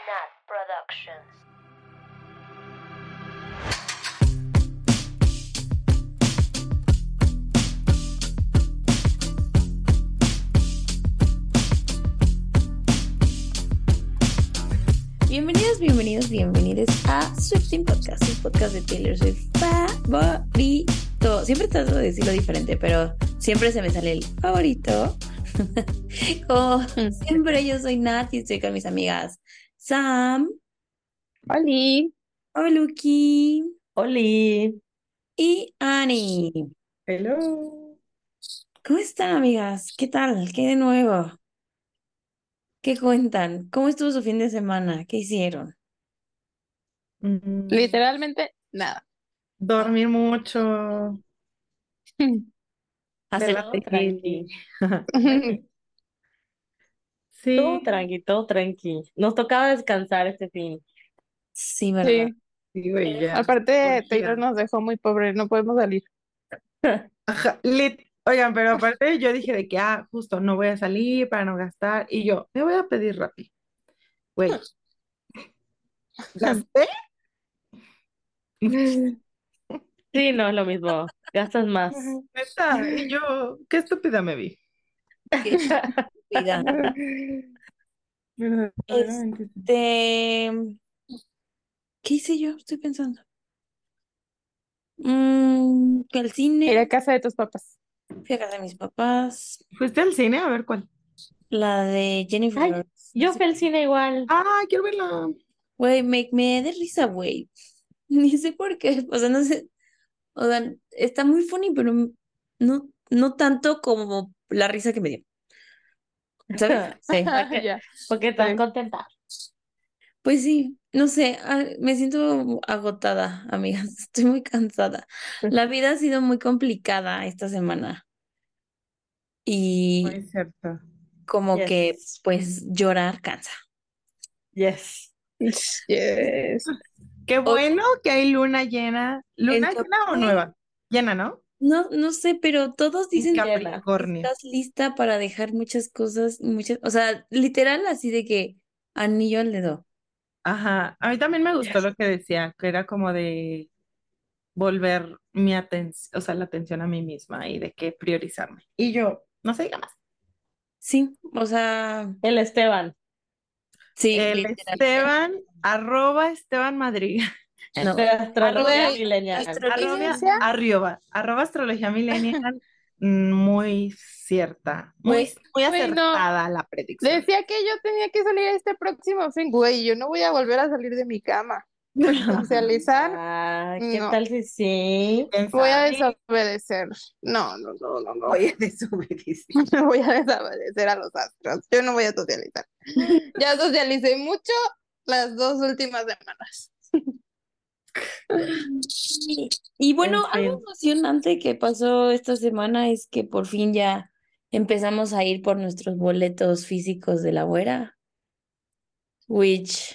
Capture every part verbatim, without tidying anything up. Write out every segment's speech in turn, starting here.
Nat Productions. Bienvenidos, bienvenidos, bienvenidos a Swifting Podcast, el podcast de Taylor Swift favorito. Siempre trato de decirlo diferente, pero siempre se me sale el favorito. Como siempre, yo soy Nat y estoy con mis amigas Sam, Oli. Oluki Oli. y Annie. Hello. ¿Cómo están, amigas? ¿Qué tal? ¿Qué de nuevo? ¿Qué cuentan? ¿Cómo estuvo su fin de semana? ¿Qué hicieron? Mm, Literalmente nada. dormir mucho. Hacer Ver la todo tele. tranqui. Sí. Todo tranqui, todo tranqui. Nos tocaba descansar este fin. Sí, ¿verdad? Sí, Sí, güey, ya. aparte Urgida. Taylor nos dejó muy pobre, no podemos salir. Ajá, lit. Oigan, pero aparte yo dije de que, ah, justo, no voy a salir para no gastar. Y yo, me voy a pedir Rappi. Güey, ¿gasté? Sí, no es lo mismo. Gastas más. Neta. Y yo, qué estúpida me vi. Qué estúpida. Verdaderamente. Este, ¿qué hice yo? Estoy pensando. Mm, fui al Ir a cine, casa de tus papás. fui a casa de mis papás, ¿Fuiste al cine? A ver cuál. la de Jennifer Ay, Lawrence. yo fui al cine igual. Ah, quiero verla. Güey, me, me da risa, güey. Ni sé por qué. O sea, no sé. O sea, está muy funny, pero no, no tanto como la risa que me dio. ¿Sabes? Sí. Porque, Ya. porque estás Sí. contenta. Pues sí, no sé, ah, me siento agotada, amigas. Estoy muy cansada. La vida ha sido muy complicada esta semana. Y Muy cierto. como que, Yes. pues, llorar cansa. Yes. Yes. Qué bueno que hay luna llena. ¿Luna Es que, llena o güey, nueva? Llena, ¿no? no, no sé, pero todos En dicen que Capricornio. estás lista para dejar muchas cosas, muchas, o sea, literal así de que anillo al dedo. Ajá. A mí también me gustó lo que decía, que era como de volver mi atención, o sea, la atención a mí misma y de qué priorizarme. Y yo, no se diga más. Sí, o sea, El Esteban. sí, El literal. Esteban, arroba Esteban Madrid. No, De astrología Güey, milenial. astrología. Arroba, ¿Inicia? arroba, arroba astrología millennial. mm, Muy cierta, muy, Güey, muy Güey, no. acertada la predicción. Decía que yo tenía que salir este próximo fin, güey. Yo no voy a volver a salir de mi cama. Socializar, Ah, ¿qué no. tal si sí? ¿Quién Voy a sabe? desobedecer. No, no, no, no, no. Voy a desobedecer. Voy a desobedecer a los astros. Yo no voy a socializar. Ya socialicé mucho las dos últimas semanas. Y, y bueno, En algo fin. emocionante que pasó esta semana es que por fin ya empezamos a ir por nuestros boletos físicos de la güera, which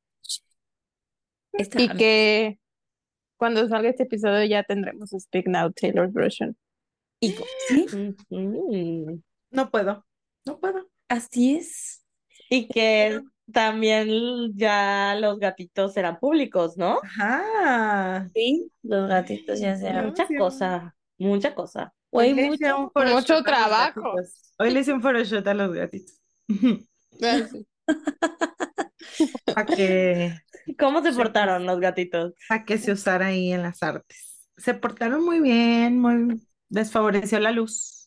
está Y que cuando salga este episodio ya tendremos Speak Now Taylor's version. y co- sí, Ujú. No puedo, no puedo. así es. Y que también ya los gatitos serán públicos, ¿no? Ajá. Sí, los gatitos ya Qué sean. Mucha emoción. cosa, mucha cosa. Hoy Güey, le hice mucho. un photoshoot Mucho a los trabajo. gatitos. Hoy le hice un photoshoot a los gatitos. Ah, sí. Para que, ¿Cómo se se, portaron los gatitos? pa' que se usara ahí en las artes. Se portaron muy bien, muy desfavoreció la luz.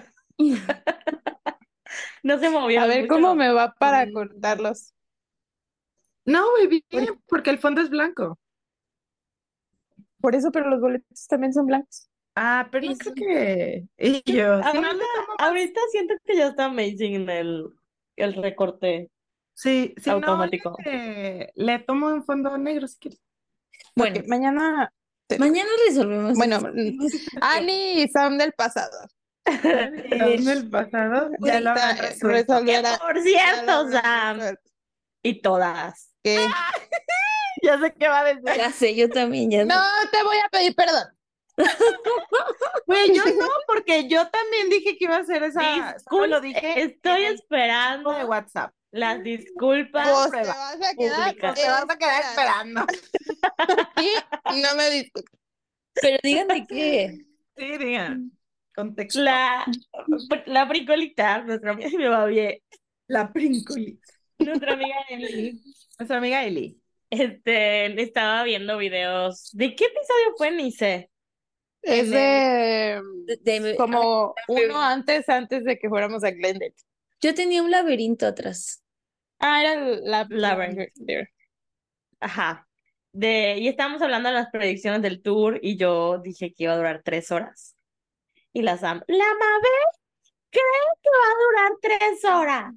No se A movieron ver mucho. cómo me va para Mm. cortarlos. No, muy bien, Por- porque el fondo es blanco. Por eso, pero los boletos también son blancos. Ah, pero no Sí, creo sí. que. Y yo, si no Ahorita, le tomo más. ahorita siento que ya está amazing el, el recorte Sí, si no, automático. le, le tomo en fondo negro si quieres. Bueno, Ok, mañana. te- mañana resolvemos Bueno, esto. mm, Annie y Sam del pasado. En el pasado ya lo Ahorita, habrán eh, resuelto. resolverá. Por Ya lo cierto, habrán Sam. resuelto. Y todas. ¿Qué? Ya sé qué va a decir. Ya sé, yo también, ya sé. No te voy a pedir perdón. Güey, yo no, porque yo también dije que iba a hacer esa. Solo Disculpe, lo dije estoy en el grupo de esperando. WhatsApp. las disculpas Pues te prueba. vas a quedar, públicas. Te vas a quedar esperando. y no me disculpo. Pero digan de qué. Sí, digan. Contexto. La, la bricolita, nuestra amiga, me va bien. La princulita. Nuestra amiga Emily, Nuestra amiga Eli. este, estaba viendo videos. ¿De qué episodio fue? Ni sé. Es de De- de- como Ay, uno antes, antes de que fuéramos a Glendale. yo tenía un laberinto atrás. Ah, era el- la, Labyrinth. la- Ajá. De, y estábamos hablando de las predicciones del tour y yo dije que iba a durar tres horas. Y la Sam, la Mabel cree que va a durar tres horas.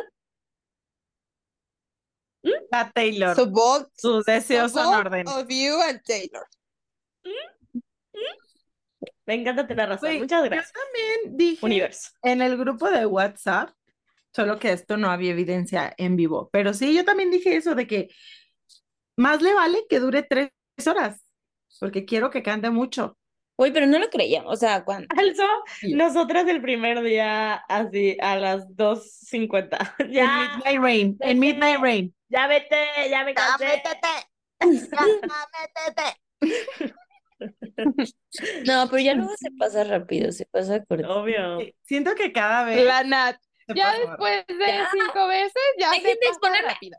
La Taylor. So both, Sus so deseos son both órdenes. of you and Taylor. Me encanta tener razón. Güey, Muchas yo gracias, también dije universo. en el grupo de WhatsApp, solo que esto no había evidencia en vivo, pero sí, yo también dije eso de que más le vale que dure tres horas, porque quiero que cante mucho. Uy, pero no lo creía. O sea, cuando. Also, Sí. nosotras el primer día así a las dos cincuenta. En Ya, Midnight Rain, en vete. Midnight Rain. ya vete, ya me Ya cansé. métete, ya métete. No, pero ya luego se pasa rápido, se pasa corto. Obvio. Sí, siento que cada vez La Nat. se Ya pasa más después de Ya. cinco veces, ya Dejen se de pasa exponerme. rápido.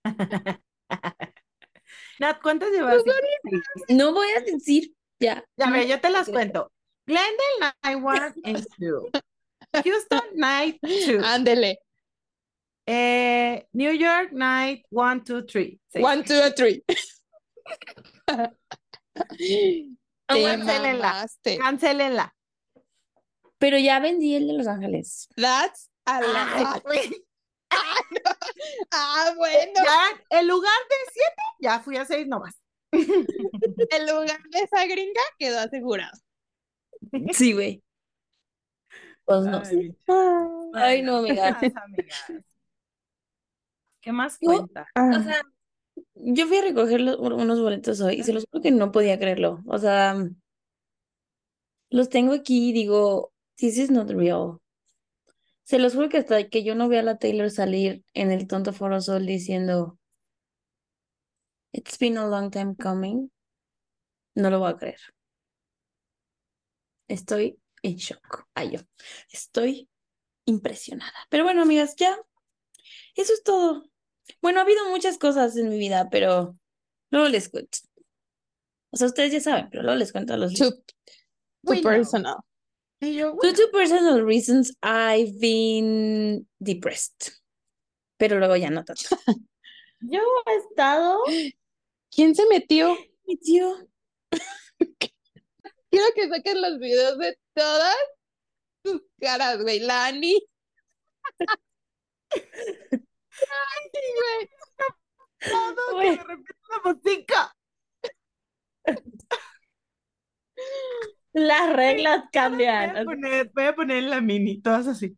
Nat, ¿cuántas llevas? No voy a decir ya. Ya No. ve, yo te las cuento. Glendale Night one and two. Houston Night two. Ándele. Eh, New York Night one, two, three. Seis. One, two, and three. Te Cancélenla. mamaste. Cancélenla. Pero ya vendí el de Los Ángeles. That's a lot. Ah, no. Ah, bueno. Ya, en lugar de siete, ya fui a seis nomás. El lugar de esa gringa quedó asegurado. Sí, güey. Pues no sé. Ay, Ay, no, ¿qué amiga. más, amigas? ¿Qué más Yo- cuenta? O sea, yo fui a recoger los- unos boletos hoy y se los juro que no podía creerlo. O sea, los tengo aquí y digo, this is not real. Se los juro que hasta que yo no vea a la Taylor salir en el tonto Foro Sol diciendo, it's been a long time coming, no lo voy a creer. Estoy en shock. Ay, yo. Estoy impresionada. Pero bueno, amigas, ya. Eso es todo. Bueno, ha habido muchas cosas en mi vida, pero luego les cuento. O sea, ustedes ya saben, pero luego les cuento a los Too, too We know. personal. Y yo, Due to personal reasons, I've been depressed. Pero luego ya no tanto. Yo he estado. ¿Quién se metió? Mi tío. Quiero que saquen los videos de todas tus caras, güey. La Ani. Ay, güey. todo, Güey. que de repente la música. Las reglas Voy a cambian. poner, voy a poner la mini, todas así.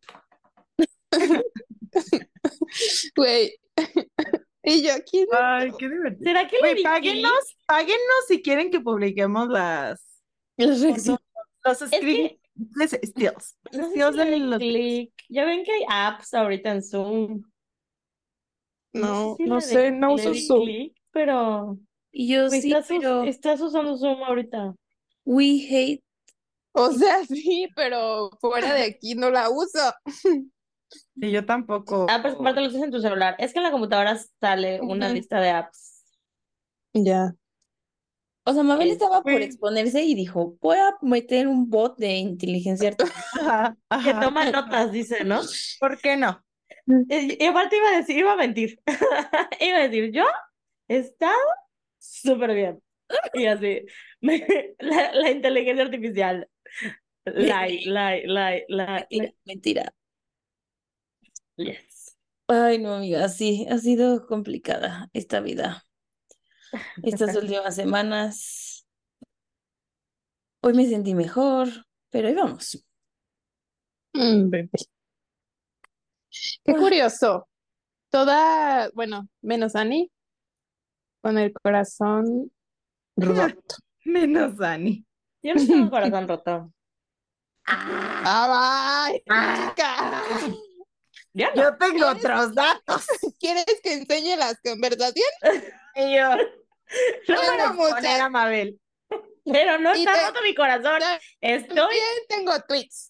Güey. Y yo, ¿quién? Ay, qué divertido. ¿Será que le Güey, di páguenos, páguennos si quieren que publiquemos las Los reacciones. los que- screen steals. clic? No sé Steals si le de di los- clic. Ya ven que hay apps ahorita en Zoom. No, sé si no le sé, di- no le uso di Zoom. clic, pero Y yo güey, sí, estás, us- pero estás usando Zoom ahorita. we hate. O sea, sí, pero fuera de aquí no la uso. Y yo tampoco. Ah, pero aparte lo usas en tu celular. Es que en la computadora sale una Ujú. lista de apps. Ya. O sea, Mabel Es- estaba por Güey. exponerse y dijo, voy a meter un bot de inteligencia artificial. Ajá, Que ajá. toma notas, dice, ¿no? ¿Por qué no? Y, y aparte iba a decir, iba a mentir. Iba a decir, yo he estado súper bien. Y así, me- la, la inteligencia artificial. Lie, lie, lie, lie, Mentira, mentira. lie. Yes. Ay, no, amiga, sí, ha sido complicada esta vida. Estas últimas semanas. Hoy me sentí mejor, pero ahí vamos. Mm, bebé. Qué Ah. curioso. Toda, bueno, menos Ani, con el corazón roto. Menos Dani. Yo no tengo corazón roto. ¡Ah, bye! ¡Chica! Yo no. Yo tengo otros datos. ¿Quieres que enseñe las conversaciones? Y yo, No, no Tengo me muchas. poner a Mabel. pero no Y está te- roto mi corazón. Estoy, También tengo tweets.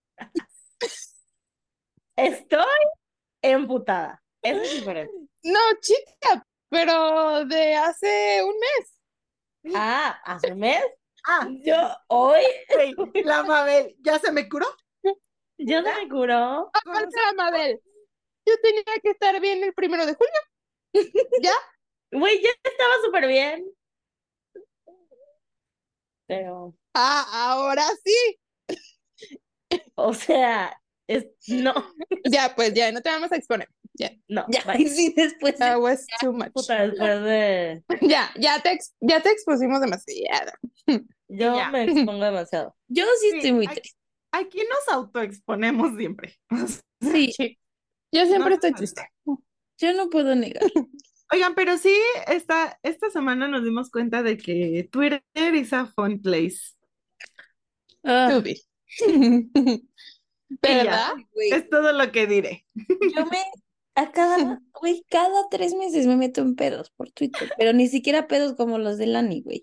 estoy emputada. Eso es diferente. No, chica, pero de hace un mes. Ah, hace un mes. Ah, Yo hoy, güey, la Mabel, ¿ya se me curó? ya se me curó. Aparte de Mabel, yo tenía que estar bien el primero de julio. ¿Ya? Güey, ya estaba súper bien. Pero, Ah, ahora sí. o sea, es, no, Ya, pues ya, no te vamos a exponer. Ya. no, Ya, bye. y sí, después. That was too much. Puta, después de, Ya, ya te, ex- ya te expusimos demasiado. yo ya. me expongo demasiado. Yo sí Sí, estoy muy aquí, triste. aquí nos autoexponemos siempre. Sí, Sí. Yo siempre No estoy hace triste. yo no puedo negar. Oigan, pero sí, esta, esta semana nos dimos cuenta de que Twitter is a fun place. Ah, Tubi. ¿Verdad? güey, Es todo lo que diré. yo me, a cada, güey, cada tres meses me meto en pedos por Twitter, pero ni siquiera pedos como los de Lani, güey.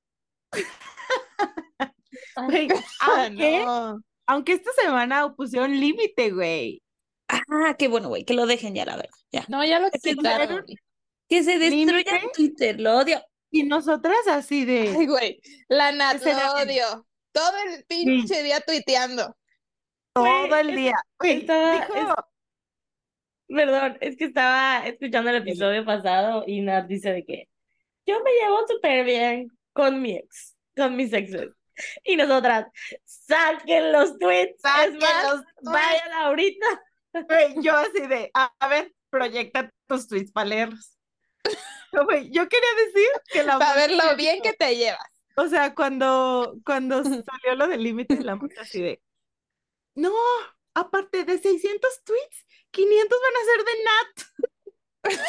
Güey, Ah, aunque, no. aunque esta semana pusieron límite, güey. Ah, qué bueno, güey, que lo dejen ya, la verdad, ya. No, ya lo Que quitaron. Que se destruya ¿Límite? Twitter, lo odio. Y nosotras así de, Ay, güey. La Nat Ese era lo bien. odio. Todo el pinche día tuiteando. todo el es- día. Güey, estaba- dijo, es- Perdón, es que estaba escuchando el episodio pasado y Nat dice de que yo me llevo súper bien con mi ex, con mis exes. Y nosotras, saquen los tweets. Saquen es más, los tweets. vayan ahorita. güey, yo así de, a, a ver, proyecta tus tweets para leerlos. No, güey, yo quería decir que la Para ver Mónica lo bien dijo- que te llevas. O sea, cuando, cuando salió lo del límite, la Mónica así de, no, aparte de seiscientos tweets, quinientos van a ser de Nat.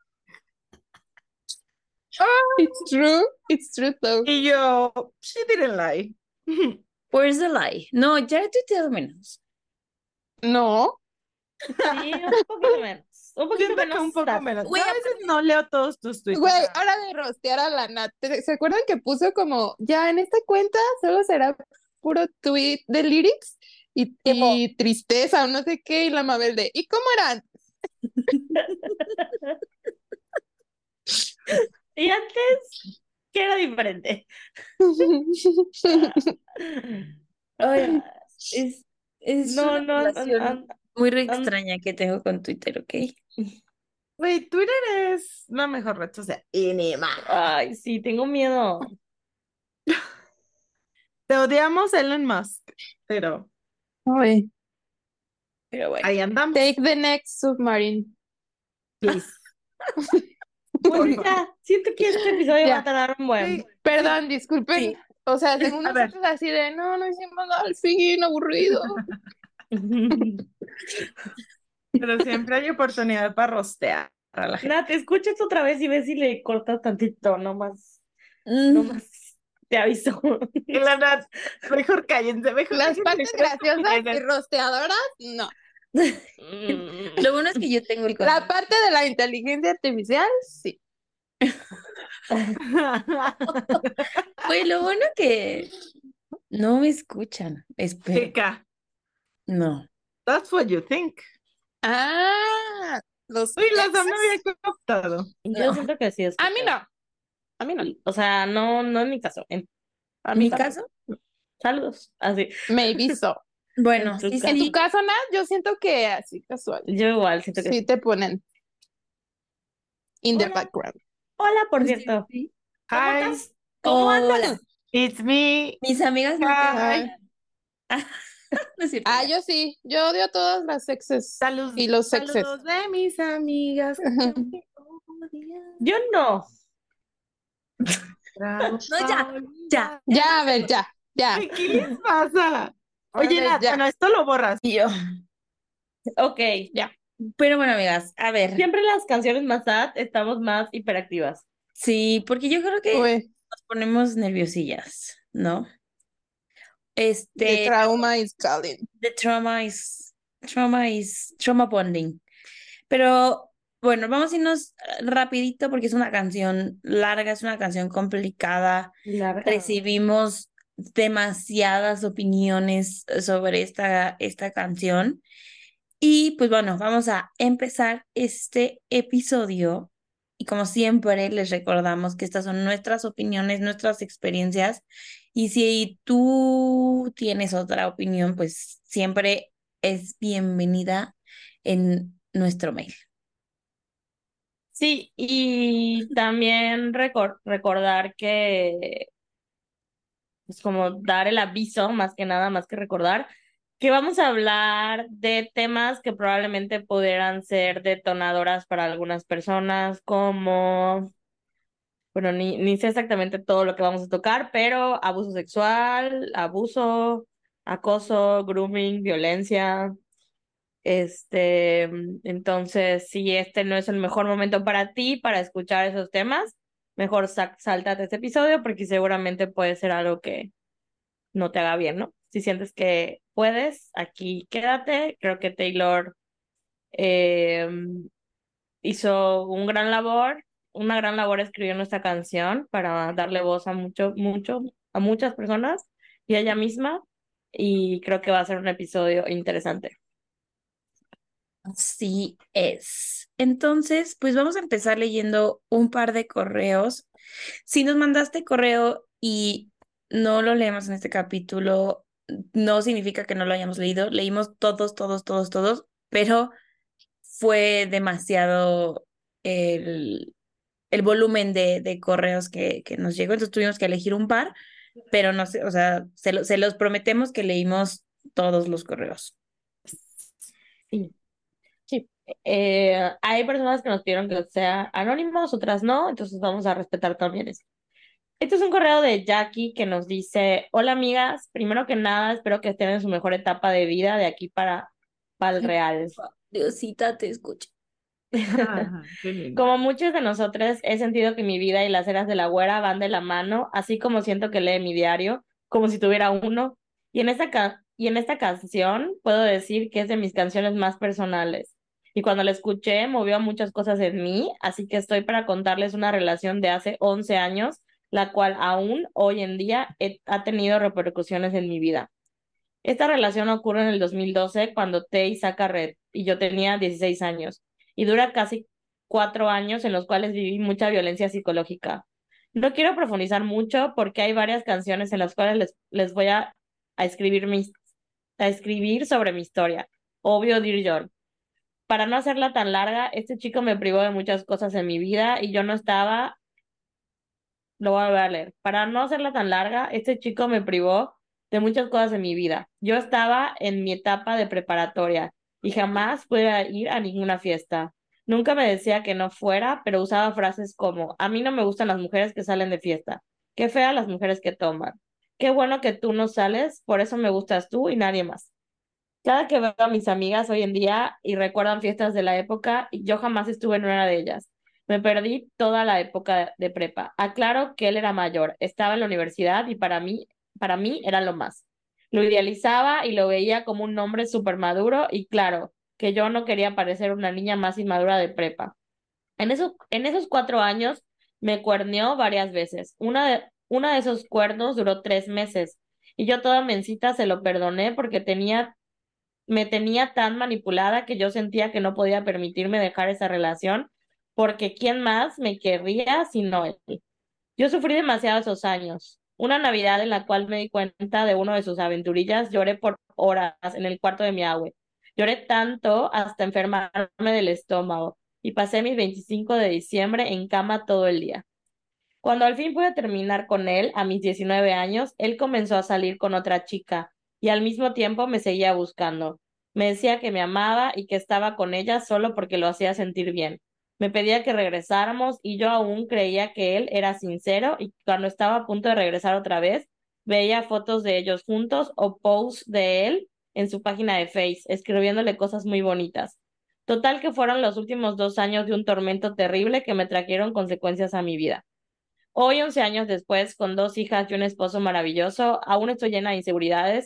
It's true. It's true, though. Y yo, she didn't lie. Where's the lie? No, ya he tuiteado menos. No. Sí, un poquito menos. Un poquito Siento que menos. un poco Taz. menos. Güey, Yo a veces no leo todos tus tweets. Güey, o sea, hora de rostear a la Nat. ¿Te- ¿Se acuerdan que puso como, ya en esta cuenta solo será puro tweet de lyrics y, y tristeza o no sé qué? Y la Mabel de, ¿y cómo eran? Y antes, que era diferente. Oye, es, es No, una no, an- relación an- muy re an- extraña que tengo con Twitter, ¿ok? güey, Twitter es la mejor red social. Y ni más. Ay, sí, tengo miedo. Te odiamos, Elon Musk, pero Ay, Pero bueno. ahí andamos. take the next submarine. Please. Bueno, ya, siento que este episodio Ya. va a tardar un buen. Güey, Perdón, disculpen. Sí. O sea, según A ver. nosotros así de, no, no hicimos nada al fin, aburrido. pero siempre hay oportunidad para rostear a la gente. Nat, escuchas otra vez y ves si le cortas tantito, nomás, Mm, nomás te aviso. Y la Nat, mejor cállense, mejor Las cállense, partes mejor graciosas y cállense. rosteadoras, no. Mm. Lo bueno es que yo tengo el La control. parte de la inteligencia artificial, sí. Güey, lo bueno que no me escuchan. Espero. Chica, No. that's what you think. Ah, los Uy, las exes. me había captado. Yo No. siento que sí es. A mí no. A mí no. O sea, no, no en mi caso. En A ¿En mí mi tampoco. caso? saludos. Así. Maybe so. Bueno, En tu sí, caso. En sí. tu caso, Nat, yo siento que así casual. Yo igual siento que Sí sí. te ponen in the Hola. background. Hola, por Sí, cierto. sí. ¿Cómo Hi, andas? ¿Cómo Hola. andas? it's me. Mis amigas no te Hi. odian. No es cierto. Ah, yo sí. Yo odio a todas las exes. Saludos, Y los exes. saludos de mis amigas. Ajá. Yo no. No, ya, ya. Ya, a ver, ya. Ya. Ay, ¿qué les pasa? Oye, A ver, Nat, ya. bueno, esto lo borras. Y yo. Ok. Pero bueno, amigas, a ver. Siempre las canciones más sad estamos más hiperactivas. Sí, porque yo creo que Uy, nos ponemos nerviosillas, ¿no? the Este, trauma is calling. the trauma is trauma is trauma bonding. Pero bueno, vamos a irnos eh, rapidito porque es una canción larga, es una canción complicada. Larga. Recibimos demasiadas opiniones sobre esta, esta canción. Y pues bueno, vamos a empezar este episodio. Y como siempre, les recordamos que estas son nuestras opiniones, nuestras experiencias. Y si tú tienes otra opinión, pues siempre es bienvenida en nuestro mail. Sí, y también recor- recordar que es como dar el aviso, más que nada, más que recordar, que vamos a hablar de temas que probablemente pudieran ser detonadoras para algunas personas, como, bueno, ni, ni sé exactamente todo lo que vamos a tocar, pero abuso sexual, abuso, acoso, grooming, violencia. Este, entonces, si este no es el mejor momento para ti para escuchar esos temas, mejor sa- sáltate este episodio porque seguramente puede ser algo que no te haga bien, ¿no? Si sientes que puedes, aquí quédate. Creo que Taylor eh, hizo un gran labor, una gran labor escribiendo esta canción para darle voz a mucho, mucho, a muchas personas y a ella misma. Y creo que va a ser un episodio interesante. Así es. Entonces, pues vamos a empezar leyendo un par de correos. Si nos mandaste correo y no lo leemos en este capítulo, no significa que no lo hayamos leído. Leímos todos, todos, todos, todos, pero fue demasiado el, el volumen de, de correos que, que nos llegó. Entonces tuvimos que elegir un par, pero no sé, o sea, se, lo- se los prometemos que leímos todos los correos. Sí. Sí. Eh, hay personas que nos pidieron que sea anónimos, otras no, entonces vamos a respetar también eso. Este es un correo de Jackie que nos dice: hola amigas, primero que nada espero que estén en su mejor etapa de vida de aquí para, para el real. Diosita, te escucho. Ajá, qué Como linda. muchos de nosotros, he sentido que mi vida y las eras de la güera van de la mano, así como siento que lee mi diario, como si tuviera uno. Y en esta ca- y en esta canción puedo decir que es de mis canciones más personales. Y cuando la escuché, movió muchas cosas en mí, así que estoy para contarles una relación de hace once años, la cual aún hoy en día he- ha tenido repercusiones en mi vida. Esta relación ocurre en el dos mil doce cuando Tay saca Red y yo tenía dieciséis años y dura casi cuatro años en los cuales viví mucha violencia psicológica. No quiero profundizar mucho porque hay varias canciones en las cuales les, les voy a, a escribir mis, a escribir sobre mi historia. Obvio, Dear John. Para no hacerla tan larga, este chico me privó de muchas cosas en mi vida y yo no estaba. Lo voy a volver a leer. Para no hacerla tan larga, este chico me privó de muchas cosas en mi vida. Yo estaba en mi etapa de preparatoria y jamás pude ir a ninguna fiesta. Nunca me decía que no fuera, pero usaba frases como: a mí no me gustan las mujeres que salen de fiesta. Qué feas las mujeres que toman. Qué bueno que tú no sales, por eso me gustas tú y nadie más. Cada que veo a mis amigas hoy en día y recuerdan fiestas de la época, yo jamás estuve en una de ellas. Me perdí toda la época de prepa. Aclaro que él era mayor, estaba en la universidad y para mí, para mí era lo más. Lo idealizaba y lo veía como un hombre súper maduro y claro, que yo no quería parecer una niña más inmadura de prepa. En esos, en esos cuatro años me cuerneó varias veces. Una de, una de esos cuernos duró tres meses y yo toda mencita se lo perdoné porque tenía me tenía tan manipulada que yo sentía que no podía permitirme dejar esa relación porque ¿quién más me querría sino él? Yo sufrí demasiado esos años. Una Navidad en la cual me di cuenta de uno de sus aventurillas, lloré por horas en el cuarto de mi abue. Lloré tanto hasta enfermarme del estómago y pasé mis veinticinco de diciembre en cama todo el día. Cuando al fin pude terminar con él, a mis diecinueve años, él comenzó a salir con otra chica y al mismo tiempo me seguía buscando. Me decía que me amaba y que estaba con ella solo porque lo hacía sentir bien. Me pedía que regresáramos y yo aún creía que él era sincero y cuando estaba a punto de regresar otra vez, veía fotos de ellos juntos o posts de él en su página de Face, escribiéndole cosas muy bonitas. Total que fueron los últimos dos años de un tormento terrible que me trajeron consecuencias a mi vida. Hoy, once años después, con dos hijas y un esposo maravilloso, aún estoy llena de inseguridades,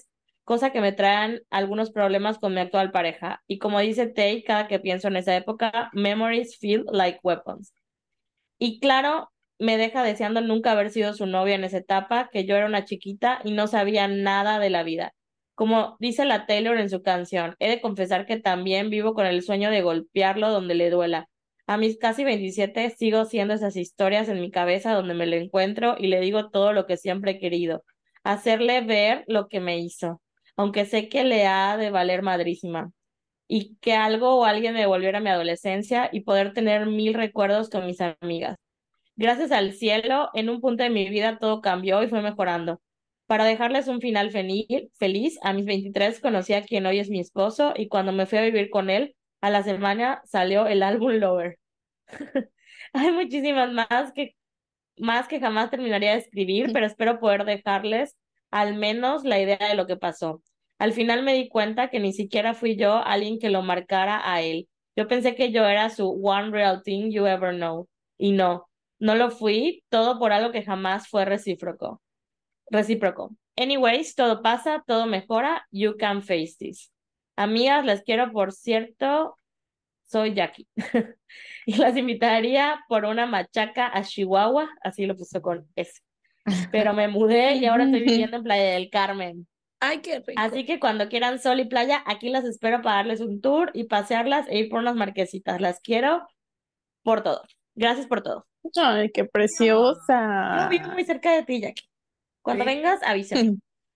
cosa que me traen algunos problemas con mi actual pareja. Y como dice Tay, cada que pienso en esa época, memories feel like weapons. Y claro, me deja deseando nunca haber sido su novia en esa etapa, que yo era una chiquita y no sabía nada de la vida. Como dice la Taylor en su canción, he de confesar que también vivo con el sueño de golpearlo donde le duela. A mis casi veintisiete sigo haciendo esas historias en mi cabeza donde me lo encuentro y le digo todo lo que siempre he querido, hacerle ver lo que me hizo, aunque sé que le ha de valer madrísima y que algo o alguien me devolviera a mi adolescencia y poder tener mil recuerdos con mis amigas. Gracias al cielo, en un punto de mi vida todo cambió y fue mejorando. Para dejarles un final feliz, feliz, a mis veintitrés conocí a quien hoy es mi esposo y cuando me fui a vivir con él, a la semana salió el álbum Lover. Hay muchísimas más que más que jamás terminaría de escribir, pero espero poder dejarles al menos la idea de lo que pasó. Al final me di cuenta que ni siquiera fui yo alguien que lo marcara a él. Yo pensé que yo era su one real thing you ever know. Y no, no lo fui, todo por algo que jamás fue recíproco. Recíproco. Anyways, todo pasa, todo mejora. You can face this. Amigas, les quiero, por cierto, soy Jackie. Y las invitaría por una machaca a Chihuahua, así lo puso con S. Pero me mudé y ahora estoy viviendo en Playa del Carmen. Ay, qué rico. Así que cuando quieran sol y playa, aquí las espero para darles un tour y pasearlas e ir por unas marquesitas. Las quiero por todo. Gracias por todo. Ay, qué Yo preciosa. vivo muy cerca de ti, Jackie. Cuando Sí. vengas, avísame.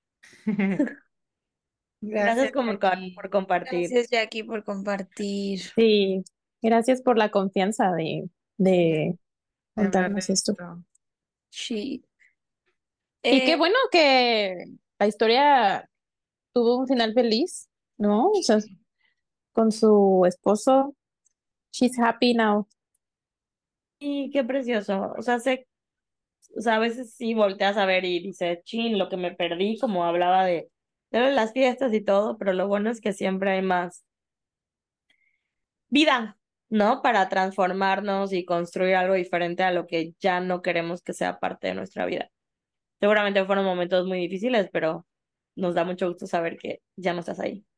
Gracias Gracias, como- Jackie. por compartir. Gracias, Jackie, por compartir. Sí, gracias por la confianza de, de De contarnos hablarme esto. esto. Sí. Y qué Eh, bueno que la historia tuvo un final feliz, ¿no? O sea, con su esposo. She's happy now. Y qué precioso. O sea, sé, o sea, a veces sí volteas a ver y dices, chin, lo que me perdí, como hablaba de, de las fiestas y todo, pero lo bueno es que siempre hay más vida, ¿no? Para transformarnos y construir algo diferente a lo que ya no queremos que sea parte de nuestra vida. Seguramente fueron momentos muy difíciles, pero nos da mucho gusto saber que ya no estás ahí.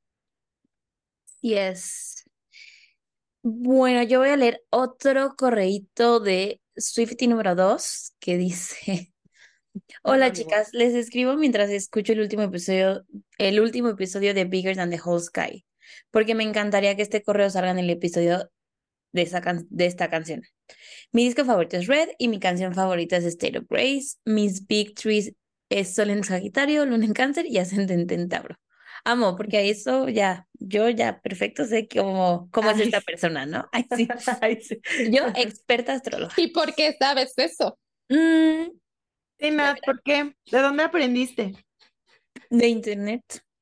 yes. Bueno, yo voy a leer otro correíto de Swiftie número dos que dice: Hola Anónimo. chicas, les escribo mientras escucho el último episodio, el último episodio de Bigger Than the Whole Sky, porque me encantaría que este correo salga en el episodio de, esa can- de esta canción. Mi disco favorito es Red y mi canción favorita es State of Grace. Mis Big Trees es Sol en Sagitario, Luna en Cáncer y Ascendente en Tauro. Amo, porque a eso ya, yo ya perfecto sé cómo, cómo es Ay, esta sí. persona, ¿no? Ay, sí. Ay, sí. Yo, experta astróloga. ¿Y por qué sabes eso? Mm, Sí, Nat, ¿por qué? ¿De dónde aprendiste? de internet.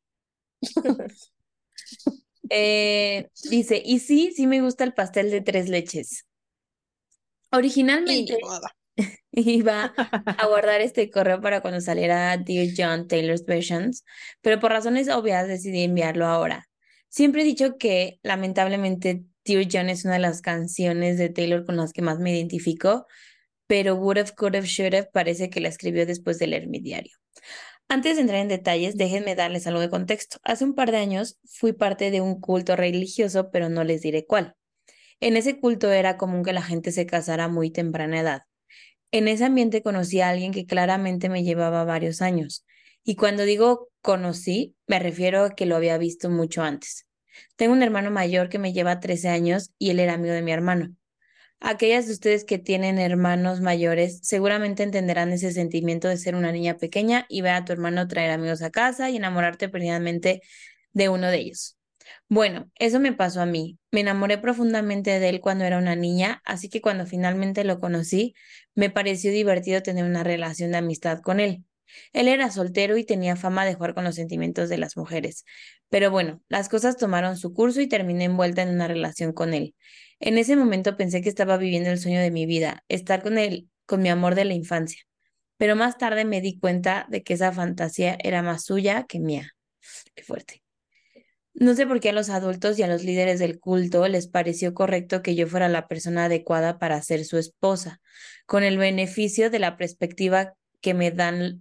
Eh, dice, y sí, sí me gusta el pastel de tres leches. Y Originalmente ni modo. iba a guardar este correo para cuando saliera Dear John Taylor's Versions, pero por razones obvias decidí enviarlo ahora. Siempre he dicho que, lamentablemente, Dear John es una de las canciones de Taylor con las que más me identifico, pero Would Have, Could Have, Should Have parece que la escribió después de leer mi diario. Antes de entrar en detalles, déjenme darles algo de contexto. Hace un par de años fui parte de un culto religioso, pero no les diré cuál. En ese culto era común que la gente se casara a muy temprana edad. En ese ambiente conocí a alguien que claramente me llevaba varios años. Y cuando digo conocí, me refiero a que lo había visto mucho antes. Tengo un hermano mayor que me lleva trece años y él era amigo de mi hermano. Aquellas de ustedes que tienen hermanos mayores seguramente entenderán ese sentimiento de ser una niña pequeña y ver a tu hermano traer amigos a casa y enamorarte perdidamente de uno de ellos. Bueno, eso me pasó a mí. Me enamoré profundamente de él cuando era una niña, así que cuando finalmente lo conocí, me pareció divertido tener una relación de amistad con él. Él era soltero y tenía fama de jugar con los sentimientos de las mujeres. Pero bueno, las cosas tomaron su curso y terminé envuelta en una relación con él. En ese momento pensé que estaba viviendo el sueño de mi vida, estar con él, con mi amor de la infancia. Pero más tarde me di cuenta de que esa fantasía era más suya que mía. Qué fuerte. No sé por qué a los adultos y a los líderes del culto les pareció correcto que yo fuera la persona adecuada para ser su esposa, con el beneficio de la perspectiva que me dan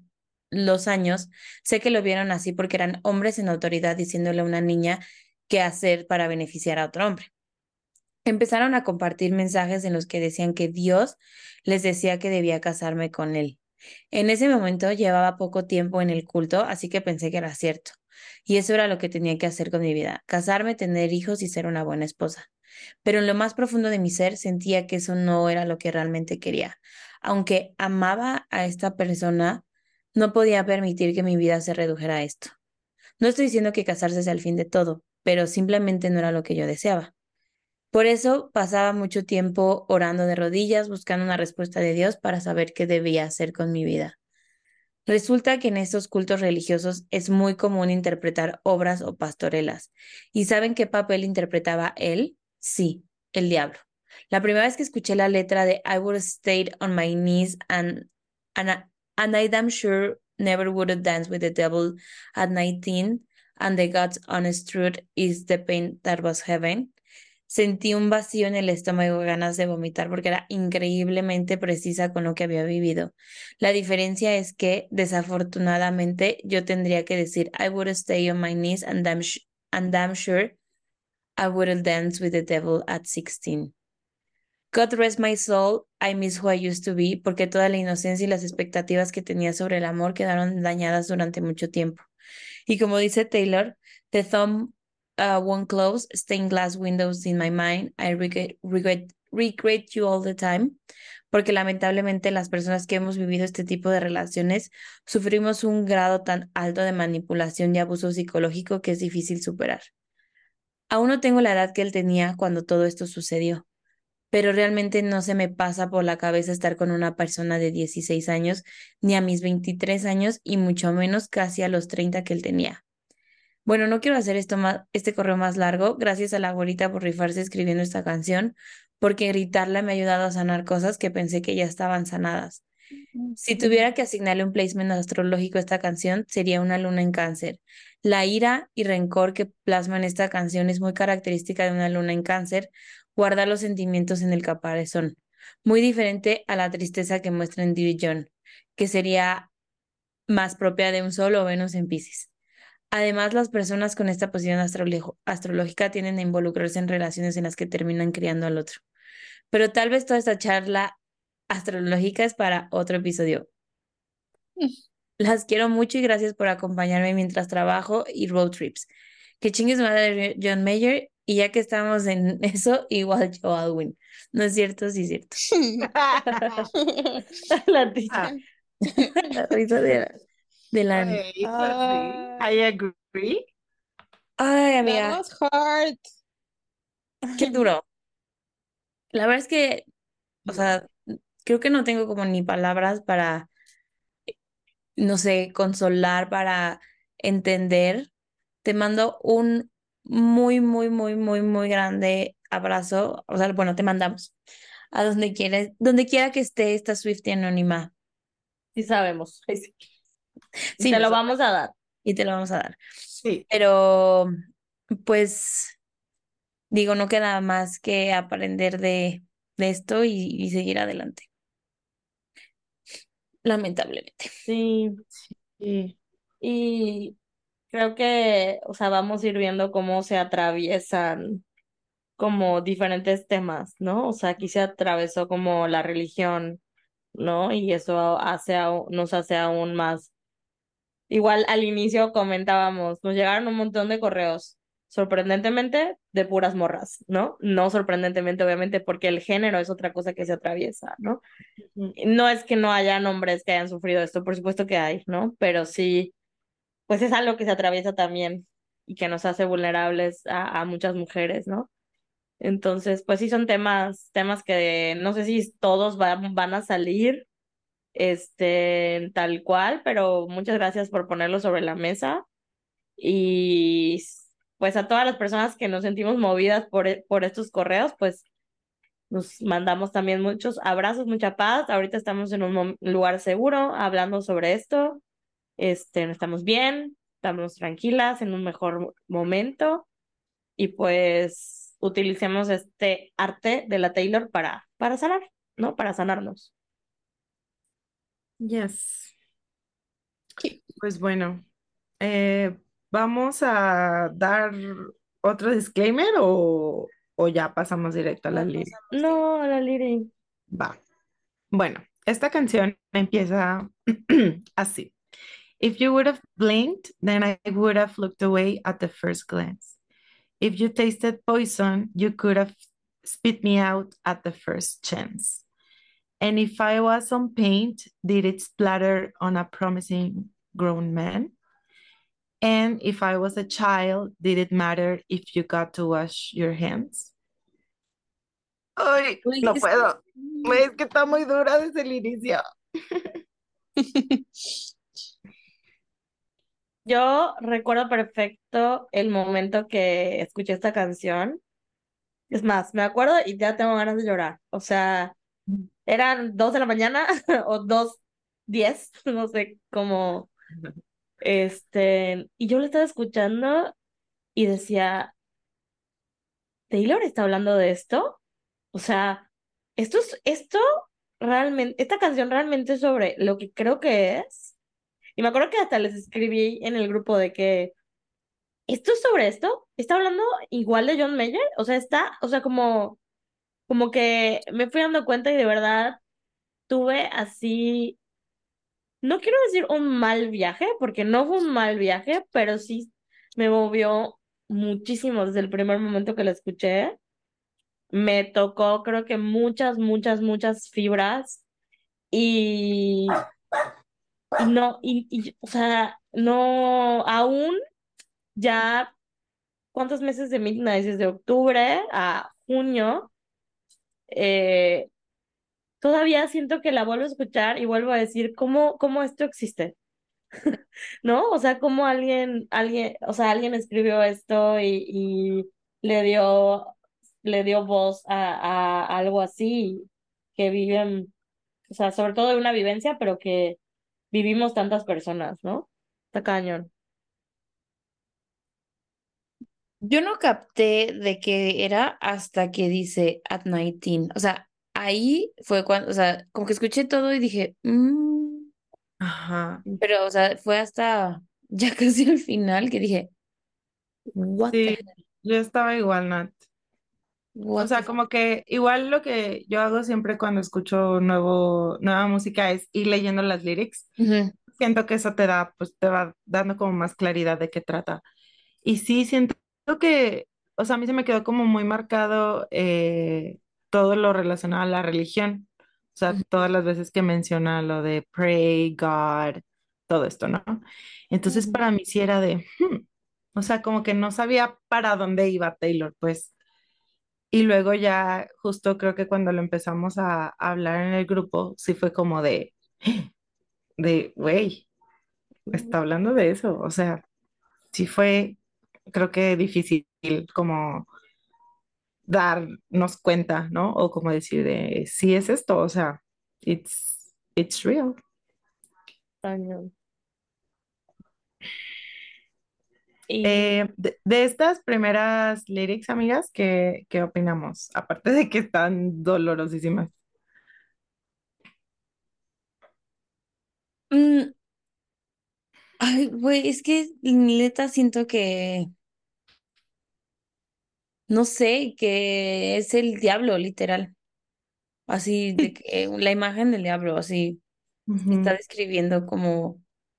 los años, sé que lo vieron así porque eran hombres en autoridad diciéndole a una niña qué hacer para beneficiar a otro hombre. Empezaron a compartir mensajes en los que decían que Dios les decía que debía casarme con él. En ese momento llevaba poco tiempo en el culto, así que pensé que era cierto. Y eso era lo que tenía que hacer con mi vida, casarme, tener hijos y ser una buena esposa. Pero en lo más profundo de mi ser sentía que eso no era lo que realmente quería. Aunque amaba a esta persona, no podía permitir que mi vida se redujera a esto. No estoy diciendo que casarse sea el fin de todo, pero simplemente no era lo que yo deseaba. Por eso pasaba mucho tiempo orando de rodillas, buscando una respuesta de Dios para saber qué debía hacer con mi vida. Resulta que en estos cultos religiosos es muy común interpretar obras o pastorelas. ¿Y saben qué papel interpretaba él? Sí, el diablo. La primera vez que escuché la letra de I would have stayed on my knees and, and, I- and I damn sure never would have danced with the devil at nineteen, and the God's honest truth is the pain that was heaven. Sentí un vacío en el estómago y ganas de vomitar porque era increíblemente precisa con lo que había vivido. La diferencia es que, desafortunadamente, yo tendría que decir I would stay on my knees and damn, sh- and damn sure I wouldn't dance with the devil at sixteen. God rest my soul, I miss who I used to be, porque toda la inocencia y las expectativas que tenía sobre el amor quedaron dañadas durante mucho tiempo. Y como dice Taylor, the thumb uh, won't close, stained glass windows in my mind, I regret, regret, regret you all the time, porque lamentablemente las personas que hemos vivido este tipo de relaciones sufrimos un grado tan alto de manipulación y abuso psicológico que es difícil superar. Aún no tengo la edad que él tenía cuando todo esto sucedió, pero realmente no se me pasa por la cabeza estar con una persona de dieciséis años, ni a mis veintitrés años y mucho menos casi a los treinta que él tenía. Bueno, no quiero hacer esto más, este correo más largo. Gracias a la abuelita por rifarse escribiendo esta canción, porque gritarla me ha ayudado a sanar cosas que pensé que ya estaban sanadas. Si tuviera que asignarle un placement astrológico a esta canción, sería una luna en cáncer. La ira y rencor que plasma en esta canción es muy característica de una luna en cáncer, guardar los sentimientos en el caparazón, muy diferente a la tristeza que muestra en Dear John, que sería más propia de un sol o Venus en Piscis. Además, las personas con esta posición astrológica astrológica tienden a involucrarse en relaciones en las que terminan criando al otro. Pero tal vez toda esta charla astrológica es para otro episodio. Las quiero mucho y gracias por acompañarme mientras trabajo y road trips. Que chingues madre John Mayer, y ya que estamos en eso, igual Joe Alwyn. No es cierto, sí es cierto. La tía. Ah, La risa de la, de la- ay, pues sí, Ah, I agree. Ay, that amiga, was hard. qué duro. La verdad es que, o Yeah. sea, creo que no tengo como ni palabras para, no sé, consolar, para entender. Te mando un muy, muy, muy, muy, muy grande abrazo. O sea, bueno, te mandamos a donde quieras, donde quiera que esté esta Swiftie anónima. Sí sabemos. Ay, sí. Sí, Te lo nosotros, vamos a dar. y te lo vamos a dar. Sí. Pero, pues, digo, no queda más que aprender de, de esto y, y seguir adelante, lamentablemente. Sí. Sí. Y creo que, o sea, vamos a ir viendo cómo se atraviesan como diferentes temas, ¿no? O sea, aquí se atravesó como la religión, ¿no? Y eso hace, au- nos hace aún más. Igual al inicio comentábamos, nos llegaron un montón de correos, sorprendentemente de puras morras, ¿no? No sorprendentemente, obviamente, porque el género es otra cosa que se atraviesa, ¿no? Ujú. No es que no haya hombres que hayan sufrido esto, por supuesto que hay, ¿no? Pero sí, pues es algo que se atraviesa también y que nos hace vulnerables a, a muchas mujeres, ¿no? Entonces, pues sí son temas, temas que no sé si todos van, van a salir, este, tal cual, pero muchas gracias por ponerlo sobre la mesa y pues a todas las personas que nos sentimos movidas por, e- por estos correos, pues nos mandamos también muchos abrazos, mucha paz. Ahorita estamos en un mom- lugar seguro hablando sobre esto, este, no estamos bien, estamos tranquilas, en un mejor momento y pues utilicemos este arte de la Taylor para, para sanar, ¿no? Para sanarnos. Yes. Pues bueno, eh, vamos a dar otro disclaimer o, o ya pasamos directo a la No, lyric. pasamos directo. No, la Liri. Va. Bueno, esta canción empieza así. If you would have blinked, then I would have looked away at the first glance. If you tasted poison, you could have spit me out at the first chance. And if I was some paint, did it splatter on a promising grown man? And if I was a child, did it matter if you got to wash your hands? Ay, Uy, no es puedo. que- Es que está muy dura desde el inicio. Yo recuerdo perfecto el momento que escuché esta canción. Es más, me acuerdo y ya tengo ganas de llorar. O sea, eran dos de la mañana o dos diez, no sé cómo. Este, y yo lo estaba escuchando y decía, ¿Taylor está hablando de esto? O sea, esto es, esto realmente, esta canción realmente es sobre lo que creo que es. Y me acuerdo que hasta les escribí en el grupo de que esto es sobre esto. ¿Está hablando igual de John Mayer? O sea, está, o sea, como, como que me fui dando cuenta y de verdad tuve así, no quiero decir un mal viaje, porque no fue un mal viaje, pero sí me movió muchísimo desde el primer momento que la escuché. Me tocó, creo que muchas, muchas, muchas fibras y, y no, y, y, o sea, no, aún ya, ¿cuántos meses de Midnight? Desde octubre a junio, eh, todavía siento que la vuelvo a escuchar y vuelvo a decir, ¿cómo, cómo esto existe? ¿No? O sea, cómo alguien, alguien, o sea, alguien escribió esto y, y le dio, le dio voz a, a algo así que viven, o sea, sobre todo de una vivencia, pero que vivimos tantas personas, ¿no? Está cañón. Yo no capté de qué era hasta que dice at diecinueve. O sea, ahí fue cuando, o sea, como que escuché todo y dije, "Mm", Ajá. pero, o sea, fue hasta ya casi al final que dije, what the Sí, hell, yo estaba igual, Nat. O what the sea, como que igual lo que yo hago siempre cuando escucho nuevo, nueva música es ir leyendo las lyrics. Ujú, Siento que eso te da, pues te va dando como más claridad de qué trata. Y sí, siento que, o sea, a mí se me quedó como muy marcado eh, todo lo relacionado a la religión. O sea, ujú, todas las veces que menciona lo de pray, God, todo esto, ¿no? Entonces Ujú. para mí sí era de, hmm, o sea, como que no sabía para dónde iba Taylor, pues. Y luego ya, justo creo que cuando lo empezamos a, a hablar en el grupo, sí fue como de, de, güey, está hablando de eso. O sea, sí fue, creo que difícil como darnos cuenta, ¿no? O como decir de, sí es esto, o sea, it's, it's real. Cañón. Y Eh, de, de estas primeras lyrics, amigas, ¿qué, qué opinamos? Aparte de que están dolorosísimas. mm, ay, güey, es que neta siento que, no sé, que es el diablo, literal. Así, de que la imagen del diablo, así, está Ujú, describiendo como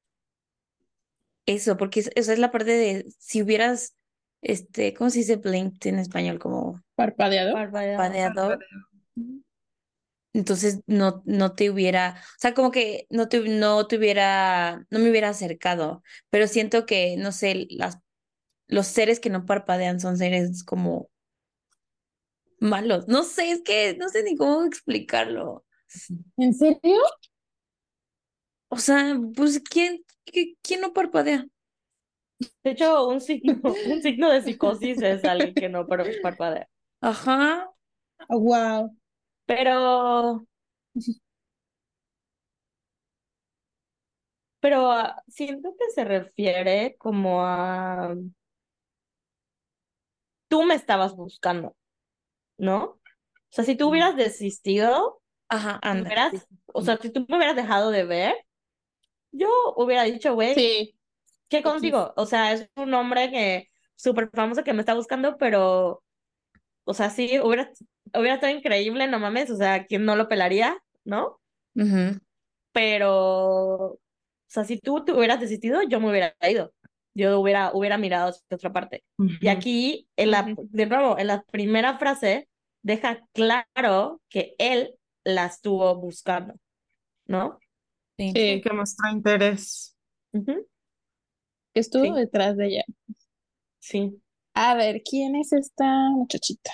eso, porque es- esa es la parte de si hubieras, este, ¿cómo se dice blinked en español? Como ¿Parpadeado? parpadeado. padeado, entonces no, no te hubiera, o sea, como que no te, no te hubiera, no me hubiera acercado, pero siento que, no sé, las, los seres que no parpadean son seres como malos. No sé, es que no sé ni cómo explicarlo. ¿En serio? O sea, pues, ¿quién, qué- quién no parpadea? De hecho, un signo, un signo de psicosis es alguien que no par- parpadea. Ajá. Wow. Pero, pero ah, siento que se refiere como a tú me estabas buscando, ¿no? O sea, si tú hubieras desistido, Ajá, me anda. hubieras, o sea, si tú me hubieras dejado de ver, yo hubiera dicho, güey, Sí, ¿qué X. consigo? O sea, es un hombre que súper famoso que me está buscando, pero, o sea, sí, hubiera, hubiera estado increíble, no mames, o sea, ¿quién no lo pelaría? ¿No? Ujú. Pero, o sea, si tú te hubieras desistido, yo me hubiera ido. Yo hubiera, hubiera mirado hacia otra parte. Y Ujú. aquí, en la, Ujú. de nuevo, en la primera frase, deja claro que él la estuvo buscando, ¿no? Sí. Sí, Sí, que muestra interés. Ujú. que estuvo Sí, detrás de ella. sí, A ver, ¿quién es esta muchachita?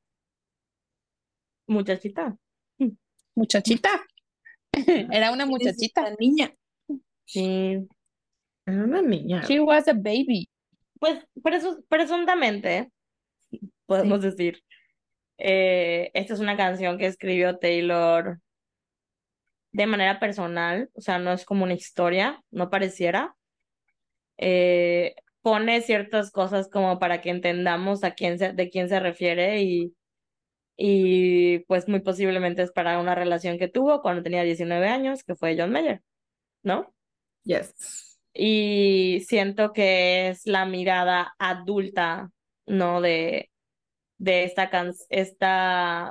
muchachita. ¿Muchachita? Era una ¿Quién es muchachita. esta niña? Sí, Era una niña. She was a baby. pues presu- presuntamente, Sí. podemos decir, eh, esta es una canción que escribió Taylor de manera personal, o sea, no es como una historia, no pareciera. Eh, pone ciertas cosas como para que entendamos a quién se, de quién se refiere y, y pues muy posiblemente es para una relación que tuvo cuando tenía diecinueve años, que fue John Mayer, ¿no? Yes. Y siento que es la mirada adulta, ¿no? De, de esta, can esta,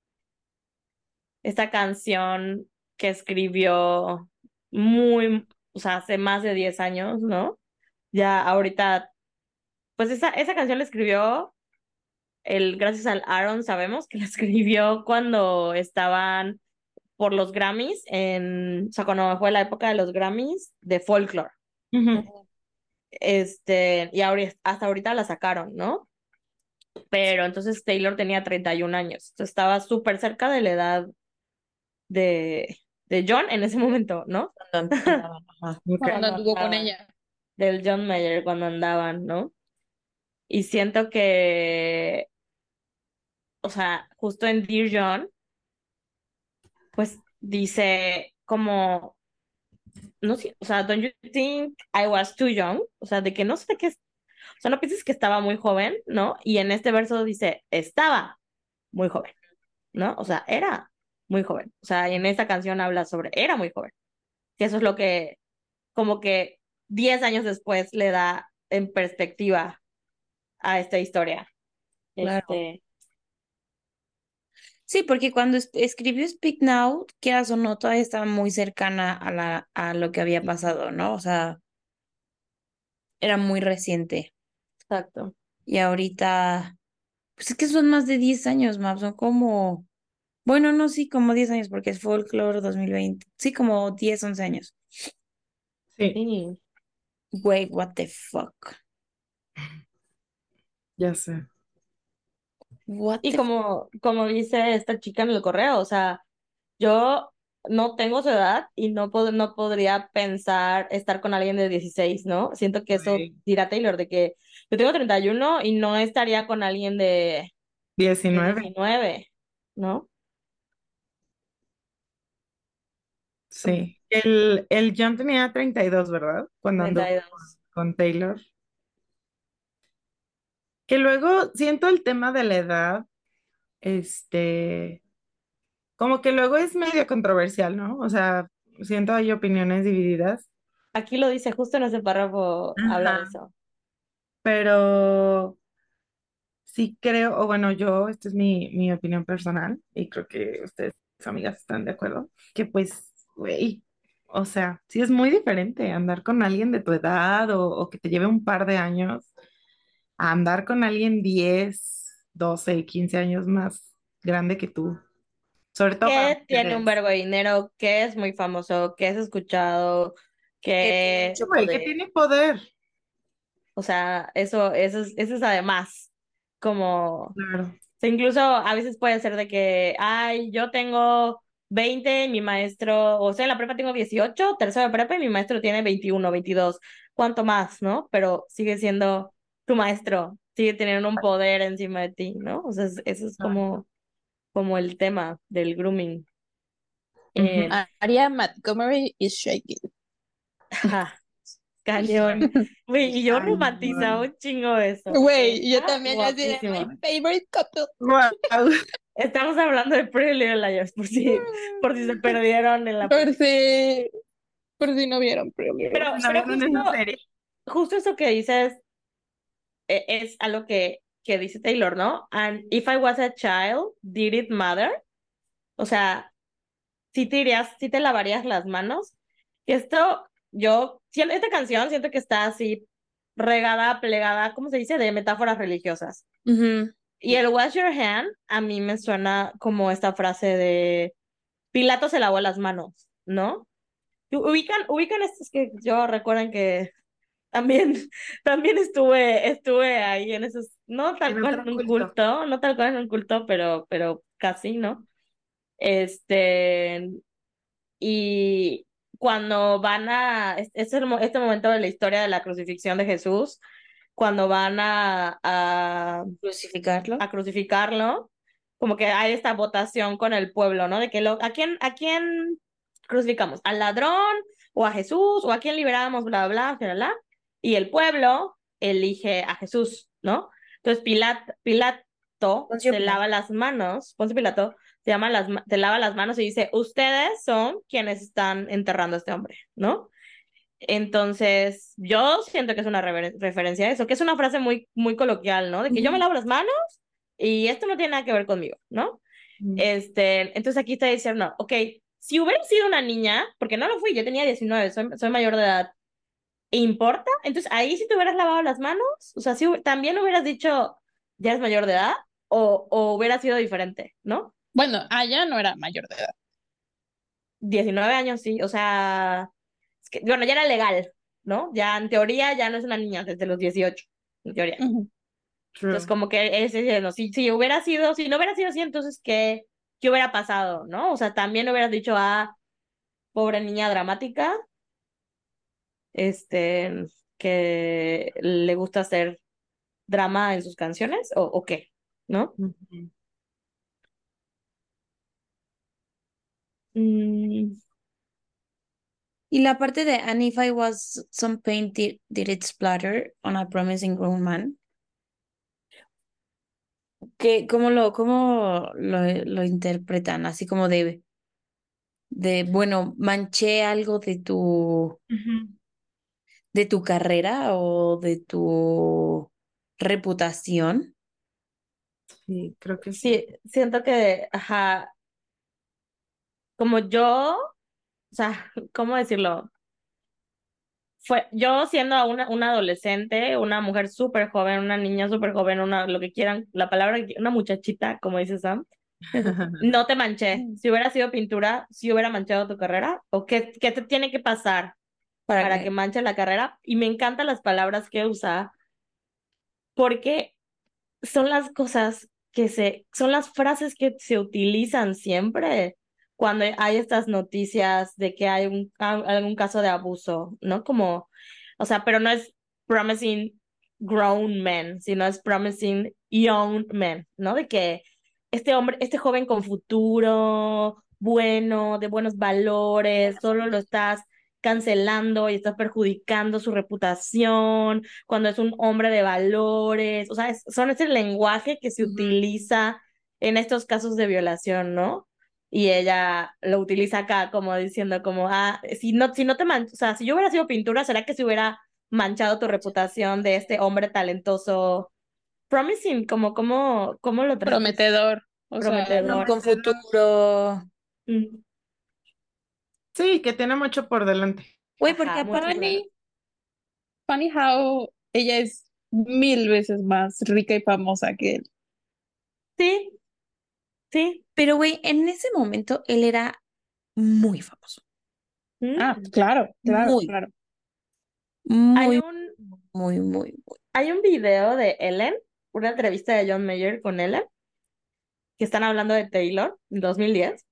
esta canción que escribió muy, o sea, hace más de diez años, ¿no? Ya ahorita, pues esa, esa canción la escribió, el, gracias al Aaron sabemos que la escribió cuando estaban por los Grammys, en, o sea, cuando fue la época de los Grammys de folklore. Ujú. Este, y ahorita, hasta ahorita la sacaron, ¿no? Pero entonces Taylor tenía treinta y un años, entonces estaba súper cerca de la edad de, de John en ese momento, ¿no? Cuando andaban, ajá. Ok. Cuando Cuando anduvo con andaban, ella. del John Mayer cuando andaban, ¿no? Y siento que, o sea, justo en Dear John, pues dice como, no sé, o sea, don't you think I was too young? O sea, de que no sé de qué, es- o sea, no pienses que estaba muy joven, ¿no? Y en este verso dice, estaba muy joven, ¿no? O sea, era muy joven. O sea, y en esta canción habla sobre, era muy joven. Que eso es lo que, como que diez años después le da en perspectiva a esta historia. Claro. Este, Sí, porque cuando es- escribió Speak Now, quieras o no, todavía estaba muy cercana a la, a lo que había pasado, ¿no? O sea, era muy reciente. exacto. Y ahorita, pues es que son más de diez años, más, son como, bueno, no, sí, como diez años, porque es Folklore dos mil veinte. Sí, como diez once años. Sí, Sí. Wait, what the fuck? ya sé. What Y the fuck? como, como dice esta chica en el correo, o sea, yo no tengo su edad y no, pod- no podría pensar estar con alguien de dieciséis, ¿no? Siento que eso Güey. dirá Taylor, de que yo tengo treinta y uno y no estaría con alguien de, de diecinueve. diecinueve, ¿no? Sí. El, el John tenía treinta y dos, ¿verdad? Cuando treinta anduvo y con, dos. con Taylor. Que luego siento el tema de la edad, este, como que luego es medio controversial, ¿no? O sea, siento hay opiniones divididas. Aquí lo dice, justo en ese párrafo habla de Ajá. eso. Pero sí creo, o bueno, yo, esta es mi, mi opinión personal, y creo que ustedes, amigas, están de acuerdo, que pues, güey, o sea, sí es muy diferente andar con alguien de tu edad o, o que te lleve un par de años a andar con alguien diez doce quince años más grande que tú, sobre todo para Que tiene un mujeres. vergo de dinero, que es muy famoso, que es escuchado, Que tiene que, mucho Güey, que poder. tiene poder. o sea, eso, eso es, eso es además, como, o Claro. sea, incluso a veces puede ser de que, ay, yo tengo veinte, mi maestro, o sea, en la prepa tengo dieciocho, tercero de prepa y mi maestro tiene veintiuno, veintidós, cuánto más, ¿no? Pero sigue siendo tu maestro, sigue teniendo un poder encima de ti, ¿no? O sea, es- eso es como, como el tema del grooming. Ujú. Eh, Aria Montgomery is shaking. Cañón. Güey, y yo romantizaba Cañón. un chingo eso. Güey, yo Está también así de my guapísimo. favorite couple. Guau. Estamos hablando de Pretty Little Liars, por si, por si se perdieron en la Por si. Por si no vieron, pero Pero, No pero vieron esa justo, serie. justo eso que dices e- es algo que, que dice Taylor, ¿no? And if I was a child, did it matter? O sea, si te irías, si te lavarías las manos. Y esto, yo, si- esta canción siento que está así regada, plegada, ¿cómo se dice? De metáforas religiosas. Ujú. Y el wash your hand a mí me suena como esta frase de Pilato se lavó las manos, ¿no? Ubican, ubican estos que yo recuerden que también, también estuve, estuve ahí en esos, no tal En cual otro en un culto. culto, no tal cual en un culto, pero, pero casi, ¿no? Este, y cuando van a, es, es el mo- este momento de la historia de la crucifixión de Jesús, cuando van a, a, Crucificarlo. a crucificarlo, como que hay esta votación con el pueblo, ¿no? De que lo, ¿a quién, a quién crucificamos? ¿Al ladrón o a Jesús? ¿O a quién liberamos? Bla, bla, bla, bla. Y el pueblo elige a Jesús, ¿no? Entonces Pilat, Pilato Poncio se Pilato. lava las manos, Poncio Pilato se llama las, ma- se lava las manos y dice, ustedes son quienes están enterrando a este hombre, ¿no? Entonces, yo siento que es una rever- referencia a eso, que es una frase muy, muy coloquial, ¿no? De que yo me Ujú. lavo las manos y esto no tiene nada que ver conmigo, ¿no? Mm. Este, entonces aquí está diciendo, no, ok, si hubiera sido una niña, porque no lo fui, yo tenía diecinueve, soy, soy mayor de edad, ¿importa? Entonces ahí sí te hubieras lavado las manos, o sea, si hu- también hubieras dicho, ya eres mayor de edad, o, o hubiera sido diferente, ¿no? bueno, allá no era mayor de edad. Diecinueve años, sí, o sea, es que, bueno, ya era legal, ¿no? Ya en teoría ya no es una niña desde los dieciocho en teoría. Ujú. Entonces, True. como que es diciendo, si, si hubiera sido, si no hubiera sido así, entonces, ¿qué, qué hubiera pasado, no? O sea, también hubieras dicho, ah, pobre niña dramática, este, que le gusta hacer drama en sus canciones, o, o qué, ¿no? Ujú. Mm, Y la parte de And if I was some paint did, did it splatter on a promising grown man. ¿Qué, cómo lo, cómo lo, lo interpretan? Así como de, de, bueno, manché algo de tu, Ujú. de tu carrera o de tu reputación. Sí, creo que sí. sí, siento que, ajá, como yo, o sea, ¿cómo decirlo? Fue yo siendo una, una adolescente, una mujer súper joven, una niña súper joven, una, lo que quieran, la palabra, que- una muchachita, como dice Sam, no te manché. Si hubiera sido pintura, si hubiera manchado tu carrera, o qué, qué te tiene que pasar ¿Para para que qué? manche la carrera. Y me encantan las palabras que usa, porque son las cosas que se, son las frases que se utilizan siempre cuando hay estas noticias de que hay un, a- algún caso de abuso, ¿no? Como, o sea, pero no es promising grown men, sino es promising young men, ¿no? De que este hombre, este joven con futuro, bueno, de buenos valores, solo lo estás cancelando y estás perjudicando su reputación cuando es un hombre de valores, o sea, es- son ese lenguaje que se Ujú. utiliza en estos casos de violación, ¿no? Y ella lo utiliza acá como diciendo como, ah, si no, si no te man, o sea, si yo hubiera sido pintura, ¿será que se hubiera manchado tu reputación de este hombre talentoso? Promising, como, como, ¿cómo lo traduces? Prometedor. O sea, Prometedor. Con Prometedor. futuro. Mm, Sí, que tiene mucho por delante. Güey, porque ajá, mucho por aparte, delante. funny, funny how ella es mil veces más rica y famosa que él. Sí, sí. pero güey, en ese momento él era muy famoso. Ah, Mm. claro, claro, Muy, claro. Hay muy, un, muy, muy, muy. hay un video de Ellen, una entrevista de John Mayer con Ellen, que están hablando de Taylor en dos mil diez,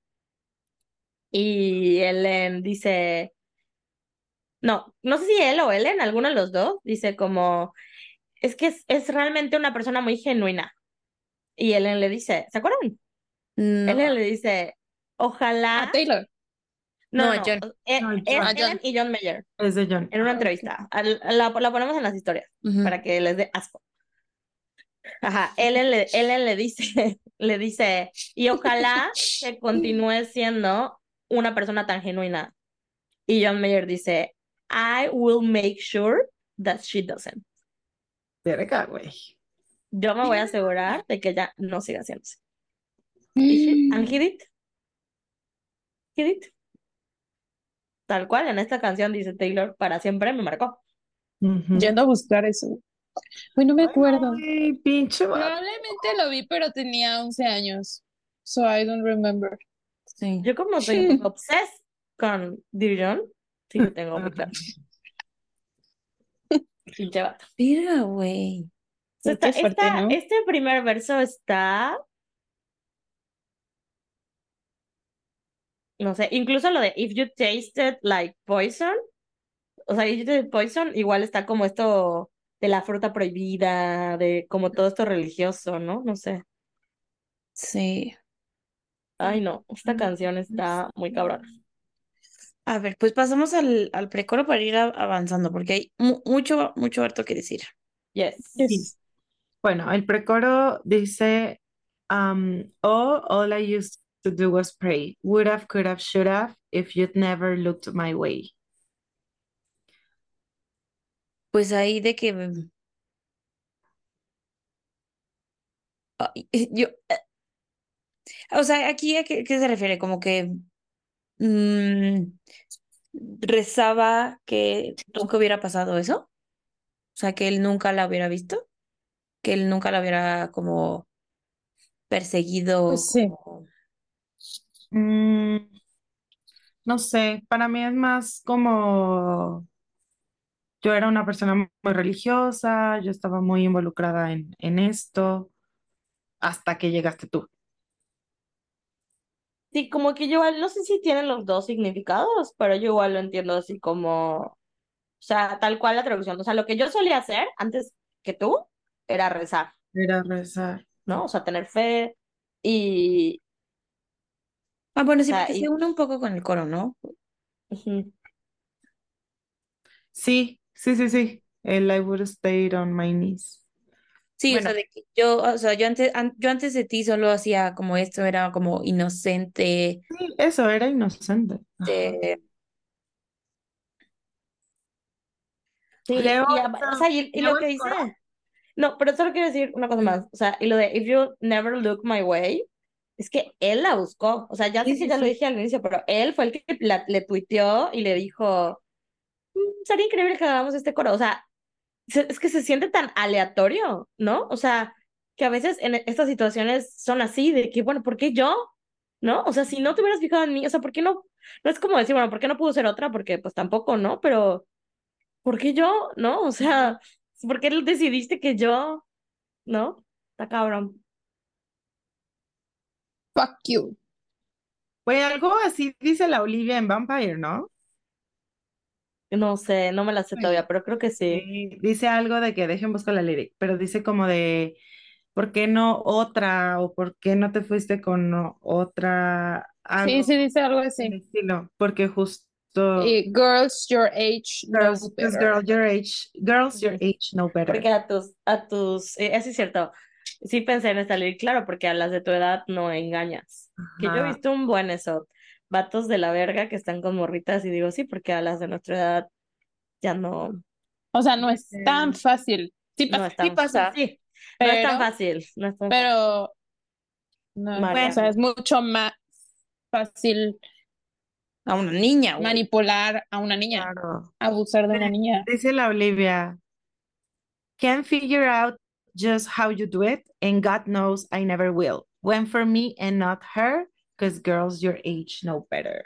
y Ellen dice, no, no sé si él o Ellen, alguno de los dos, dice como, es que es, es realmente una persona muy genuina. Y Ellen le dice, ¿se acuerdan? No, Ellen le dice, Ah, ojalá, Taylor. no, no, no, no, John. eh, No, es John. A Ellen John. y John Mayer Es de John. en una Ah, ok. entrevista. Al- La, la ponemos en las historias Ujú. para que les dé asco. Ajá, Ellen le, Ellen le dice, le dice, y ojalá que continúe siendo una persona tan genuina. Y John Mayer dice, I will make sure that she doesn't. Verga, güey. Yo me voy a asegurar de que ella no siga haciéndose. Y she- and he did. He did. Tal cual, en esta canción dice Taylor, para siempre me marcó. Ujú. Yendo a buscar eso. Uy, no me acuerdo. Ay, pinche vato. Probablemente lo vi, pero tenía once años. So I don't remember. Sí. Yo como soy obsessed con Dijon, sí que tengo muy claro. Pinche vato. Mira, güey. So, Pero está- qué fuerte, está- ¿no? Este primer verso está, no sé, incluso lo de If you tasted like poison, o sea, If you tasted poison, igual está como esto de la fruta prohibida, de como todo esto religioso, ¿no? No sé. Sí. Ay, no, esta canción está muy cabrona. A ver, pues pasamos al, al precoro para ir a- avanzando, porque hay mu- mucho, mucho harto que decir. Yes. Sí. Bueno, el precoro dice, um, oh, all I used to do was pray. Would have, could have, should have, if you'd never looked my way. Pues ahí de que mm, ay, yo, eh, o sea, aquí a qué, qué se refiere, como que mm, rezaba que nunca hubiera pasado eso, o sea, que él nunca la hubiera visto, que él nunca la hubiera como perseguido, Pues sí. como... Mm, no sé, para mí es más como yo era una persona muy religiosa, yo estaba muy involucrada en, en esto, hasta que llegaste tú. Sí, como que yo igual, no sé si tienen los dos significados, pero yo igual lo entiendo así como, o sea, tal cual la traducción. O sea, lo que yo solía hacer antes que tú era rezar, Era rezar. ¿no? O sea, tener fe y, Ah, bueno, o sí, sea, porque se y, une un poco con el coro, ¿no? ujú. Sí, sí, sí, sí. El I would have stayed on my knees. Sí, o Bueno, sea, de que yo, o sea, yo antes, an- yo antes de ti solo hacía como esto, era como inocente, sí, eso era inocente. Ajá. de... Sí, Leo, y, a- o esa- sea, y, y leo lo que el coro. dice, no, pero solo quiero decir una cosa más, o sea, y lo de If you never look my way, es que él la buscó, o sea, ya Sí, sé que sí, ya lo sí. dije al inicio, pero él fue el que la- le tuiteó y le dijo, "Mm, sería increíble que hagamos este coro", o sea, se- es que se siente tan aleatorio, ¿no? O sea, que a veces en estas situaciones son así, de que, bueno, ¿por qué yo? ¿No? O sea, si no te hubieras fijado en mí, o sea, ¿por qué no? No es como decir, bueno, ¿por qué no pudo ser otra? Porque pues tampoco, ¿no? Pero, ¿por qué yo? ¿No? O sea, ¿por qué decidiste que yo? ¿No? Está cabrón. Fuck you. Pues algo así dice la Olivia en Vampire, ¿no? No sé, no me la sé todavía, pero creo que sí. Sí, dice algo de que dejen buscar la lyric, pero dice como de ¿por qué no otra? O ¿por qué no te fuiste con o- otra? Sí, Algo sí dice algo del así. estilo, porque justo Y girls your age know girls, because better. girl your age, girls your Ujú. age know better. Porque a tus, a tus, eh, eso es cierto. Sí pensé en esta ley, claro, porque a las de tu edad no engañas. Que yo he Ajá. visto un buen eso, vatos de la verga que están con morritas y digo, sí, porque a las de nuestra edad ya no, O sea, no es tan Eh, fácil. Sí no pasa, es Sí tan, pasa, sí, no es tan pero, fácil, no es tan fácil. pero, no, o sea, Mariana. es mucho más fácil a una niña, güey. manipular a una niña, claro. abusar de una niña. Dice la Olivia, can't figure out just how you do it, and God knows I never will. Went for me and not her, because girls your age know better.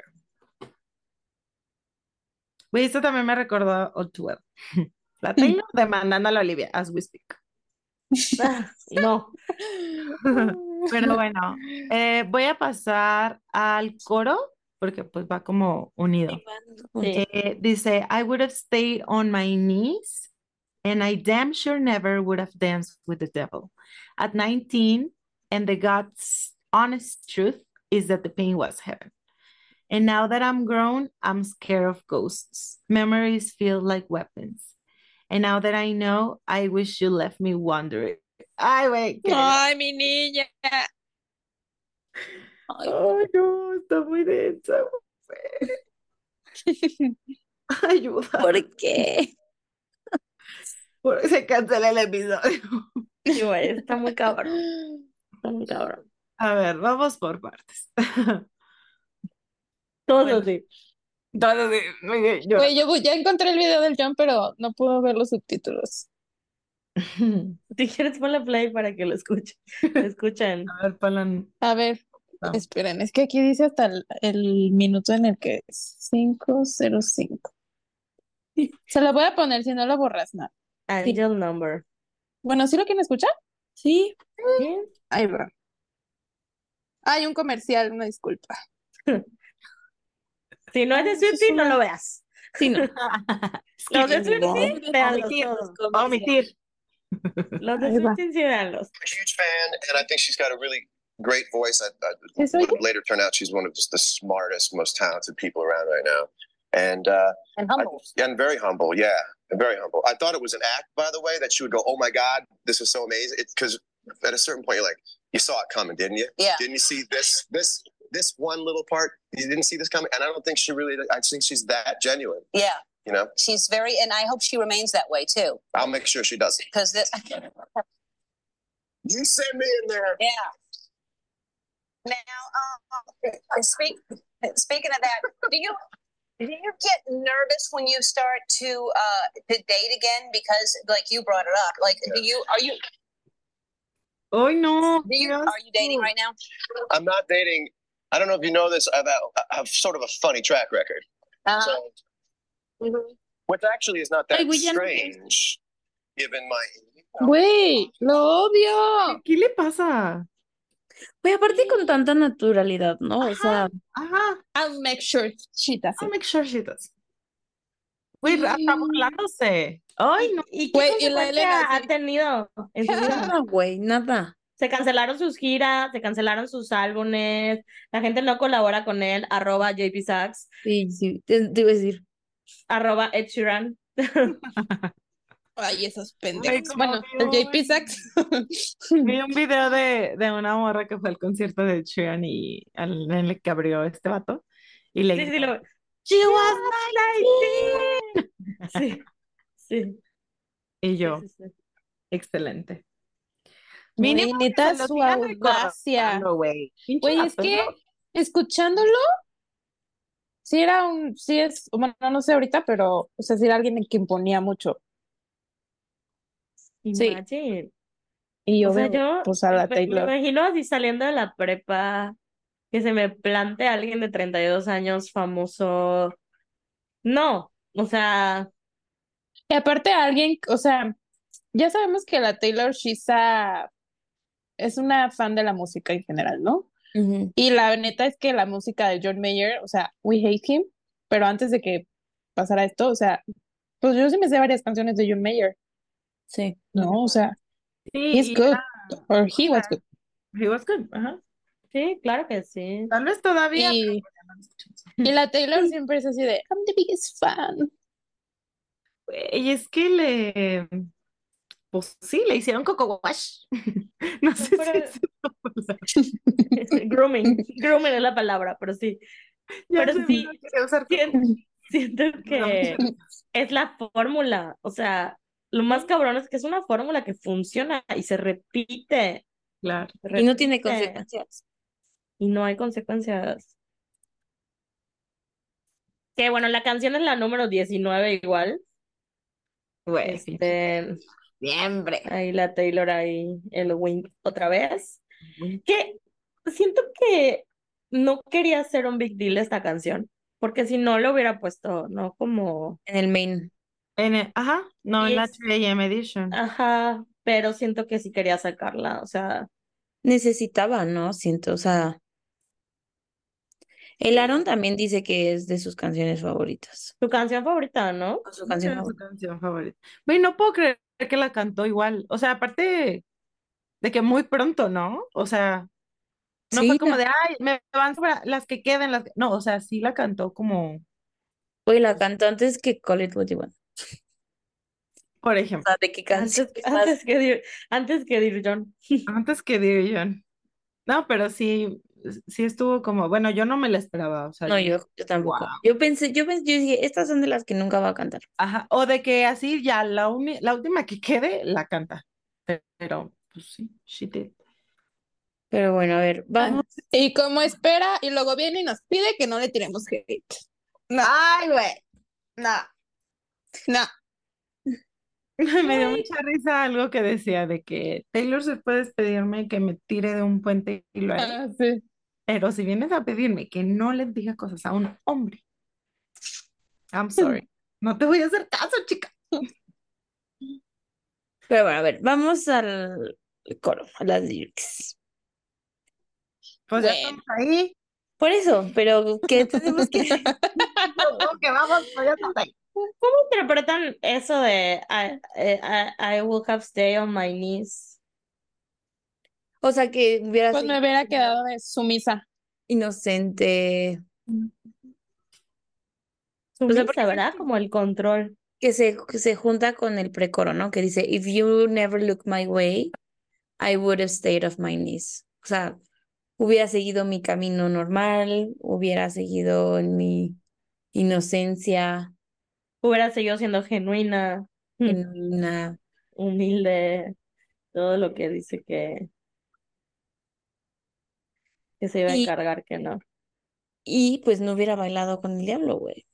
Güey, esto también me recordó All Too Well. La Taylor demandando a la Olivia, as we speak. Ah, no. Pero bueno, eh, voy a pasar al coro, porque pues va como unido. Ahí van juntos. Sí. Eh, dice, I would have stayed on my knees, and I damn sure never would have danced with the devil. At nineteen, and the God's honest truth is that the pain was heaven. And now that I'm grown, I'm scared of ghosts. Memories feel like weapons. And now that I know, I wish you left me wondering. Ay, güey, qué. Ay, mi niña. Ay, Ay, no, está muy densa, güey. Ayuda. ¿Por qué? Por- Se cancela el episodio. Sí, güey, está muy cabrón. Está muy cabrón. A ver, vamos por partes. Todos Bueno, así. todo de- muy bien, yo- Güey, yo bu- ya encontré el video del John, pero no puedo ver los subtítulos. Si quieres ponle play para que lo escuchen. Lo escuchen. A ver, Palan. A ver, Ah. esperen, es que aquí dice hasta el, el minuto en el que es cinco cero cinco. Se lo voy a poner si no lo borras, no. Angel Number. Bueno, ¿sí lo quieren escuchar? Sí. ¿Sí? Ahí va. Hay un comercial, una disculpa. Si no es de Eso es Swiftie, no una- lo veas. Sí, no. Los de Skip. Swiftie, véanlos Omitir. todos. Omitir. Los de Ahí va. Swiftie, sí, véanlos. a huge fan, and I think she's got a really great voice. I, I ¿Eso would oye? later turn out she's one of just the smartest, most talented people around right now, and uh, And I- humble. and very humble. Yeah, and very humble. I thought it was an act, by the way, that she would go, "Oh my God, this is so amazing!" Because at a certain point, you're like, you saw it coming, didn't you? Yeah. Didn't you see this? This this one little part, you didn't see this coming, and I don't think she really. I think she's that genuine. Yeah. You know, She's very, and I hope she remains that way too. I'll make sure she does. Because this, You send me in there. yeah. Now, um, speak, speaking of that, do you do you get nervous when you start to uh to date again? Because like you brought it up, like do you are you Ay, no. do you qué are you dating asco. right now? I'm not dating. I don't know if you know this. I've, I have sort of a funny track record. Uh, So, mhm. which actually is not that Ay, güey, ya no- strange, given my. Güey, lo odio. ¿Qué le pasa? Güey, aparte con tanta naturalidad, ¿no? O sea, Ajá. I'll make sure she does I'll it. make sure she does. Güey, hasta burlándose. Ay, no. ¿Y qué Güey, y la consecuencia Elena ha así. tenido en su vida? nada, güey, nada. Se cancelaron sus giras, se cancelaron sus álbumes, la gente no colabora con él, arroba J P Sachs, Sí, sí, te, te iba a decir. arroba Ed Sheeran. Ay, esos Güey, pendejos. como Bueno, que el J P Sachs. Vi un video de, de una morra que fue al concierto de Sheeran y al en el que abrió este vato. Y le Sí, sí, gritó, lo... She was nineteen. Sí, sí, Y sí, yo, sí, sí. excelente. Güey, Mínimo que neta, se lo su sigan audacia. recordando, güey. Pinche Güey, es vato, que ¿no? escuchándolo, sí era un, sí es, bueno, no sé ahorita, pero, o sea, sí era alguien que imponía mucho. Sí. Imagine. Y O yo sea, veo, yo pues, a la me, me Taylor. imagino así saliendo de la prepa, que se me plante alguien de treinta y dos años famoso. No, o sea, Y aparte alguien, o sea, ya sabemos que la Taylor she's a- es una fan de la música en general, ¿no? Ujú. Y la neta es que la música de John Mayer, o sea, we hate him, pero antes de que pasara esto, o sea, pues yo sí me sé varias canciones de John Mayer, Sí. ¿no? O sea, Sí, he's y good, era- or he was good. he was good. Ajá. sí, claro que sí. Tal vez todavía. Y, pero ya no lo escuchamos. y la Taylor siempre es así de, I'm the biggest fan. Güey, es que le. Pues sí, le hicieron coco wash. No sé Pero- si es Este, grooming, grooming es la palabra, pero sí. Ya Pero sé, sí, no quería usar coco Siento, siento wash. que es la fórmula, o sea, lo más cabrón es que es una fórmula que funciona y se repite, Claro. se Y no tiene repite, consecuencias. y no hay consecuencias. Que bueno, la canción es la número diecinueve igual. Güey, pinche Este, siempre. ahí la Taylor, ahí el wink otra vez. Que siento que no quería hacer un big deal esta canción, porque si no lo hubiera puesto, ¿no? Como, En el main. En el- ajá, no, en la Es- tres A M Edition. ajá, pero siento que sí quería sacarla, o sea, Necesitaba, ¿no? Siento, o sea. El Aaron también dice que es de sus canciones favoritas. tu canción favorita, ¿no? O su canción Era su favorita. canción favorita. Güey, no puedo creer que la cantó igual. O sea, aparte de que muy pronto, ¿no? O sea, no Sí, fue como la- de, ay, me van sobre las que queden, las que-". No, o sea, sí la cantó como, Güey, la cantó antes que Call It What You Want. por O ejemplo, sea, ¿de qué canción Antes, estás? antes que Dear, antes que Dear John. antes que Dear John. No, pero sí, sí estuvo como, bueno, yo no me la esperaba, o sea, No, yo yo, dije, yo wow. tampoco. Yo pensé, yo pensé, yo dije, estas son de las que nunca va a cantar. Ajá, o de que así ya la, uni- la última que quede la canta. Pero, pues sí, she did. Pero bueno, a ver, Ah, vamos. y como espera, y luego viene y nos pide que no le tiremos hate. No, Ay, güey, no. no. Me dio mucha risa algo que decía de que Taylor se puede pedirme que me tire de un puente y lo haré, Ah, sí. pero si vienes a pedirme que no le diga cosas a un hombre, I'm sorry, no te voy a hacer caso, chica. Pero bueno, a ver, vamos al coro, a las lyrics. Pues ya Bueno. estamos ahí. Por eso, pero ¿qué tenemos que... Ok, vamos, pues ya estamos ahí. ¿Cómo interpretan eso de I, I, I will have stay on my knees? O sea, que hubiera Pues me sido hubiera quedado de sumisa. inocente. O sea, porque Sumisa, ¿verdad? Como el control. que se, que se junta con el precoro, ¿no? Que dice, If you never look my way, I would have stayed off my knees. O sea, hubiera seguido mi camino normal, hubiera seguido en mi inocencia, Hubiera seguido siendo genuina, genuina, humilde, todo lo que dice que, que se iba a y, encargar, que no. y pues no hubiera bailado con el diablo, güey.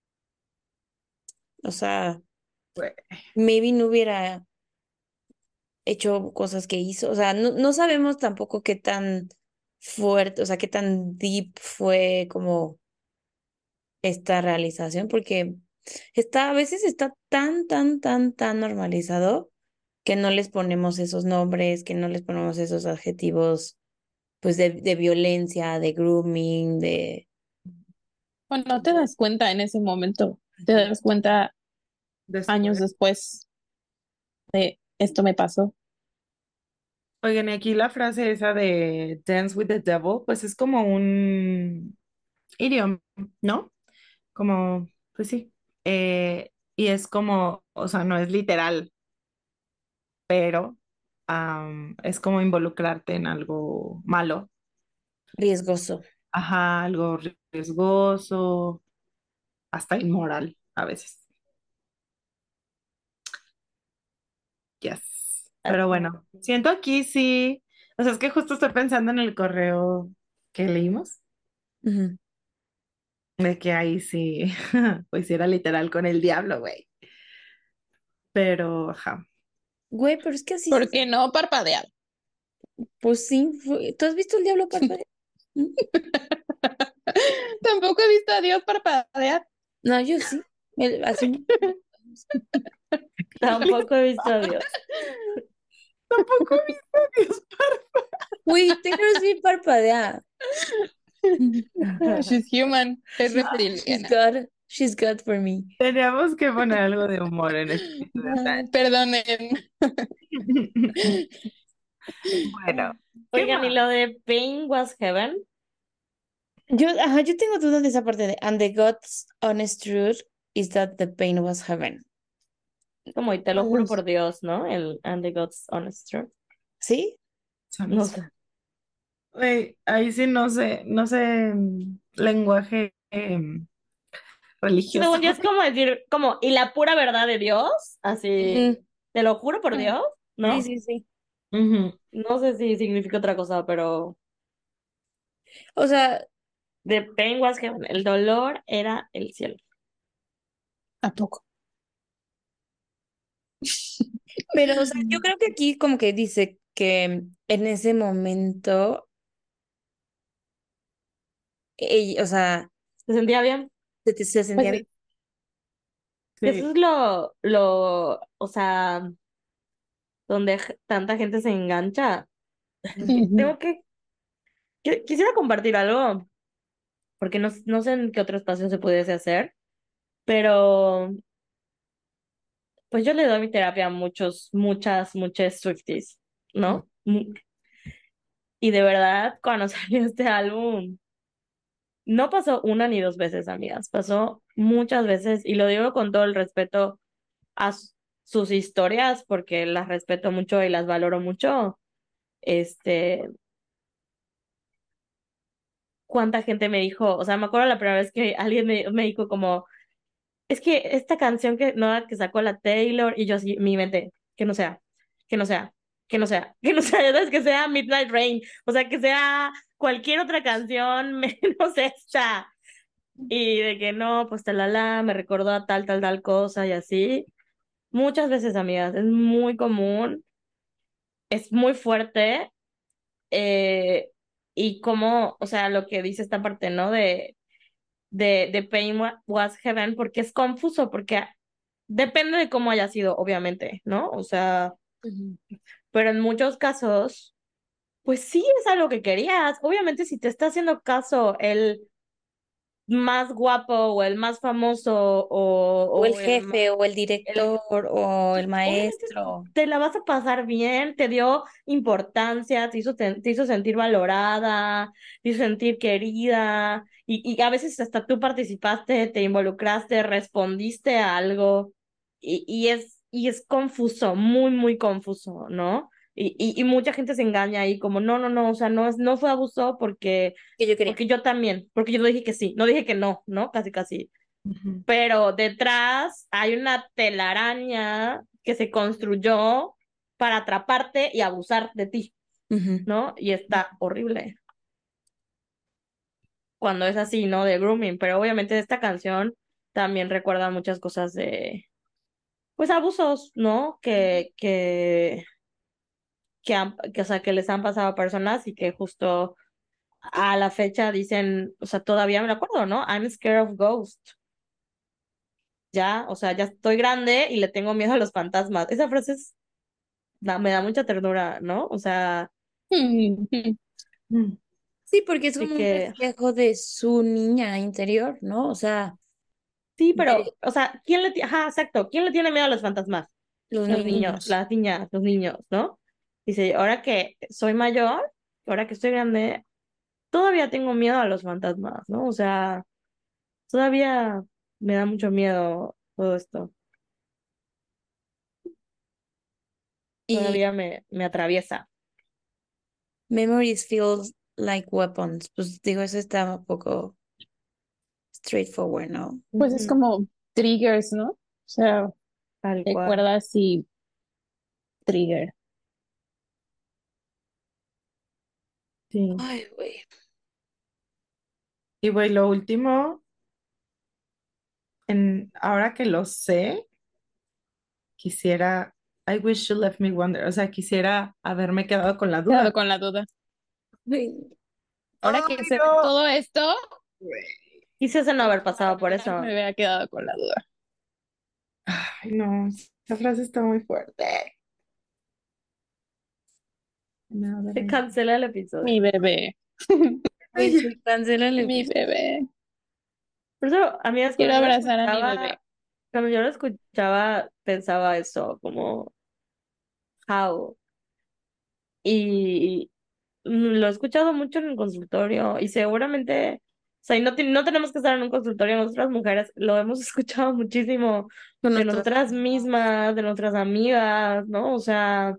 O sea, Güey, maybe no hubiera hecho cosas que hizo. O sea, no, no sabemos tampoco qué tan fuerte, o sea, qué tan deep fue como esta realización, porque está, a veces está tan, tan, tan, tan normalizado que no les ponemos esos nombres, que no les ponemos esos adjetivos, pues de, de violencia, de grooming, de... Bueno, no te das cuenta en ese momento. Te das cuenta años después. después de esto me pasó. Oigan, y aquí la frase esa de Dance with the Devil, pues es como un idioma, ¿no? Como, pues sí. Eh, y es como, o sea, no es literal, pero am, es como involucrarte en algo malo. riesgoso. Ajá, algo riesgoso, hasta inmoral a veces. Yes. Pero bueno, siento aquí sí, o sea, es que justo estoy pensando en el correo que leímos, Ujú. de que ahí sí, pues sí era literal con el diablo, güey. Pero, ajá. Güey, pero es que así, ¿Por qué no parpadear? pues sí, fue- ¿tú has visto el diablo parpadear? ¿Mm? Tampoco he visto a Dios parpadear. No, yo sí. El- así. Tampoco he visto a Dios. Tampoco he visto a Dios. Uy, Taylor Swift parpadea. She's human. Es She's, she's reptiliana. God. She's God for me. Teníamos que poner algo de humor en este episodio. Perdonen. Bueno, ¿qué Oigan, ¿y más? lo de Pain was heaven? Yo, ajá, yo tengo dudas de esa parte de And the God's honest truth is that the pain was heaven. Como, y te lo juro por Dios, ¿no? El And the God's honest truth. ¿Sí? No sé. Güey, ahí sí no sé, no sé mm, lenguaje em, religioso. Según yo es como decir, como, y la pura verdad de Dios, así, Ujú. te lo juro por Dios, Sí, ¿no? sí, sí. Ujú. No sé si significa otra cosa, pero O sea, de Pain was heaven, el dolor era el cielo. ¿A poco? pero, o sea, yo creo que aquí como que dice que en ese momento, ella, o sea, ¿Se sentía bien? se, se sentía Pues bien. eso Sí. es lo, lo, o sea, donde g- tanta gente se engancha. Ujú. Tengo que, yo quisiera compartir algo, porque no, no sé en qué otro espacio se pudiese hacer, pero pues yo le doy mi terapia a muchos, muchas, muchas Swifties, ¿no? Mm, Y de verdad, cuando salió este álbum, no pasó una ni dos veces, amigas, pasó muchas veces, y lo digo con todo el respeto a s- sus historias, porque las respeto mucho y las valoro mucho. Este, cuánta gente me dijo, o sea, me acuerdo la primera vez que alguien me, me dijo como, es que esta canción que, no, que sacó la Taylor, y yo así, mi mente, que no sea, que no sea, que no sea, que no sea, ya sabes, que sea Midnight Rain, o sea, que sea cualquier otra canción menos esta. Y de que no, pues talala, me recordó a tal, tal, tal cosa y así. Muchas veces, amigas, es muy común, es muy fuerte, eh, y como, o sea, lo que dice esta parte, ¿no? De, de, de Pain Wa- Was Heaven, porque es confuso, porque depende de cómo haya sido, obviamente, ¿no? O sea, Ujú. pero en muchos casos, pues sí es algo que querías. Obviamente, si te está haciendo caso el más guapo o el más famoso o, O el o el más jefe, o el el director, o el obviamente maestro. te la vas a pasar bien, te dio importancia, te hizo, te, te hizo sentir valorada, te hizo sentir querida, y, y a veces hasta tú participaste, te involucraste, respondiste a algo, y, y es, y es confuso, muy, muy confuso, ¿no? Y, y, y mucha gente se engaña ahí como, no, no, no, o sea, no es, no fue abuso porque, Que yo quería. porque yo también, porque yo no dije que sí, no dije que no, ¿no? Casi, casi, Ujú. pero detrás hay una telaraña que se construyó para atraparte y abusar de ti, Ujú. ¿no? Y está horrible cuando es así, ¿no? De grooming, pero obviamente esta canción también recuerda muchas cosas de, pues, abusos, ¿no? Que, que, que, han, que, o sea, que les han pasado a personas y que justo a la fecha dicen, o sea, todavía me lo acuerdo, ¿no? I'm scared of ghosts. Ya, o sea, ya estoy grande y le tengo miedo a los fantasmas. Esa frase es da- me da mucha ternura, ¿no? O sea, Mm. Sí, porque es de como un que, reflejo de su niña interior, ¿no? O sea, sí, de pero, o sea, ¿quién le tiene, ajá, exacto, ¿quién le tiene miedo a los fantasmas? los Los niños, niños. las niñas, los niños, ¿no? Dice, ahora que soy mayor, ahora que estoy grande, todavía tengo miedo a los fantasmas, ¿no? O sea, todavía me da mucho miedo todo esto, Y todavía me, me atraviesa. memories feels like weapons. Pues digo, eso está un poco straightforward, ¿no? Pues es Ujú, como triggers, ¿no? O sea, tal cual. recuerdas y trigger. Sí. Ay, güey. Y güey, lo último, en, ahora que lo sé, quisiera, I wish you left me wonder, o sea, quisiera haberme quedado con la Quedado duda. con la duda. Ay, Ahora que Ay, sé no. todo esto, Güey. Quisiese no haber pasado por ojalá me eso. hubiera quedado con la duda. Ay, no, esa frase está muy fuerte. No, Se pero- cancela el episodio. Mi bebé, güey, se cancela el mi episodio. bebé. Por eso, amigas, Quiero cuando yo lo abrazar a mi bebé. escuchaba, cuando yo lo escuchaba, pensaba eso, como, how. Y mm, lo he escuchado mucho en el consultorio y seguramente, o sea, y no, ti- no tenemos que estar en un consultorio, nosotras mujeres lo hemos escuchado muchísimo Con de nuestros nosotras amigos. mismas, de nuestras amigas, ¿no? O sea,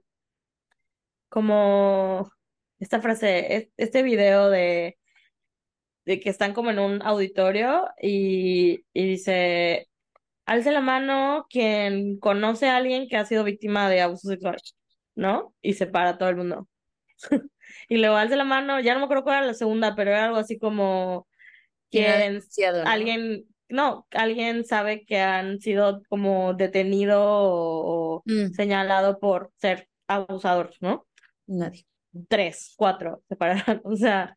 como esta frase, es- este video de, de que están como en un auditorio y, y dice... Alce la mano quien conoce a alguien que ha sido víctima de abuso sexual, ¿no? Y se para todo el mundo. Y luego alce la mano, ya no me acuerdo cuál era la segunda, pero era algo así como ¿Quién ha quien, denunciado, no? alguien, no, alguien sabe que han sido como detenido o, o Mm, señalado por ser abusador, ¿no? nadie. Tres, cuatro, se pararon, o sea,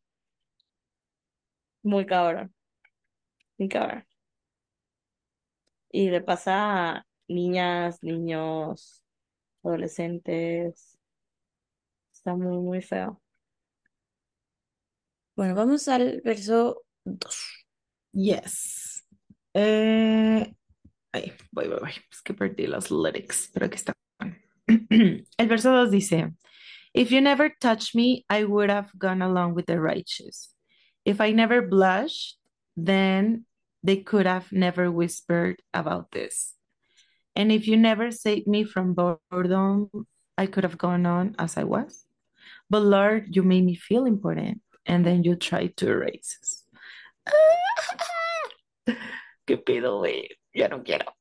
muy cabrón, muy cabrón. Y le pasa a niñas, niños, adolescentes. Está muy, muy feo. Bueno, vamos al verso dos. Yes. Eh, ay, voy, voy, voy. Es que perdí los lyrics, pero aquí está. El verso dos dice, If you never touched me, I would have gone along with the righteous. If I never blushed, then they could have never whispered about this. And if you never saved me from boredom, I could have gone on as I was. But Lord, you made me feel important. and then you try to erase us. ¿Qué pido, güey? Ya no quiero.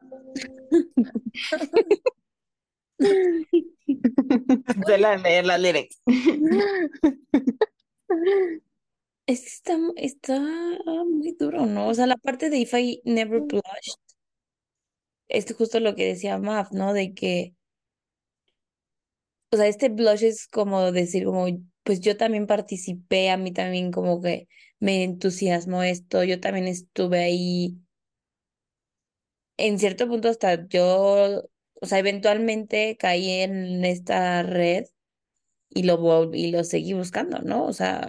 Se la de la lyrics. Es que está, mu- está muy duro, ¿no? O sea, la parte de If I Never Blushed, es justo lo que decía Mav, ¿no? De que, o sea, este blush es como decir, como, pues yo también participé, a mí también como que me entusiasmó esto, yo también estuve ahí. En cierto punto hasta yo, o sea, eventualmente caí en esta red y lo vol- y lo seguí buscando, ¿no? O sea,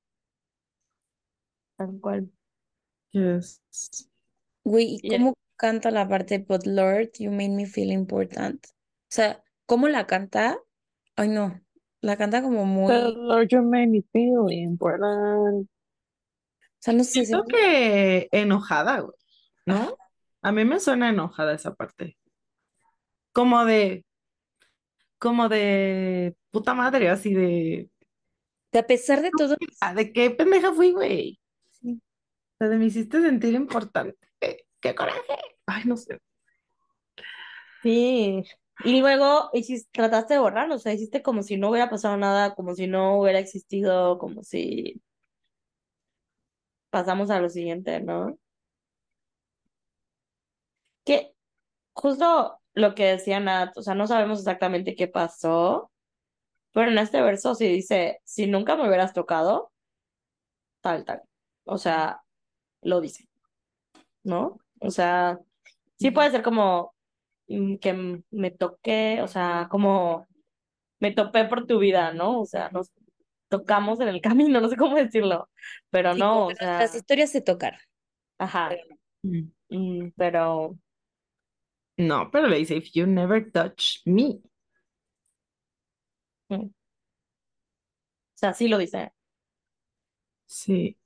Tal cual. Yes. güey, ¿y Y, cómo canta la parte But Lord, you made me feel important? O sea, ¿cómo la canta? Ay, no, la canta como But muy, Lord, you made me feel important. o sea, no sé, se me Siento hace- que enojada, güey, ajá. ¿no? A mí me suena enojada esa parte. Como de, como de puta madre, así de, Que a pesar de todo, ah, ¿de qué pendeja fui, güey? sí. O sea, de me hiciste sentir importante. ¡Qué coraje! Ay, no sé. sí. Y luego hiciste, trataste de borrarlo, o sea, hiciste como si no hubiera pasado nada, como si no hubiera existido, como si pasamos a lo siguiente, ¿no? Que justo lo que decía Nat, o sea, no sabemos exactamente qué pasó, pero en este verso sí dice, si nunca me hubieras tocado, tal, tal. O sea, lo dice, ¿no? O sea, sí puede ser como mm, que m- me toqué, o sea, como me topé por tu vida, ¿no? O sea, nos tocamos en el camino, no sé cómo decirlo, pero Sí, como no, que o nuestras sea, historias se tocaron. ajá, Pero no. Mm. mm, pero No, pero le dice, if you never touch me. mm, o sea, sí lo dice. Sí.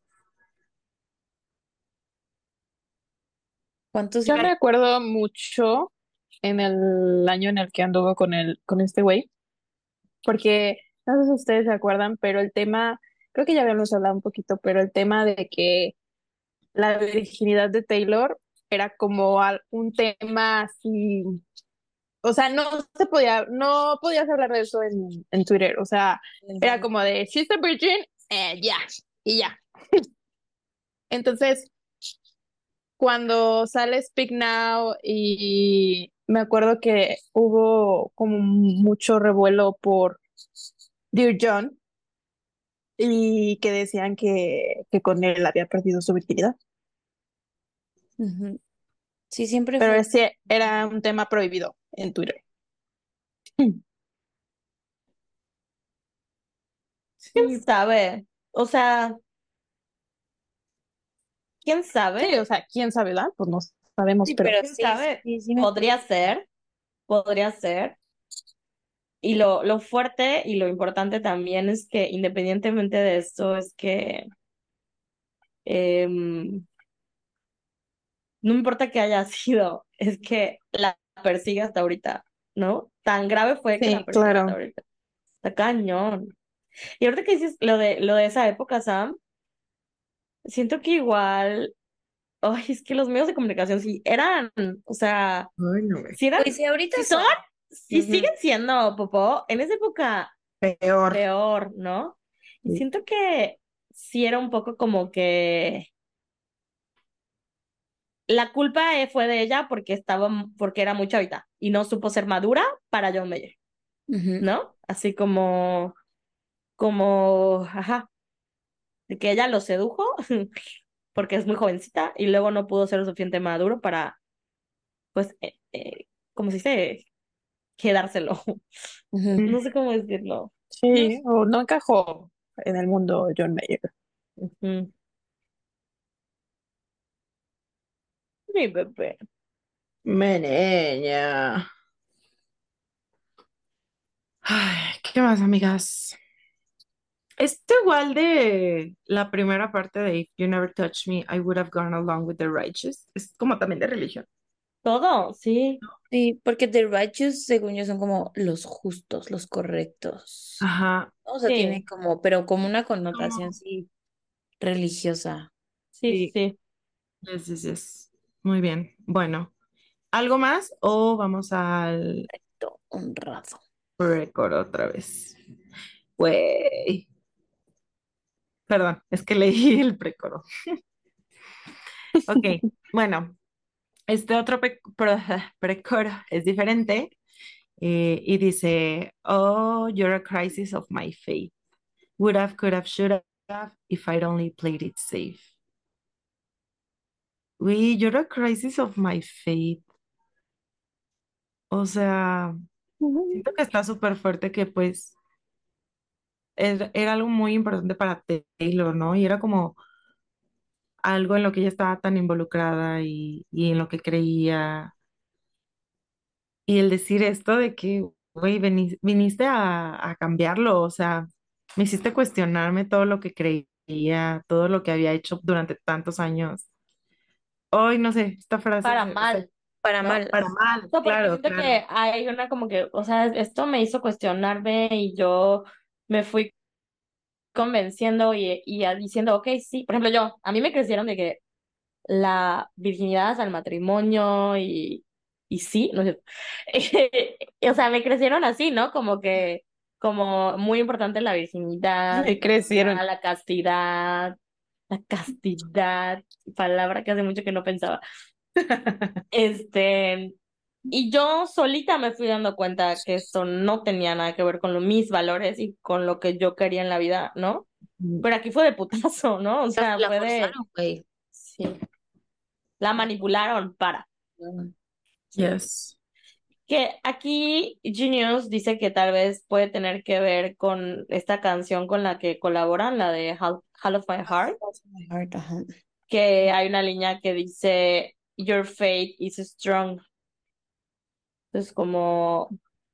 ¿Cuántos Yo me acuerdo mucho en el año en el que anduvo con el, con este güey, porque no sé si ustedes se acuerdan, pero el tema, creo que ya habíamos hablado un poquito, pero el tema de que la virginidad de Taylor era como al- un tema así, o sea, no se podía, no podías hablar de eso en, en Twitter, o sea, era como de, she's a virgin, eh, ya, y ya. Entonces, cuando sale Speak Now y me acuerdo que hubo como mucho revuelo por Dear John y que decían que, que con él había perdido su virginidad, Ujú. Sí, siempre pero fue. ese era un tema prohibido en Twitter. ¿Quién Sí, sabe? O sea, ¿quién Sí, sabe? o sea, quién sabe, ¿verdad? Pues no sabemos, Sí, pero pero ¿Quién sí, sabe? sí, sí me acuerdo. Podría ser, podría ser. Y lo, lo fuerte y lo importante también es que independientemente de esto, es que em, no importa que haya sido, es que la persigue hasta ahorita, ¿no? Tan grave fue que la sí, persigue hasta claro. ahorita. Está cañón. Y ahorita que dices lo de, lo de esa época, Sam, siento que igual, ay, es que los medios de comunicación sí eran, o sea, ay, no, güey. sí eran, Pues sí, ahorita sí son. son, sí Ujú. siguen siendo, Popó, en esa época Peor. peor, ¿no? Y Sí. siento que sí era un poco como que la culpa eh, fue de ella porque estaba, porque era muy chavita y no supo ser madura para John Mayer, Ujú. ¿no? Así como, como, ajá, de que ella lo sedujo porque es muy jovencita y luego no pudo ser lo suficiente maduro para, pues, eh, eh, como se dice, quedárselo. Ujú. Mm. No sé cómo decirlo. Sí, o no encajó en el mundo John Mayer. Ujú. Mi bebé. Meneña. Ay, ¿qué más, amigas? Esto igual de la primera parte de If You Never Touch Me, I Would Have Gone Along with the Righteous. Es como también de religión. Todo, sí, Sí, porque the righteous, según yo, son como los justos, los correctos. Ajá, O sea, tiene sí, como, pero como una connotación, como, sí, religiosa. sí, sí, sí. yes, yes, yes. Muy bien. Bueno, ¿algo más o vamos al To- Honrado. récord otra vez? Güey. Perdón, es que leí el precoro. Ok, bueno, este otro pre- pro- precoro es diferente eh, y dice, oh, you're a crisis of my faith. Would have, could have, should have if I'd only played it safe. We, you're a crisis of my faith. O sea, siento que está súper fuerte que pues era, era algo muy importante para Taylor, ¿no? Y era como algo en lo que ella estaba tan involucrada y, y en lo que creía. Y el decir esto de que, güey, veni- viniste a, a cambiarlo, o sea, me hiciste cuestionarme todo lo que creía, todo lo que había hecho durante tantos años. Hoy, no sé, esta frase, Para se- o sea, mal, Para ¿no? mal. para mal, No, porque claro, siento claro. que hay una como que, o sea, esto me hizo cuestionarme y yo me fui convenciendo y, y a- diciendo, ok, sí, por ejemplo, yo, a mí me crecieron de que la virginidad al matrimonio y, y sí, no es cierto. O sea, me crecieron así, ¿no? Como que, como muy importante la virginidad, Me crecieron. la castidad, la castidad, palabra que hace mucho que no pensaba. Este, y yo solita me fui dando cuenta que esto no tenía nada que ver con lo, mis valores y con lo que yo quería en la vida, ¿no? Pero aquí fue de putazo, ¿no? O sea, La fue de, forzaron, güey. sí, la manipularon para. Sí. Yes. Que aquí Genius dice que tal vez puede tener que ver con esta canción con la que colaboran, la de Hall, Hall of My Heart, My heart, ajá. que hay una línea que dice Your faith is strong. Entonces, como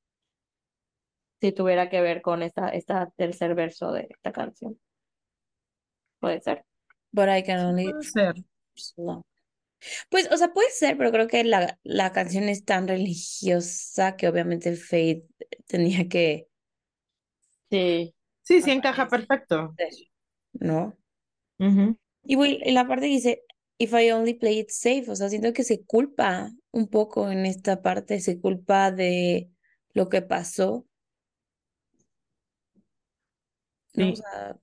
si tuviera que ver con esta, esta tercer verso de esta canción. Puede ser. But I can only Puede ser. slow. Pues, o sea, puede ser, pero creo que la, la canción es tan religiosa que obviamente el Fade tenía que Sí. Sí, sí encaja perfecto. aparecer, ¿no? Ujú. Y güey, en la parte que dice, if I only play it safe, o sea, siento que se culpa un poco en esta parte, se culpa de lo que pasó, ¿no? O Sí, sea,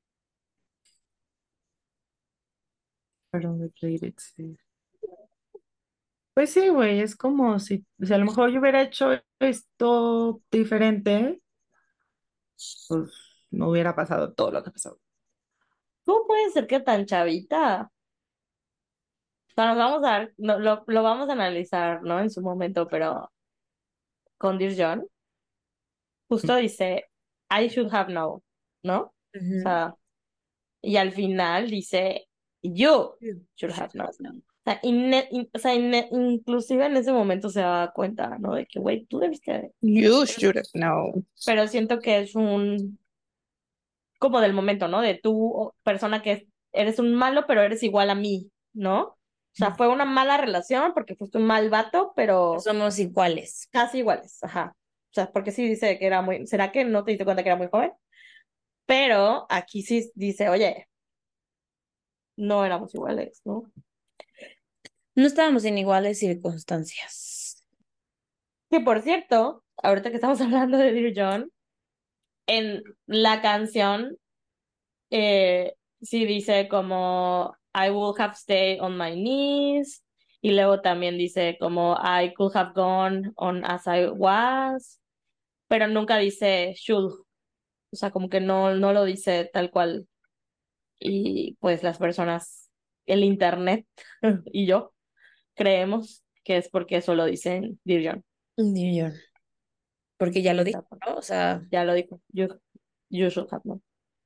perdón, we played it safe. Pues sí, güey, es como si, si a lo mejor yo hubiera hecho esto diferente, pues no hubiera pasado todo lo que pasó. ¿Cómo puede ser que tan chavita? O sea, nos vamos a dar, no, lo, lo vamos a analizar, ¿no? En su momento, pero con Dear John, justo dice, I should have known, ¿no? O ujú. sea, y al final dice, you You should should have known. have known. O sea, inne- in- o sea, inne- inclusive en ese momento se da cuenta, ¿no? De que, güey, tú debiste haber. You should have known. Pero siento que es un, como del momento, ¿no? De tú, o- persona que eres un malo, pero eres igual a mí, ¿no? O sea, fue una mala relación porque fuiste un mal vato, pero Somos iguales. casi iguales, ajá. O sea, porque sí dice que era muy, ¿será que no te diste cuenta que era muy joven? Pero aquí sí dice, oye, no éramos iguales, ¿no? No estábamos en iguales circunstancias. Que por cierto, ahorita que estamos hablando de Dear John, en la canción eh, sí dice como I would have stayed on my knees y luego también dice como I could have gone on as I was, pero nunca dice should, o sea, como que no, no lo dice tal cual y pues las personas, el internet y yo creemos que es porque eso lo dicen Dear John. New York. Porque ya lo dijo, Esa parte. ¿no? O sea, Ya lo dijo, you, you should have known.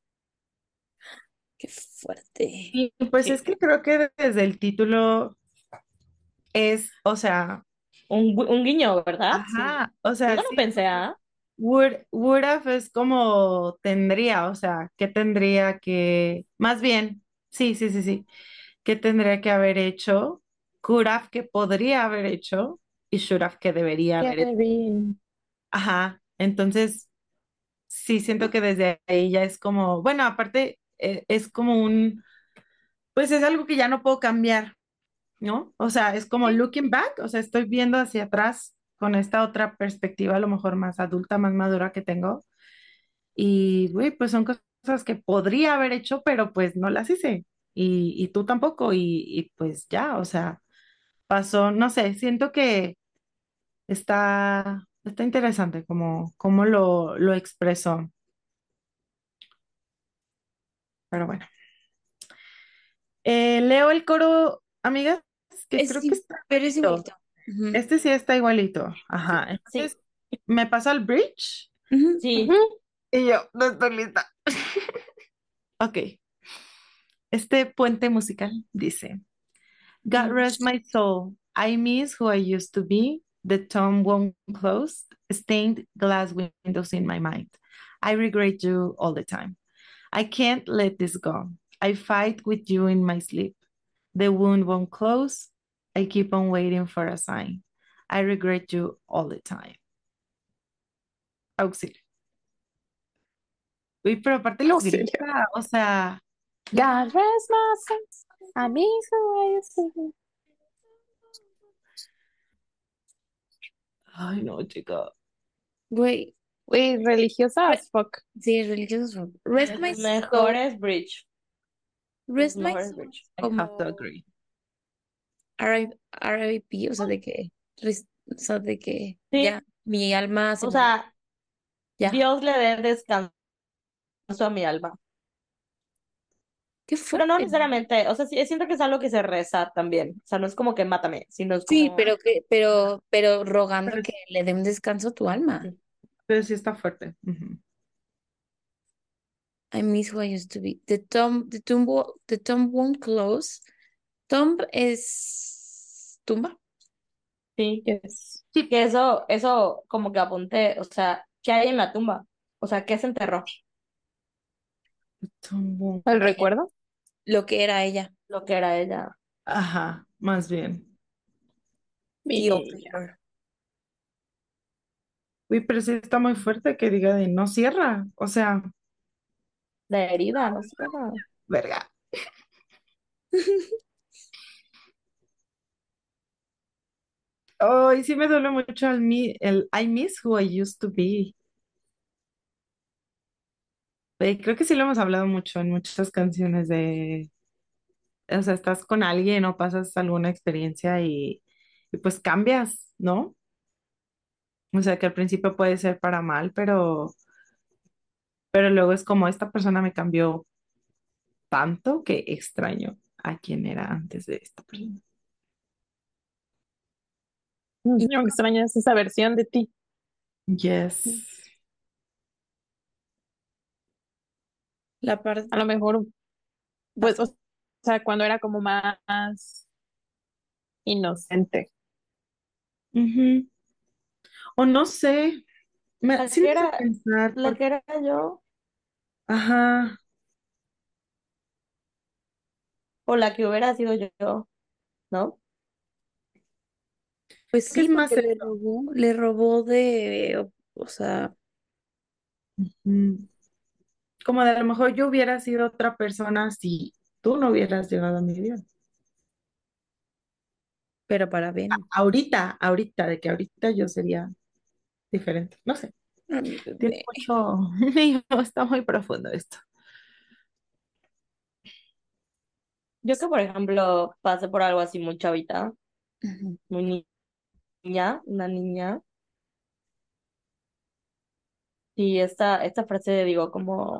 qué fuerte. Y pues Sí, es que creo que desde el título es, o sea, un, gu- un guiño, ¿verdad? Sí. ajá, o Yo sea, no sí, pensé, porque ¿ah? would, would have es como tendría, o sea, ¿qué tendría que, más bien, sí, sí, sí, sí, ¿qué tendría que haber hecho? could have que podría haber hecho y should have que debería haber hecho. Kevin. Ajá, entonces sí siento que desde ahí ya es como, bueno, aparte eh, es como un, pues es algo que ya no puedo cambiar, ¿no? O sea, es como looking back, o sea, estoy viendo hacia atrás con esta otra perspectiva, a lo mejor más adulta, más madura que tengo. Y, güey, pues son cosas que podría haber hecho, pero pues no las hice. Y, y tú tampoco. Y, y pues ya, o sea, pasó, no sé, siento que está, está interesante como, cómo lo, lo expresó. Pero bueno. Eh, leo el coro, amigas, que Es, creo que sí, está pero es igualito. igualito. Ujú. Este sí está igualito. Ajá. Sí, Entonces, me pasó al bridge Ujú. sí. Ujú. y yo no estoy lista. Ok. Este puente musical dice: God rest my soul. I miss who I used to be. The tomb won't close. Stained glass windows in my mind. I regret you all the time. I can't let this go. I fight with you in my sleep. The wound won't close. I keep on waiting for a sign. I regret you all the time. Auxilio. Uy, pero aparte lo Auxilio. grita, o sea, God rest my soul. I miss who I used to be. ay no, chica. Güey, Güey, religiosa as fuck. sí, religiosos. Rest my Los soul. mejores bridge. Los Rest my mejores soul. bridge. I have to Como agree. R I R I P, o sea, de que, res- o sea, de que Sí, ya mi alma se o murió. sea, Ya. Dios le dé descanso a mi alma. Qué Pero no fuerte. necesariamente, o sea, sí, siento que es algo que se reza también. O sea, no es como que mátame, sino es Sí, como, pero que, pero, pero rogando Pero, que le den descanso a tu alma. pero sí está fuerte. Ujú. I miss who I used to be. The tomb, the tomb, wo- the tomb won't close. Tomb es tumba. sí, Yes. sí, que eso, eso como que apunté, o sea, ¿qué hay en la tumba? O sea, ¿qué se enterró? Tumbo. ¿El recuerdo? Lo que era ella. Lo que era ella. Ajá, más bien. The old Mi- her. Uy, pero sí está muy fuerte que diga de no cierra. O sea, La herida, no sé nada. verga. Ay, sí me duele mucho el, mi- el I miss who I used to be. Eh, creo que sí lo hemos hablado mucho en muchas canciones de, o sea, estás con alguien o pasas alguna experiencia y, y pues cambias, ¿no? O sea, que al principio puede ser para mal, pero, pero luego es como esta persona me cambió tanto que extraño a quien era antes de esta persona. Y No extrañas esa versión de ti. Yes. la parte, A lo mejor, pues, o sea, cuando era como más inocente. Ujú. O no sé, me, La sí que me hace era, pensar, la porque, que era yo, ajá, o la que hubiera sido yo, ¿no? pues creo que sí, es más porque le eso. robó, le robó de, o, o sea, Ujú. Como de a lo mejor yo hubiera sido otra persona si tú no hubieras llegado a mi vida. pero para bien. Ahorita, ahorita, de que ahorita yo sería diferente. No sé, A mi tiene bebé. mucho, está muy profundo esto. Yo que, por ejemplo, pasé por algo así muy chavita, Ujú. muy ni- niña, una niña, y esta, esta frase, digo, como,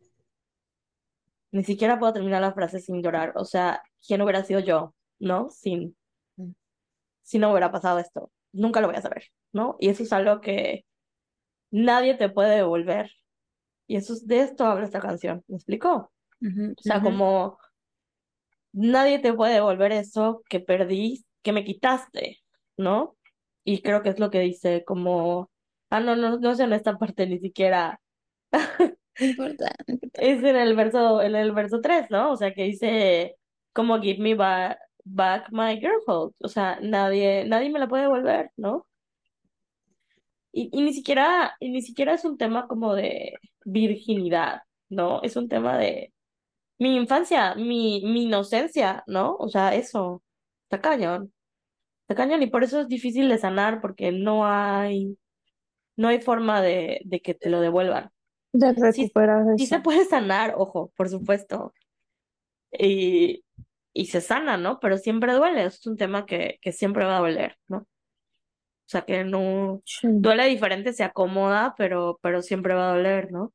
ni siquiera puedo terminar la frase sin llorar, o sea, ¿quién hubiera sido yo, no? Sin, si no hubiera pasado esto, nunca lo voy a saber, ¿no? Y eso es algo que nadie te puede devolver, y eso es, de esto habla esta canción, ¿me explico? Ujú. O sea, Ujú. como nadie te puede devolver eso que perdí, que me quitaste, ¿no? Y creo que es lo que dice, como, ah, no, no, no sé en esta parte ni siquiera, No importa, no importa. es en el verso, en el verso tres, ¿no? O sea, que dice, como give me back, back my girlhood. O sea, nadie, nadie me la puede devolver, ¿no? Y, y ni siquiera, y ni siquiera es un tema como de virginidad, ¿no? Es un tema de mi infancia, mi, mi inocencia, ¿no? O sea, eso, está cañón, está cañón y por eso es difícil de sanar porque no hay, no hay forma de, de que te lo devuelvan. De Sí, recuperar sí se eso. puede sanar, ojo, por supuesto, y, y se sana, ¿no? Pero siempre duele, es un tema que, que siempre va a doler, ¿no? O sea, que no Sí. duele diferente, se acomoda, pero, pero siempre va a doler, ¿no?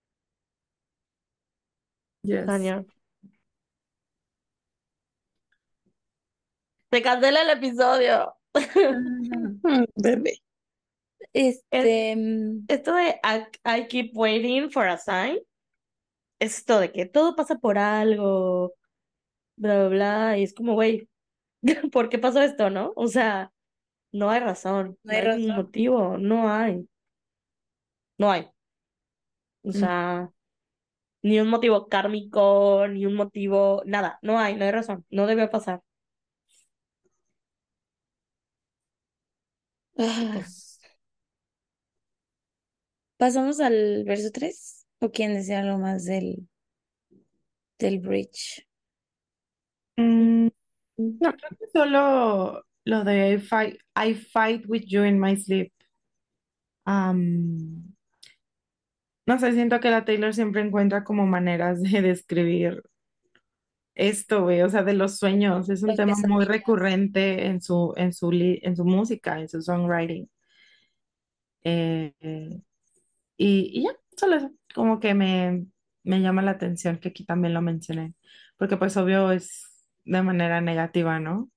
Yes. Cañón. Se cancela el episodio. Ujú. Mm, bebé. Es, Este, mm, esto de I, I keep waiting for a sign, esto de que todo pasa por algo, bla, bla, bla, y es como, güey, ¿por qué pasó esto, no? O sea, no hay razón, no no hay hay ningún razón. motivo, no hay, no hay. O Mm. sea, ni un motivo kármico, ni un motivo, nada, no hay, no hay razón, no debió pasar. Y Ah, pues, ¿pasamos al verso tres? ¿O quieren decir algo más del, del bridge? Mm, no, creo que solo lo de I fight, I fight with you in my sleep. Am, no sé, siento que la Taylor siempre encuentra como maneras de describir esto, güey, o sea, de los sueños. Es un Los tema muy pensamientos. recurrente en su, en su, li- en su música, en su songwriting. Eh, eh, y, y ya, solo eso. Como que me, me llama la atención que aquí también lo mencioné. Porque pues obvio es de manera negativa, ¿no?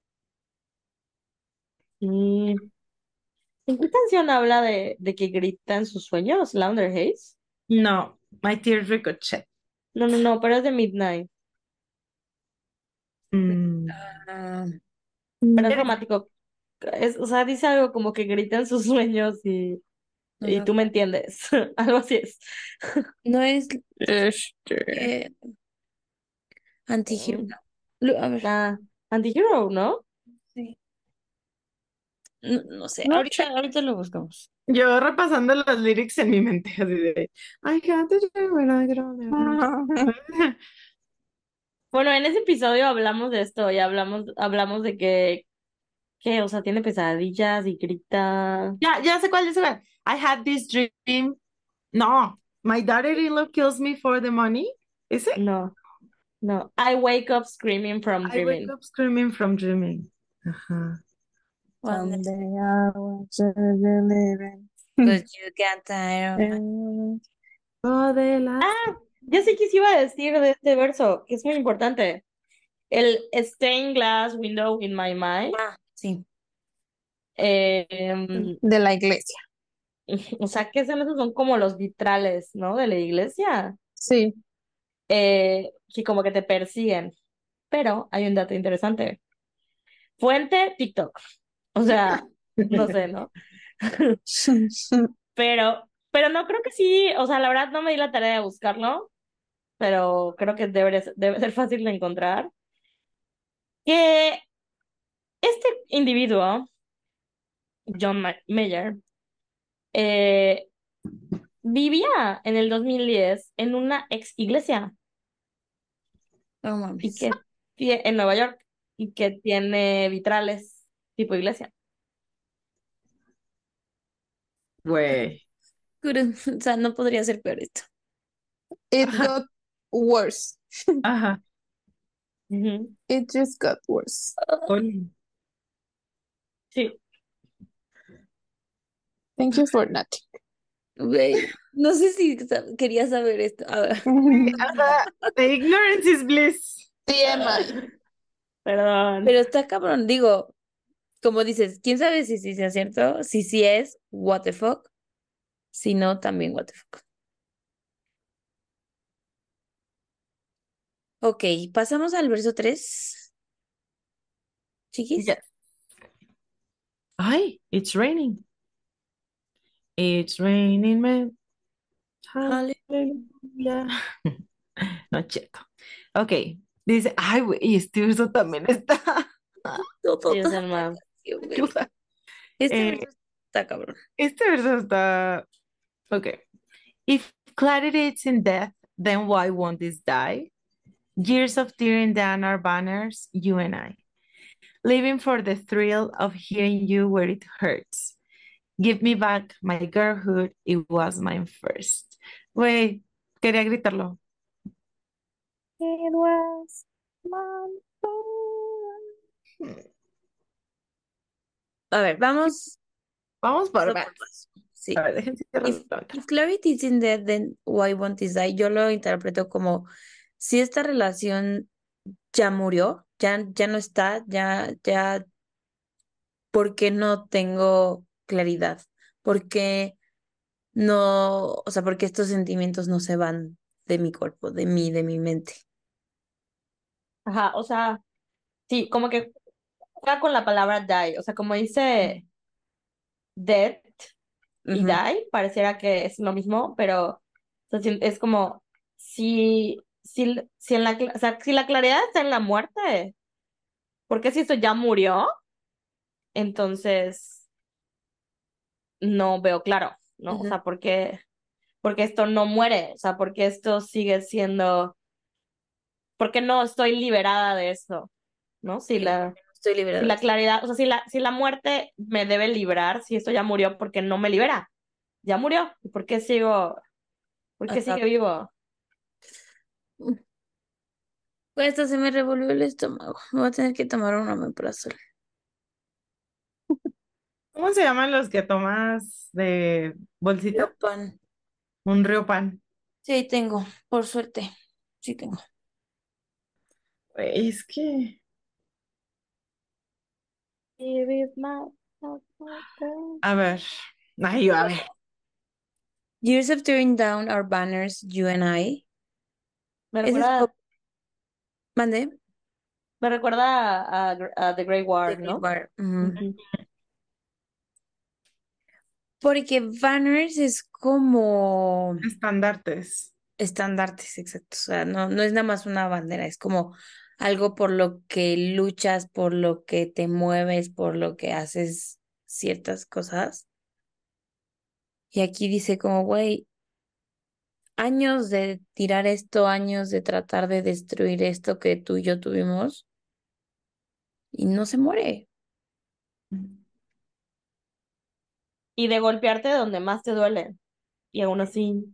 y ¿en qué canción habla de, de que grita en sus sueños? ¿Louder Haze? No, My Tears Ricochet. No, no, no, pero es de Midnight. Mm, Ah, Pero es ¿qué dice? romántico. Es, o sea, dice algo como que grita en sus sueños y, no y me tú me acuerdo. entiendes. Algo así es. No es Este. eh, Antihero. Mm, Lu- A ver, Ah, Antihero, ¿no? sí. No, no sé, No, ahorita, check. ahorita lo buscamos. Yo repasando las lyrics en mi mente, así de I had to do when I get older. Bueno, en ese episodio hablamos de esto y hablamos, hablamos de que, que, o sea, tiene pesadillas y grita. Ya, ya sé cuál, ya sé cuál. I had this dream. No, my daughter-in-law kills me for the money. ¿Ese? No, no. I wake up screaming from I wake dreaming. up screaming from dreaming. Ajá. One Someday I will living. because you can't tire of my- Oh, de las... Ah, ya sé qué se iba a decir de este verso, que es muy importante. El stained glass window in my mind. Ah, sí. eh, em, De la iglesia. o sea, ¿qué son esos? Son como los vitrales, ¿no? De la iglesia, Sí. eh, que como que te persiguen. Pero hay un dato interesante. Fuente, TikTok. O sea, no sé, ¿no? Pero, pero no creo que sí, o sea, la verdad no me di la tarea de buscarlo, pero creo que debe, debe ser fácil de encontrar. Que este individuo, John Ma- Mayer, eh, vivía en el dos mil diez en una ex iglesia No y mames. que tie- en Nueva York y que tiene vitrales tipo iglesia. Güey. Juro, o sea, no podría ser peor esto. It Ajá. got worse. Ajá. Ujú. It just got worse. Oli. Sí. Thank you for nothing. Güey, no sé si sa- quería saber esto. A ver. Ajá. The ignorance is bliss. T M I. Perdón. Pero está cabrón, digo, como dices, quién sabe si sí sea cierto, si sí es, what the fuck, si no, también what the fuck. Ok, pasamos al verso tres, chiquis. Yes. Ay, it's raining. It's raining, man. Hallelujah. Hallelujah. No es cierto. Ok. Dice, ay, güey, y este verso también está. Todo, Sí, es toda el la más. canción, güey. Ayuda. Este Eh, verso está cabrón. este verso está. Ok. If clarity is in death, then why won't this die? Years of tearing down our banners, you and I. Living for the thrill of hearing you where it hurts. Give me back my girlhood, it was mine first. Güey, quería gritarlo. It was my A ver, vamos Vamos por paso más. por paso. A Sí. ver, déjense cerrar If, la ventana. if clarity is in there, then why won't this die? Yo lo interpreto como si esta relación ya murió, ya, ya no está, ya, ya, ¿por qué no tengo claridad? ¿Por qué no, o sea, porque estos sentimientos no se van de mi cuerpo, de mí, de mi mente? Ajá, o sea, sí, como que juega con la palabra die. O sea, como dice dead y Ujú. die, pareciera que es lo mismo, pero o sea, si- es como si, si, si, en la, cl- o sea, si la claridad está en la muerte, porque si esto ya murió, entonces no veo claro, ¿no? O Ujú. sea, porque, porque esto no muere, o sea, porque esto sigue siendo, porque no estoy liberada de esto, ¿no? Si Sí, la, estoy si liberada. la claridad, o sea, si la, si la muerte me debe librar, si esto ya murió, porque no me libera, ya murió, ¿y por qué sigo, por qué Ajá. sigue vivo? Pues esto se me revolvió el estómago. Me voy a tener que tomar un omeprazol. ¿Cómo se llaman los que tomas de Yo bolsita? pan. Un Riopan. Sí, ahí tengo, por suerte. Sí tengo. Güey, es que. Here is my- my- my girl. A ver. Ay, yo, a ver. Years of tearing down our banners, you and I. Me Ese es como, recuerda, mandé, me recuerda a, a- a The Great de War, Great ¿no? War. Ujú. Ujú. Porque banners es como Estandartes. estandartes, exacto. O sea, no, no es nada más una bandera, es como algo por lo que luchas, por lo que te mueves, por lo que haces ciertas cosas. Y aquí dice como, güey, años de tirar esto, años de tratar de destruir esto que tú y yo tuvimos y no se muere. Y de golpearte donde más te duele. Y aún así,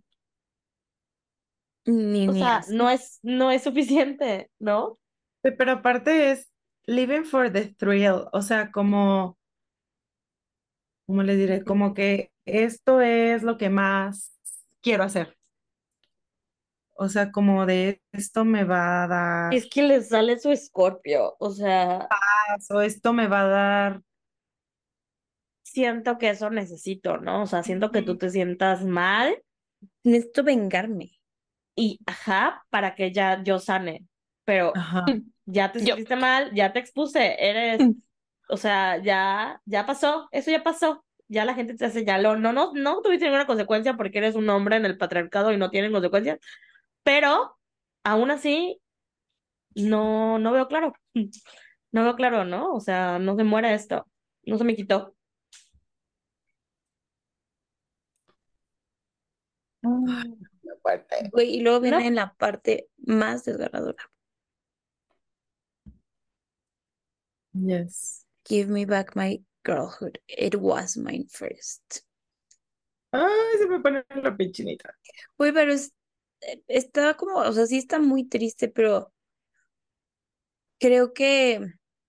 Ni, o ni sea, así. no es, no es suficiente, ¿no? Pe- Pero aparte es living for the thrill. O sea, como, ¿cómo les diré? Como que esto es lo que más quiero hacer. O sea, como de esto me va a dar Es que le sale su escorpio, o sea, paz, o esto me va a dar. siento que eso necesito, ¿no? O sea, siento que tú te sientas mal Necesito vengarme. y, ajá, para que ya yo sane. Pero Ajá. ya te Yo. sentiste mal, ya te expuse, eres, o sea, ya, ya pasó, eso ya pasó. Ya la gente te señaló. No, no, no tuviste ninguna consecuencia porque eres un hombre en el patriarcado y no tienen consecuencias. Pero aún así, no, no veo claro. No veo claro, ¿no? O sea, no se muere esto. No se me quitó. Mm, qué fuerte. Güey, y luego viene No, la parte más desgarradora. Yes. Give me back my girlhood. It was mine first. Ay, se me pone la pinchinita. Güey, pero es, eh, está como, o sea, sí está muy triste, pero creo que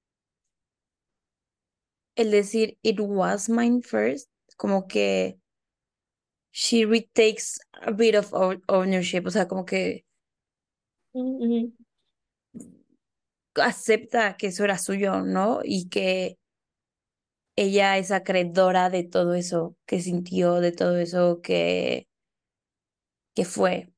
el decir it was mine first, como que she retakes a bit of own- ownership, o sea, como que ujú. acepta que eso era suyo, ¿no? Y que ella es acreedora de todo eso que sintió, de todo eso que, que fue.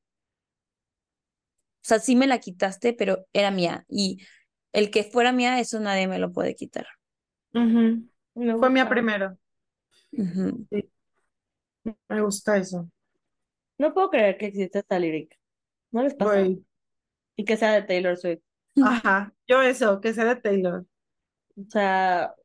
O sea, sí me la quitaste, pero era mía. Y el que fuera mía, eso nadie me lo puede quitar. Ujú. Me Fue mía gusta. primero. Ujú. Sí, me gusta eso. No puedo creer que existe esta lírica. ¿No les pasa? Voy. Y que sea de Taylor Swift. Ajá, yo eso, que sea de Taylor. O sea,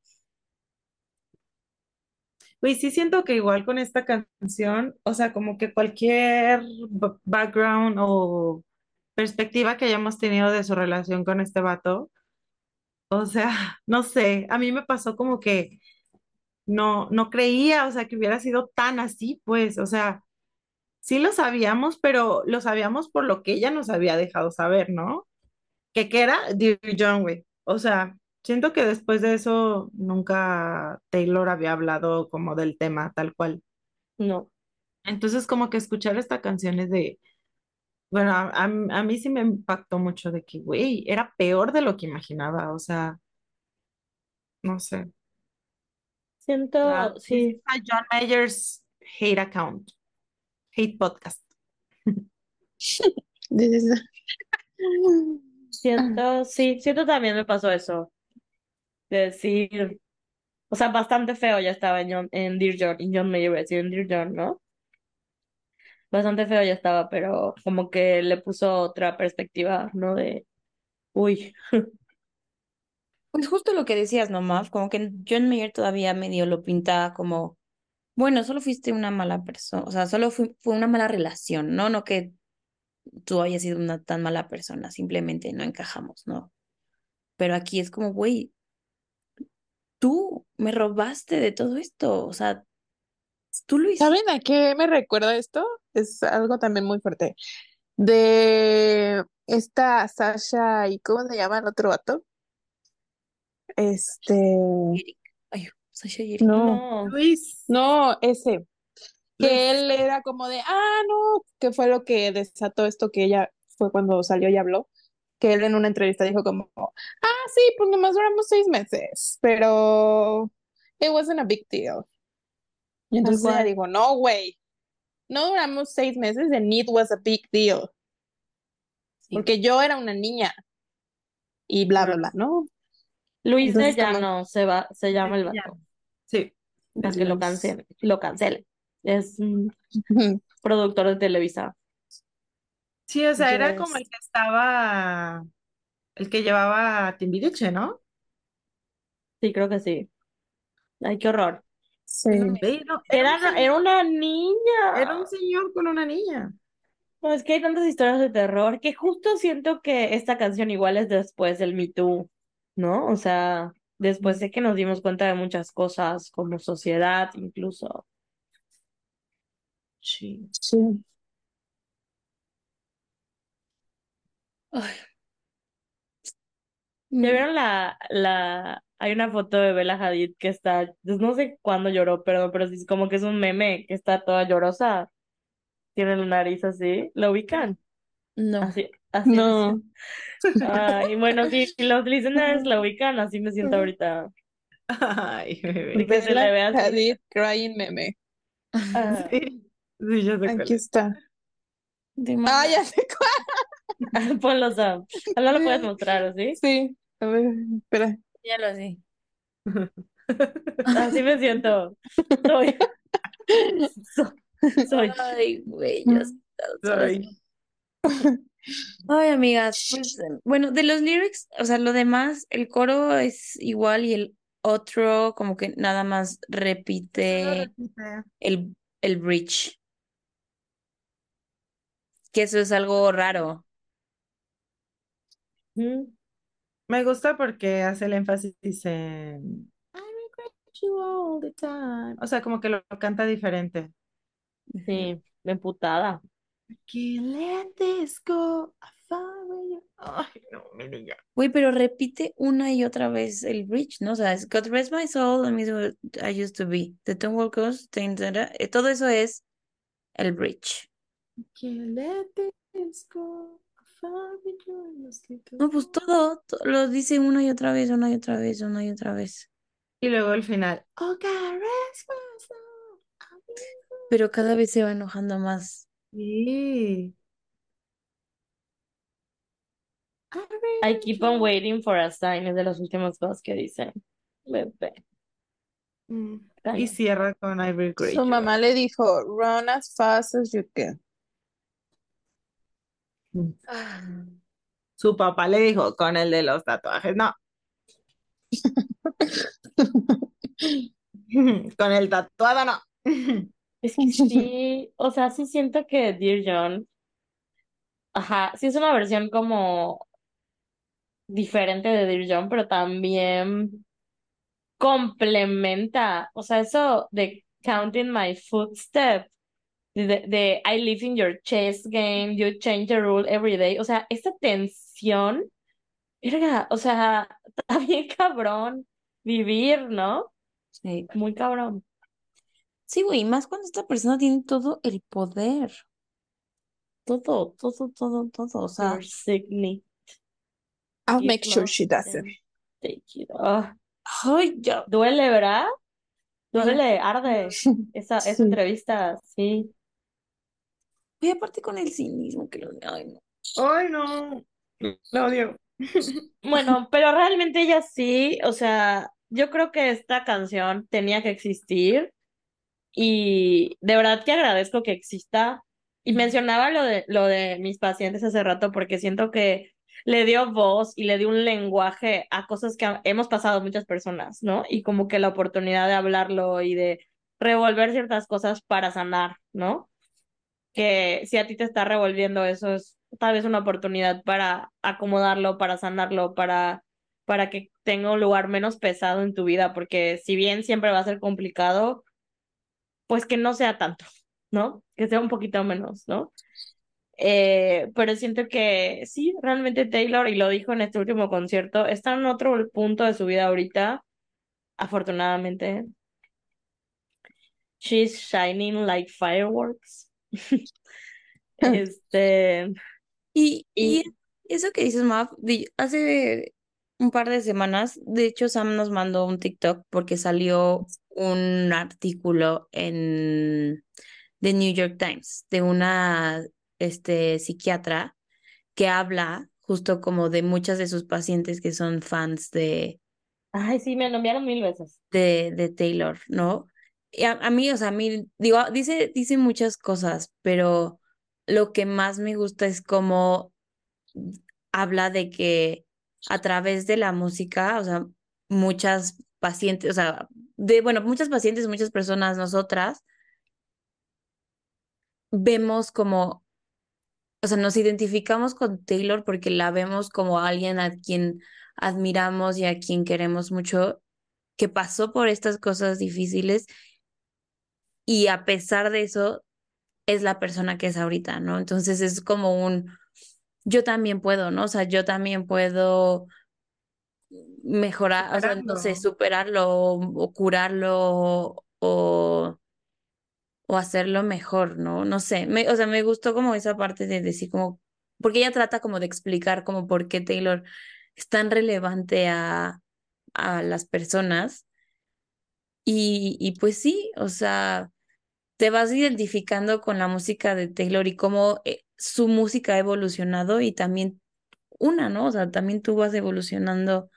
Güey, sí siento que igual con esta canción, o sea, como que cualquier b- background o perspectiva que hayamos tenido de su relación con este vato, o sea, no sé, a mí me pasó como que no, no creía, o sea, que hubiera sido tan así, pues, o sea, sí lo sabíamos, pero lo sabíamos por lo que ella nos había dejado saber, ¿no? Que que era Dear John, güey. O sea, siento que después de eso nunca Taylor había hablado como del tema tal cual. no. Entonces, como que escuchar esta canción es de, bueno, a, a- a mí sí me impactó mucho de que, güey, era peor de lo que imaginaba, o sea, no sé. Ah, Siento, this sí, is a John Mayer's hate account, hate podcast. Dices, siento, sí, siento también me pasó eso. De decir, o sea, bastante feo ya estaba en John, en Dear John, en John Mayer, iba a decir en Dear John, ¿no? Bastante feo ya estaba, pero como que le puso otra perspectiva, ¿no? De, uy, Pues justo lo que decías, ¿no, Maf? Como que John Mayer todavía medio lo pintaba como, bueno, solo fuiste una mala persona, o sea, solo fue, fue una mala relación, ¿no? No que tú hayas sido una tan mala persona, simplemente no encajamos, ¿no? Pero aquí es como, güey, tú me robaste de todo esto, o sea, tú lo hiciste. ¿saben a qué me recuerda esto? Es algo también muy fuerte. De esta Sasha y ¿cómo se llama el otro vato? Este, Eric. Ay, Sasha y Eric. no, no, Luis, no, ese, que Luis. él era como de, ah, no, que fue lo que desató esto que ella fue cuando salió y habló, que él en una entrevista dijo como, ah, sí, pues nomás duramos seis meses, pero it wasn't a big deal. Y tal entonces ella cual. dijo, no, güey, no duramos seis meses and it was a big deal, Sí. porque yo era una niña y bla, bla, bla, ¿no? Luis de Entonces como, Llano se va, se llama el Ya. vato, Sí. para que lo Luis. cancelen, lo cancelen. Es un productor de Televisa. Sí, o sea, era como Yes. el que estaba, el que llevaba a Timbiriche, ¿no? Sí, creo que sí. Ay, qué horror. Sí. Ve, no, era un Era, era señor, una era niña. un señor con una niña. No, es que hay tantas historias de terror que justo siento que esta canción igual es después del Me Too, ¿no? O sea, después de que nos dimos cuenta de muchas cosas como sociedad incluso. Sí. Sí. Ay, ¿Ya mm, vieron la, la, hay una foto de Bella Hadid que está, pues no sé cuándo lloró, perdón, pero sí es como que es un meme que está toda llorosa, tiene la nariz así, ¿lo ubican? no. Así, así me No. siento. Ay, bueno, si los listeners la ubican, así me siento ahorita, Ay, de bebé. que se le Bella ve así. Hadid crying meme. Ah, Sí, sí, yo sé cuál Aquí es. está. Te Ah, manda. ya sé ponlos a, no lo puedes cuál. mostrar, ¿sí? Sí. A ver, espera. Ya lo sé. Así me siento. Soy, so- soy. Ay, güey, ya sabes. Sorry. Ay, amigas, pues eh, bueno, de los lyrics, o sea, lo demás, el coro es igual y el otro como que nada más Solo repite repite. el, el bridge, que eso es algo raro. Mm, Me gusta porque hace el énfasis en I regret you all the time. O sea, como que lo, lo canta diferente. Ujú. sí, emputada. Can't let this go. I found you. Ay, no, mi niña. Güey, pero repite una y otra vez el bridge, ¿no? O sea, es God rest my soul, and me what I used to be. The Tom Walkers, todo eso es el bridge. Can't let this go. I found you in the sleep of No, pues night. todo, to- lo dice una y otra vez, una y otra vez, una y otra vez. Y luego el final. Oh, God, rest my soul. Pero cada vez se va enojando más. Sí. I I regret keep you on all. waiting for a sign, es de las últimas cosas que dicen. Bebé, Mm. Y cañón. cierra con I regret Su you mamá all. le dijo, run as fast as you can. Mm. Ah. Su papá le dijo, con el de los tatuajes, no. Con el tatuado, no. Es que sí, o sea, sí siento que Dear John, ajá, sí es una versión como diferente de Dear John, pero también complementa, o sea, eso de counting my footsteps, de, de I live in your chess game, you change the rule every day, o sea, esta tensión, verga, o sea, está bien cabrón vivir, ¿no? Sí. Muy cabrón. Sí, güey, más cuando esta persona tiene todo el poder. Todo, todo, todo, todo. O sea, Your signet I'll is make sure lost she does it. and take it. Ah, ay, ya. duele, ¿verdad? Ay, Duele, arde esa, esa Sí. entrevista, sí. y aparte con el cinismo que lo... Ay, no. Ay, no. Lo odio. Bueno, pero realmente ella sí, o sea, yo creo que esta canción tenía que existir y de verdad que agradezco que exista. Y mencionaba lo de lo de mis pacientes hace rato porque siento que le dio voz y le dio un lenguaje a cosas que ha- hemos pasado muchas personas, ¿no? Y como que la oportunidad de hablarlo y de revolver ciertas cosas para sanar, ¿no? Que si a ti te está revolviendo eso es tal vez una oportunidad para acomodarlo, para sanarlo, para, para que tenga un lugar menos pesado en tu vida, porque si bien siempre va a ser complicado, pues que no sea tanto, ¿no? Que sea un poquito menos, ¿no? Eh, pero siento que sí, realmente Taylor, y lo dijo en este último concierto, está en otro punto de su vida ahorita, afortunadamente. She's shining like fireworks. Este, Y, y y eso que dices, Mav, di- hace un par de semanas, de hecho, Sam nos mandó un TikTok porque salió un artículo en The New York Times de una este, psiquiatra que habla justo como de muchas de sus pacientes que son fans de, ay, sí, me lo enviaron mil veces. de, de Taylor, ¿no? Y a, a mí, o sea, a mí, digo, dice, dice muchas cosas, pero lo que más me gusta es cómo habla de que a través de la música, o sea, muchas pacientes, o sea, de, bueno, muchas pacientes, muchas personas, nosotras, vemos como, o sea, nos identificamos con Taylor porque la vemos como alguien a quien admiramos y a quien queremos mucho, que pasó por estas cosas difíciles y a pesar de eso es la persona que es ahorita, ¿no? Entonces es como un, yo también puedo, ¿no? O sea, yo también puedo mejorar, o sea, no sé, Superando. superarlo o, o curarlo o, o hacerlo mejor, ¿no? No sé, me, o sea, me gustó como esa parte de decir como, porque ella trata como de explicar como por qué Taylor es tan relevante a, a las personas y, y pues sí, o sea, te vas identificando con la música de Taylor y cómo eh, su música ha evolucionado y también una, ¿no? O sea, también tú vas evolucionando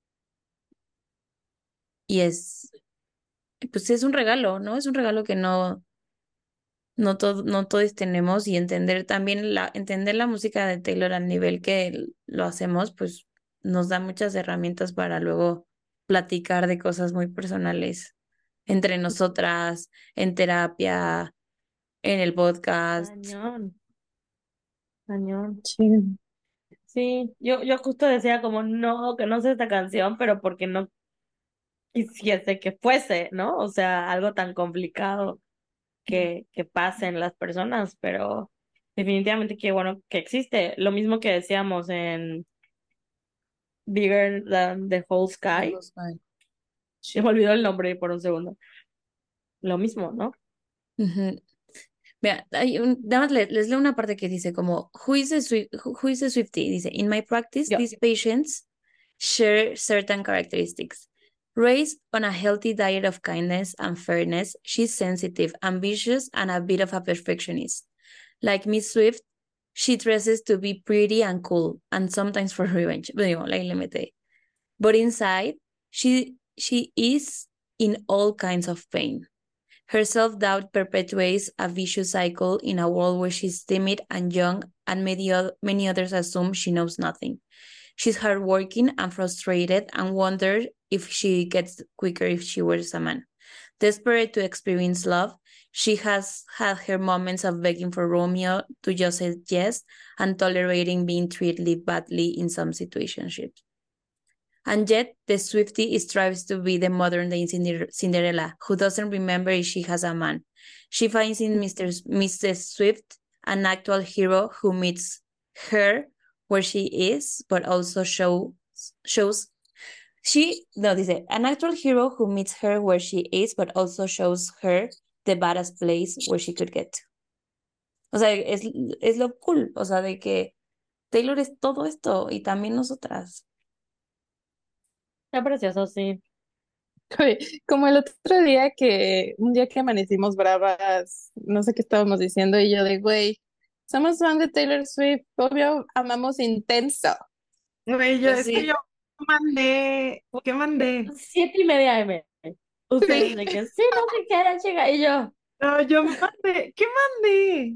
y es pues sí, es un regalo, ¿no? Es un regalo que no, no, todo, no todos tenemos y entender también la, entender la música de Taylor al nivel que lo hacemos, pues nos da muchas herramientas para luego platicar de cosas muy personales entre nosotras, en terapia, en el podcast. Cañón, cañón. Sí. Sí, yo, yo justo decía como no, que no sé esta canción, pero porque no quisiese que fuese, ¿no? O sea, algo tan complicado que, que pase en las personas, pero definitivamente qué bueno que existe. Lo mismo que decíamos en Bigger Than the Whole Sky. Se me olvidó el nombre por un segundo. Lo mismo, ¿no? Ujú. Mira, hay un, nada más le- les, leo una parte que dice como, who is a Swi- who who is a Swiftie? Dice, in my practice, Yo. these patients share certain characteristics. Raised on a healthy diet of kindness and fairness, she's sensitive, ambitious, and a bit of a perfectionist. Like Miss Swift, she dresses to be pretty and cool, and sometimes for revenge. Digo, la L M T. But inside, she she is in all kinds of pain. Her self-doubt perpetuates a vicious cycle in a world where she's timid and young, and many, o- many others assume she knows nothing. She's hardworking and frustrated and wonders if she gets quicker if she wears a man. Desperate to experience love, she has had her moments of begging for Romeo to just say yes and tolerating being treated badly in some situationships. And yet, the Swiftie strives to be the modern-day Cinderella, who doesn't remember if she has a man. She finds in Mister S- Missus Swift an actual hero who meets her where she is, but also show, shows she no dice an actual hero who meets her where she is, but also shows her the badass place where she could get to. O sea, es, es lo cool, o sea, de que Taylor es todo esto y también nosotras. Está precioso, sí. Oye, como el otro día que, un día que amanecimos bravas, no sé qué estábamos diciendo, y yo de, güey, somos fan de Taylor Swift, obvio, amamos intenso. Güey, yo, Pues es que sí. yo mandé, ¿qué mandé? Siete y media M. Ustedes de que sí, no sé qué era, chica. Y yo, No, yo mandé, ¿qué mandé?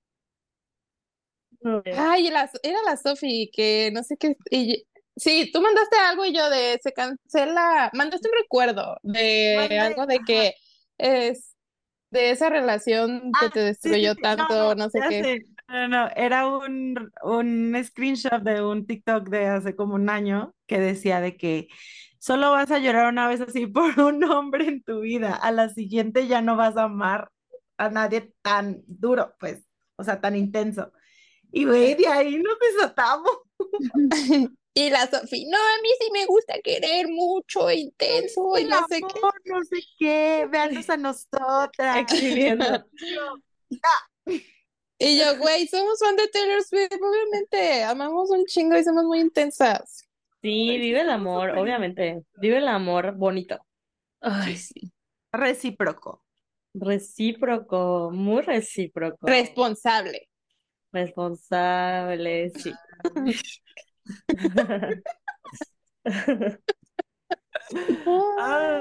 no sé. Ay, la- era la Sophie, que no sé qué, y, sí, tú mandaste algo y yo de, se cancela, mandaste un recuerdo de Mandé, algo de ajá. que es, de esa relación que Ah, te sí, sí, destruyó sí, no, tanto, no, no sé ya qué. sé, no, no, era un, un screenshot de un TikTok de hace como un año que decía de que solo vas a llorar una vez así por un hombre en tu vida, a la siguiente ya no vas a amar a nadie tan duro, pues, o sea, tan intenso. Y güey, de ahí nos desatamos. Y la Sophie, no, a mí sí me gusta querer mucho, intenso, y El no sé qué. amor, no sé qué, véanos a nosotras. Exhibiendo. Y yo, güey, somos fan de Taylor Swift, obviamente, amamos un chingo y somos muy intensas. Sí, Ay, sí, vive el somos amor, súper obviamente. Vive el amor bonito. Ay, sí. recíproco. Recíproco, muy recíproco. Responsable. Responsable, sí. Ah,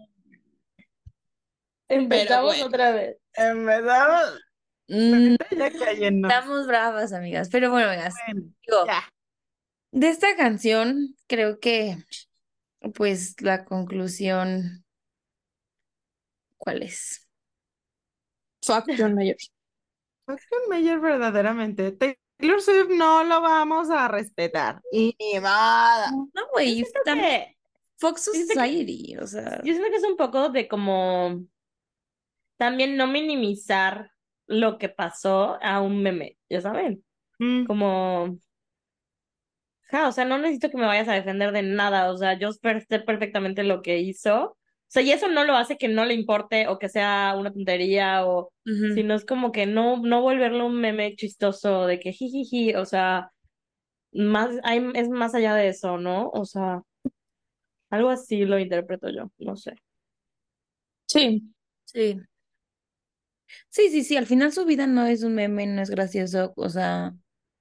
Empezamos bueno. otra vez. empezamos. Mm, Ahorita ya cállennos. estamos bravas, amigas. Pero bueno, amigas, Bueno, digo, ya. de esta canción, creo que, pues, la conclusión, ¿cuál es? Fuck John Mayer. Pues John Mayer verdaderamente. Taylor Swift no lo vamos a respetar. Y ni modo. No, Yo güey, siento también que, Fox yo siento que, Society, o sea, yo siento que es un poco de como también no minimizar lo que pasó a un meme, ya saben, Mm, como, ja, o sea, no necesito que me vayas a defender de nada, o sea, yo per- sé perfectamente lo que hizo, o sea, y eso no lo hace que no le importe o que sea una tontería o, ujú. sino es como que no, no volverlo un meme chistoso de que jijiji, o sea, más, hay, es más allá de eso, ¿no? O sea, algo así lo interpreto yo, no sé. Sí. Sí. Sí, sí, sí, al final su vida no es un meme, no es gracioso, o sea,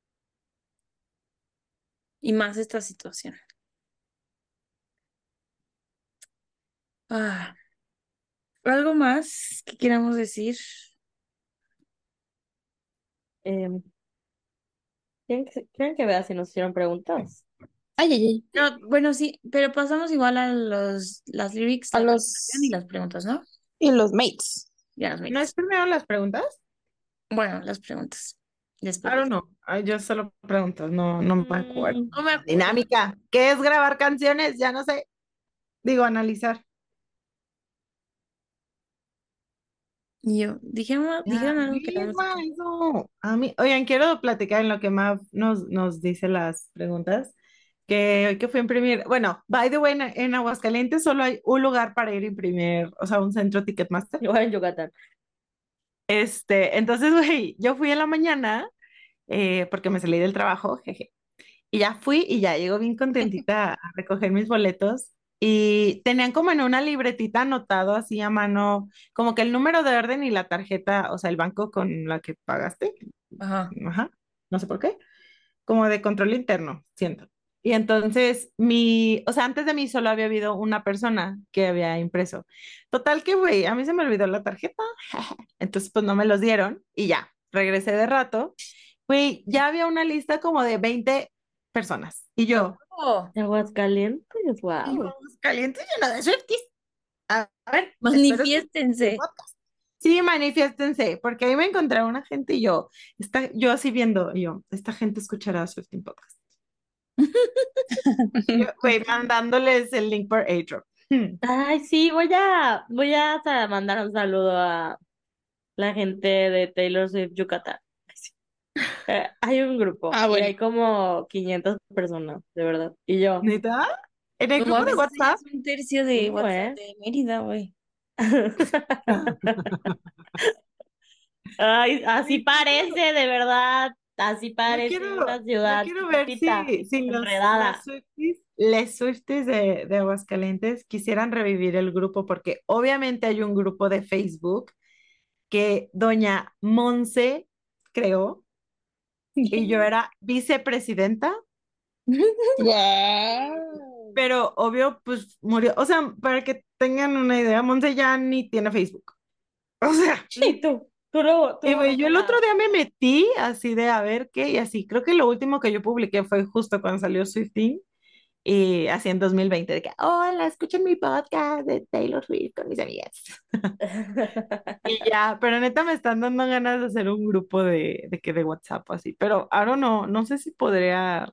y más esta situación. Ah, ¿algo más que queramos decir? Eh, ¿quieren que, quieren que vea si nos hicieron preguntas? Ay, ay, ay. No, bueno, sí, pero pasamos igual a los, las lyrics, A la canción y los, las preguntas, ¿no? y los mates. Ya las ¿no es mates. primero las preguntas? Bueno, las preguntas. I Después. don't know. Ay, yo solo preguntas, no, no me acuerdo. Mm, No me acuerdo. Dinámica. ¿Qué es grabar canciones? Ya no sé. Digo, analizar. Y yo, dijeron, Ya, dijeron algo que no me misma, escuché. eso. A mí, oigan, quiero platicar en lo que Mav nos, nos dice las preguntas. Que hoy que fui a imprimir, bueno, by the way, en, en Aguascalientes solo hay un lugar para ir a imprimir, o sea, un centro Ticketmaster. igual en Yucatán. Este, entonces, güey, yo fui en la mañana eh, porque me salí del trabajo, jeje. Y ya fui y ya llego bien contentita a recoger mis boletos. Y tenían como en una libretita anotado así a mano, como que el número de orden y la tarjeta, o sea, el banco con la que pagaste. Ajá. Ajá, no sé por qué. Como de control interno, siento. Y entonces mi, o sea, antes de mí solo había habido una persona que había impreso. Total que, güey, a mí se me olvidó la tarjeta. Entonces, pues no me los dieron y ya, regresé de rato. Güey, ya había una lista como de veinte personas. Y yo, Oh, Aguascalientes, y wow. vamos caliente lleno de Swifties. A ver, espero escuchen el manifiéstense. podcast. Sí, manifiéstense, porque ahí me encontré una gente y yo, está, yo así viendo, y yo, esta gente escuchará Swifting Podcast. Yo, güey, mandándoles el link por airdrop. Hmm. Ay, sí, voy a, voy a sa- mandar un saludo a la gente de Taylor Swift Yucatán. Eh, hay un grupo Ah, y bueno. hay como quinientas personas, de verdad. Y yo, ¿Neta? ¿En el No grupo de mames, eso ya WhatsApp? es un tercio de sí, WhatsApp güey. de Mérida, güey. Ay, así Güey, yo quiero, parece, de verdad. Así yo parece quiero, una yo ciudad quiero ver chiquitita, si, si los, los enredada. Swifties, les Swifties de, de Aguascalientes quisieran revivir el grupo, porque obviamente hay un grupo de Facebook que doña Monse creó y yo era vicepresidenta, Guau. pero obvio, pues murió. O sea, para que tengan una idea, Monse ya ni tiene Facebook. O sea, Ni tú, tú no, tú y no güey, ves yo el otro nada. día me metí así de a ver qué, y así, creo que lo último que yo publiqué fue justo cuando salió Swifting, y así en dos mil veinte de que, hola, escuchen mi podcast de Taylor Swift con mis amigas. Y ya, pero neta me están dando ganas de hacer un grupo de, de que de WhatsApp o así, pero ahora no, no sé si podría.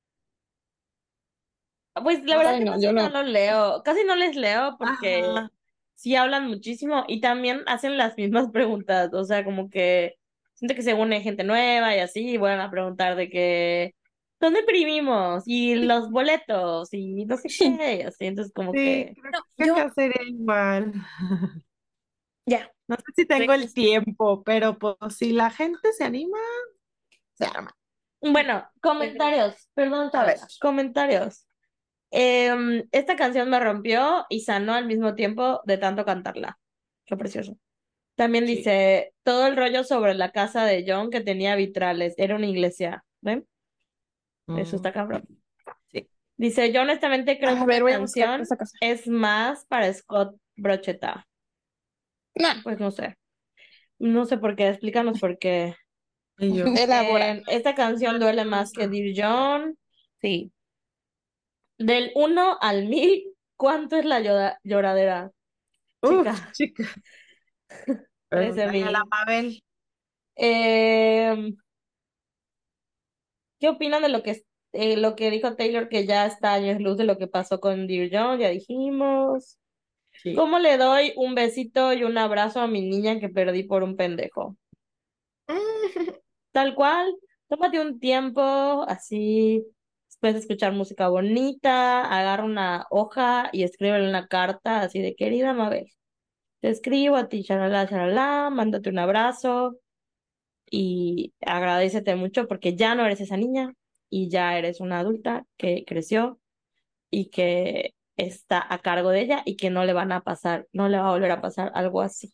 Pues la No verdad Ay, que no, casi yo no no. los leo, casi no les leo porque Ajá. sí hablan muchísimo y también hacen las mismas preguntas, o sea, como que siento que se une gente nueva y así, y vuelven a preguntar de que, ¿dónde imprimimos? Y los boletos y no sé qué, y así, entonces como Sí, que, creo No, que yo, acá sería igual. ya. No sé si tengo el regreso. tiempo, pero pues si la gente se anima, se arma. Bueno, Regreso. comentarios, perdón, A ver. Tabas, comentarios. Em, esta canción me rompió y sanó al mismo tiempo de tanto cantarla. Qué precioso. También Sí. dice, todo el rollo sobre la casa de John que tenía vitrales, era una iglesia, ¿ven? Eso Mm, está cabrón. sí. Dice, yo honestamente creo que A ver, esta voy a buscar canción esa casa. es más para Scott Brocheta. No, Pues no sé, no sé por qué, explícanos por qué. Y yo. elabora. Eh, esta canción duele más que Dear John. Sí. Del uno al mil, ¿cuánto es la llora- lloradera? Uf, Chica, chica. trece Pregúntale a la mil. Mabel. Eh, ¿Qué opinan de lo que, eh, lo que dijo Taylor, que ya está años luz de lo que pasó con Dear John? Ya dijimos. Sí. ¿Cómo le doy un besito y un abrazo a mi niña que perdí por un pendejo? Tal cual, tómate un tiempo así, después de escuchar música bonita, agarra una hoja y escríbele una carta así de querida Mabel. Te escribo a ti, charalá, charalá, mándate un abrazo y agradécete mucho porque ya no eres esa niña y ya eres una adulta que creció y que está a cargo de ella y que no le van a pasar, no le va a volver a pasar algo así.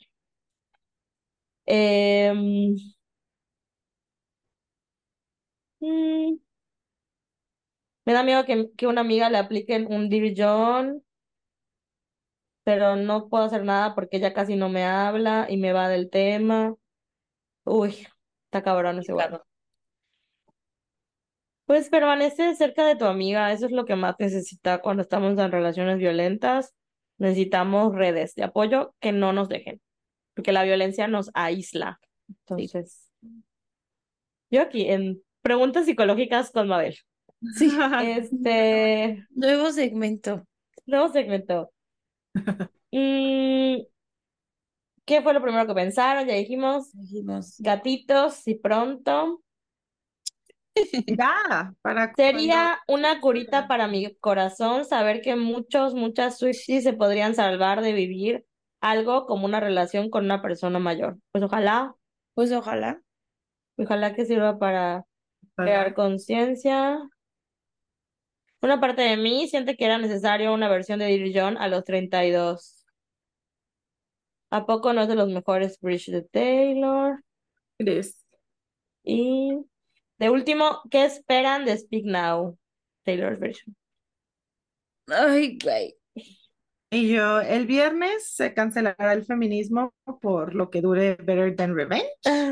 Em, mm, Me da miedo que, que una amiga le apliquen un Dear John, pero no puedo hacer nada porque ella casi no me habla y me va del tema. Uy, está cabrón ese igual. Complicado. Pues permanece cerca de tu amiga, eso es lo que más necesita cuando estamos en relaciones violentas. Necesitamos redes de apoyo que no nos dejen, porque la violencia nos aísla. Sí. Entonces, yo aquí en preguntas psicológicas con Mabel. Sí. Este, Nuevo segmento. nuevo segmento. Mm, ¿Qué fue lo primero que pensaron? Ya dijimos, Dijimos. gatitos y pronto. Ya, para cuando. Sería una curita para mi corazón saber que muchos, muchas Swifties se podrían salvar de vivir algo como una relación con una persona mayor. Pues ojalá, Pues ojalá. ojalá que sirva para crear Ojalá. conciencia. Una parte de mí siente que era necesario una versión de Dear John a los treinta y dos. ¿A poco no es de los mejores Bridge de Taylor? Eres. Y de último, ¿qué esperan de Speak Now? Taylor's version. Ay, güey. Y yo, el viernes se cancelará el feminismo por lo que dure Better Than Revenge.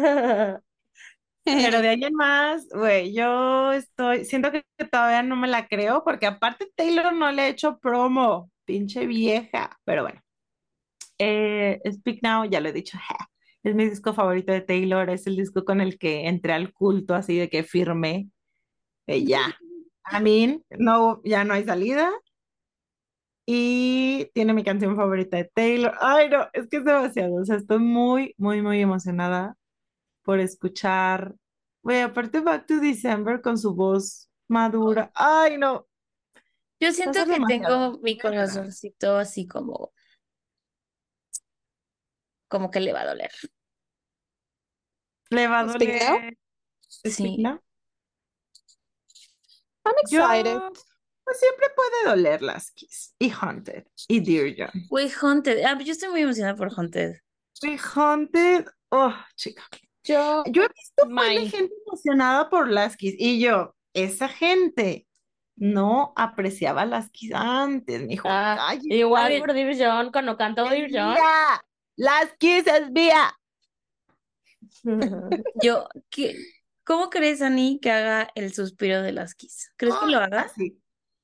Pero de ahí en más, güey, yo estoy, siento que todavía no me la creo, porque aparte Taylor no le ha hecho promo, pinche vieja. Pero bueno, eh, Speak Now, ya lo he dicho, es mi disco favorito de Taylor, es el disco con el que entré al culto, así de que firmé, eh, ya. I mean, no, ya no hay salida. Y tiene mi canción favorita de Taylor. Ay, no, es que es demasiado. O sea, estoy muy, muy, muy emocionada por escuchar. Güey, aparte Back to December con su voz madura. Ay, no, Yo va a siento ser que demasiado. tengo mi Voy a llorar. corazoncito así como, como que le va a doler. ¿Le va a Speak Now? doler Speak Sí. Now? I'm Yo, excited. pues siempre puede doler las Kiss. Y Haunted. Y Dear John. Güey, Haunted. Ah, yo estoy muy emocionada por Haunted. Y Haunted. Oh, chica. Yo, Yo he visto un buen de mine. gente emocionada por las Kiss. Y yo, esa gente no apreciaba las Kiss antes, mijo. Ah, Cállate. A igual ver, por Dear John, cuando cantó Es Dear John. mía. Las Kiss es mía. yo, ¿qué, ¿cómo crees, Ani, que haga el suspiro de las Kiss? ¿Crees que lo haga? Así.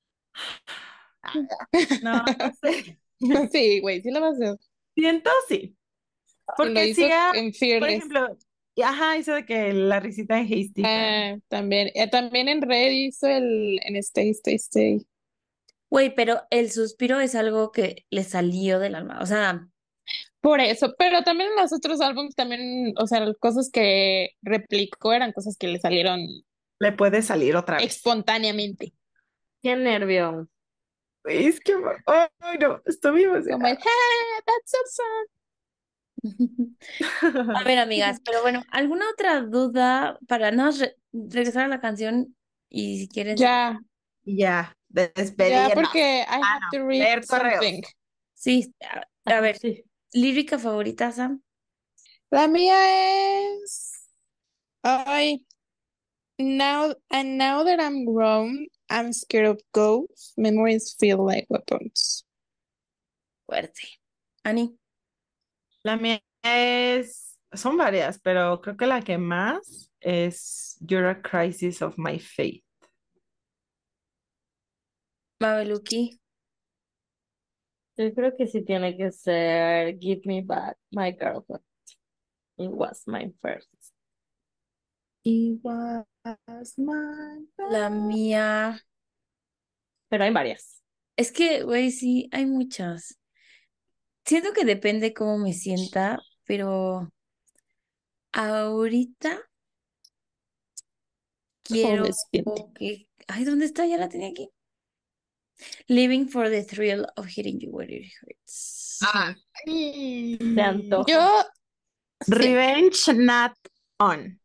No, no sé. Sí, güey, sí lo va a hacer. Siento sí. Sí, lo Porque hizo sí, ha- en por Fearless. ejemplo, y ajá, hizo de que la risita en Hey Stephen. Ah, también. Eh, también en Red hizo el en Stay, Stay, Stay. Güey, pero el suspiro es algo que le salió del alma. O sea, Por eso, pero también en los otros álbumes también, o sea, las cosas que replicó eran cosas que le salieron Le puede salir otra vez. espontáneamente. Qué nervio. Es que, ay, no, estoy muy Como el, emocionada. hey, that's so sad. a ver, amigas, pero bueno, ¿alguna otra duda para no re- regresar a la canción? Y si quieren, Ya, Y ya, ya, despedirnos. porque I Ah, have no, to read leer correos. something. sí, a, a ver, Sí. lírica favorita, Sam. La mía es, ay, now, and now that I'm grown, I'm scared of ghosts. Memories feel like weapons. Fuerte. Ani. La mía es, son varias, pero creo que la que más es You're a Crisis of My Faith. Mabeluki. Yo creo que sí tiene que ser Give Me Back My Girlfriend. It was my first. It was my La mía. Pero hay varias. Es que, güey, sí, hay muchas. Siento que depende cómo me sienta, pero ahorita quiero me siente? que... Ay, ¿dónde está? Ya la tenía aquí. Living for the thrill of hitting you where it hurts. Ay. Se antoja. Yo, sí, Revenge Not On.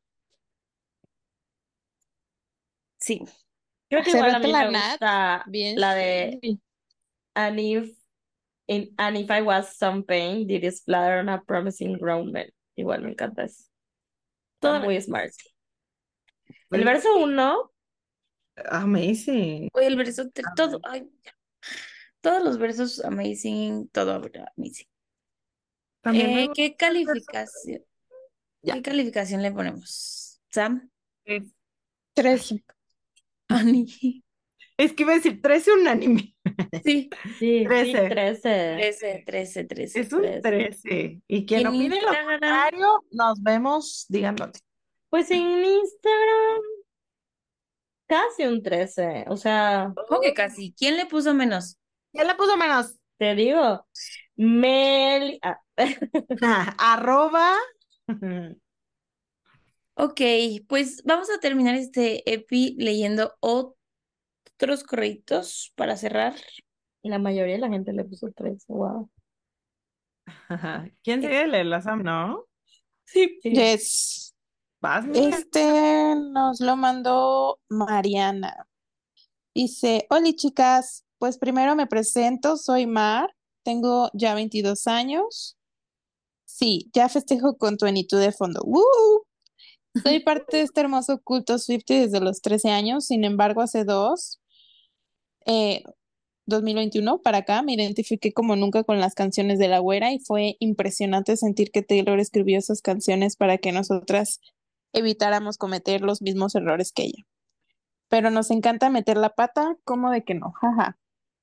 Sí. Creo que hace igual a rato mí la me Nat, gusta bien la de heavy. And if, in, and if I was some pain, did it splatter on a promising grown man. Igual me encanta eso. Está Toda muy smart. Pues El verso uno, amazing. Oye, el verso, tre- todo, ay, ya. Todos los versos amazing, todo amazing. También me Eh, gusta ¿qué el verso calificación, Ya. qué calificación le ponemos? Sam, tres. Tres. Ani, Es que iba a decir trece unánime. sí, sí, sí, Trece. trece. trece, trece, trece. Es un Trece. trece. Y Y quien en opine lo Instagram, contrario, nos vemos, díganlo. Pues en Instagram, casi un trece. O sea, ¿cómo que casi? ¿Quién le puso menos? ¿Quién le puso menos? te digo, Mel. ah, Arroba. Ok, pues vamos a terminar este epi leyendo otros correitos para cerrar. La mayoría de la gente le puso trece. Wow. ¿Quién sigue de leer la Sam, no? Sí. Sí. Yes. Vas, mija. Este nos lo mandó Mariana. Dice, hola chicas, pues primero me presento, soy Mar, tengo ya veintidós años. Sí, ya festejo con veintidós de fondo. ¡Woo! Soy parte de este hermoso culto Swiftie desde los trece años, sin embargo, hace dos eh, dos mil veintiuno para acá me identifiqué como nunca con las canciones de la güera y fue impresionante sentir que Taylor escribió esas canciones para que nosotras evitáramos cometer los mismos errores que ella. Pero nos encanta meter la pata, ¿cómo de que no? Jaja.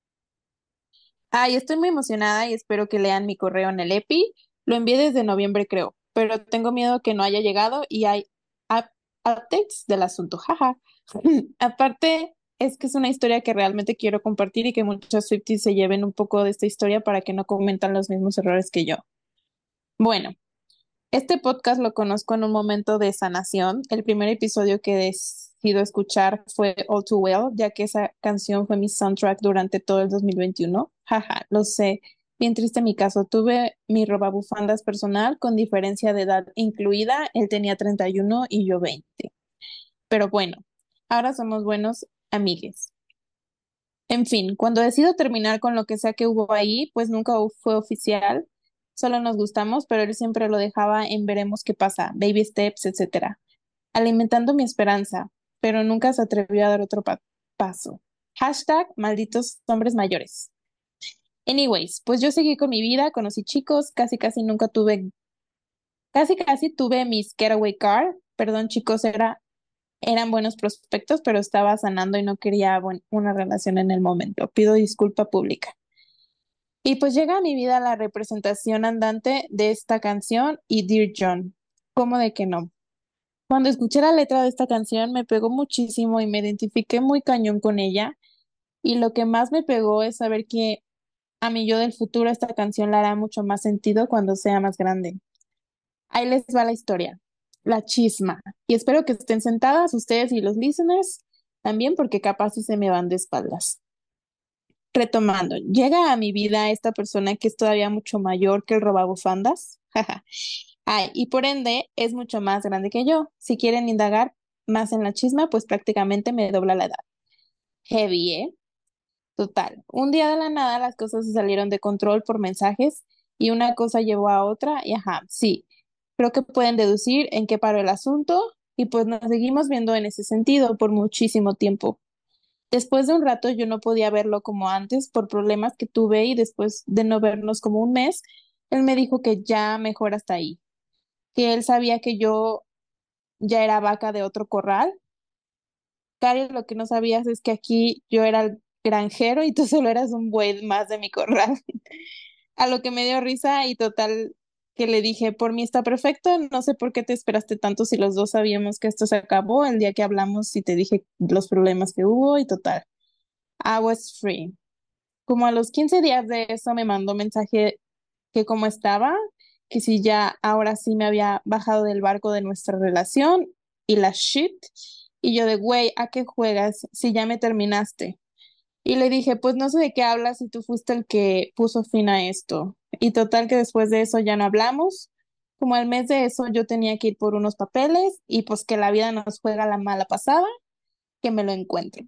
Ay, estoy muy emocionada y espero que lean mi correo en el EPI. Lo envié desde noviembre, creo, pero tengo miedo que no haya llegado y hay up- updates del asunto. Jaja. Aparte, es que es una historia que realmente quiero compartir y que muchos Swifties se lleven un poco de esta historia para que no cometan los mismos errores que yo. Bueno, este podcast lo conozco en un momento de sanación. El primer episodio que decido escuchar fue All Too Well, ya que esa canción fue mi soundtrack durante todo el dos mil veintiuno. Jaja, lo sé. Bien triste mi caso. Tuve mi robabufandas personal con diferencia de edad incluida. Él tenía treinta y uno y yo veinte. Pero bueno, ahora somos buenos amigues. En fin, cuando decido terminar con lo que sea que hubo ahí, pues nunca hu- fue oficial, solo nos gustamos, pero él siempre lo dejaba en veremos qué pasa, baby steps, etcétera, alimentando mi esperanza, pero nunca se atrevió a dar otro pa- paso. Hashtag malditos hombres mayores. Anyways, pues yo seguí con mi vida, conocí chicos, casi casi nunca tuve, casi casi tuve mis getaway car, perdón chicos, era eran buenos prospectos, pero estaba sanando y no quería buen- una relación en el momento. Pido disculpa pública. Y pues llega a mi vida la representación andante de esta canción y Dear John. ¿Cómo de que no? Cuando escuché la letra de esta canción me pegó muchísimo y me identifiqué muy cañón con ella. Y lo que más me pegó es saber que a mi yo del futuro esta canción le hará mucho más sentido cuando sea más grande. Ahí les va la historia, la chisma. Y espero que estén sentadas ustedes y los listeners también porque capaz si se me van de espaldas. Retomando, llega a mi vida esta persona que es todavía mucho mayor que el robabufandas. Jaja. Ay, y por ende es mucho más grande que yo. Si quieren indagar más en la chisma, pues prácticamente me dobla la edad. Heavy, ¿eh? Total. Un día de la nada las cosas se salieron de control por mensajes y una cosa llevó a otra y ajá, sí. Creo que pueden deducir en qué paró el asunto y pues nos seguimos viendo en ese sentido por muchísimo tiempo. Después de un rato yo no podía verlo como antes por problemas que tuve y después de no vernos como un mes, él me dijo que ya mejor hasta ahí, que él sabía que yo ya era vaca de otro corral. Cari, lo que no sabías es que aquí yo era el granjero y tú solo eras un buey más de mi corral. A lo que me dio risa y total que le dije, por mí está perfecto, no sé por qué te esperaste tanto si los dos sabíamos que esto se acabó el día que hablamos y te dije los problemas que hubo y total. I was free. Como a los quince días de eso me mandó mensaje que cómo estaba, que si ya ahora sí me había bajado del barco de nuestra relación y la shit. Y yo de, güey, ¿a qué juegas si ya me terminaste? Y le dije, pues no sé de qué hablas si tú fuiste el que puso fin a esto. Y total que después de eso ya no hablamos. Como al mes de eso yo tenía que ir por unos papeles y pues que la vida nos juega la mala pasada, que me lo encuentro.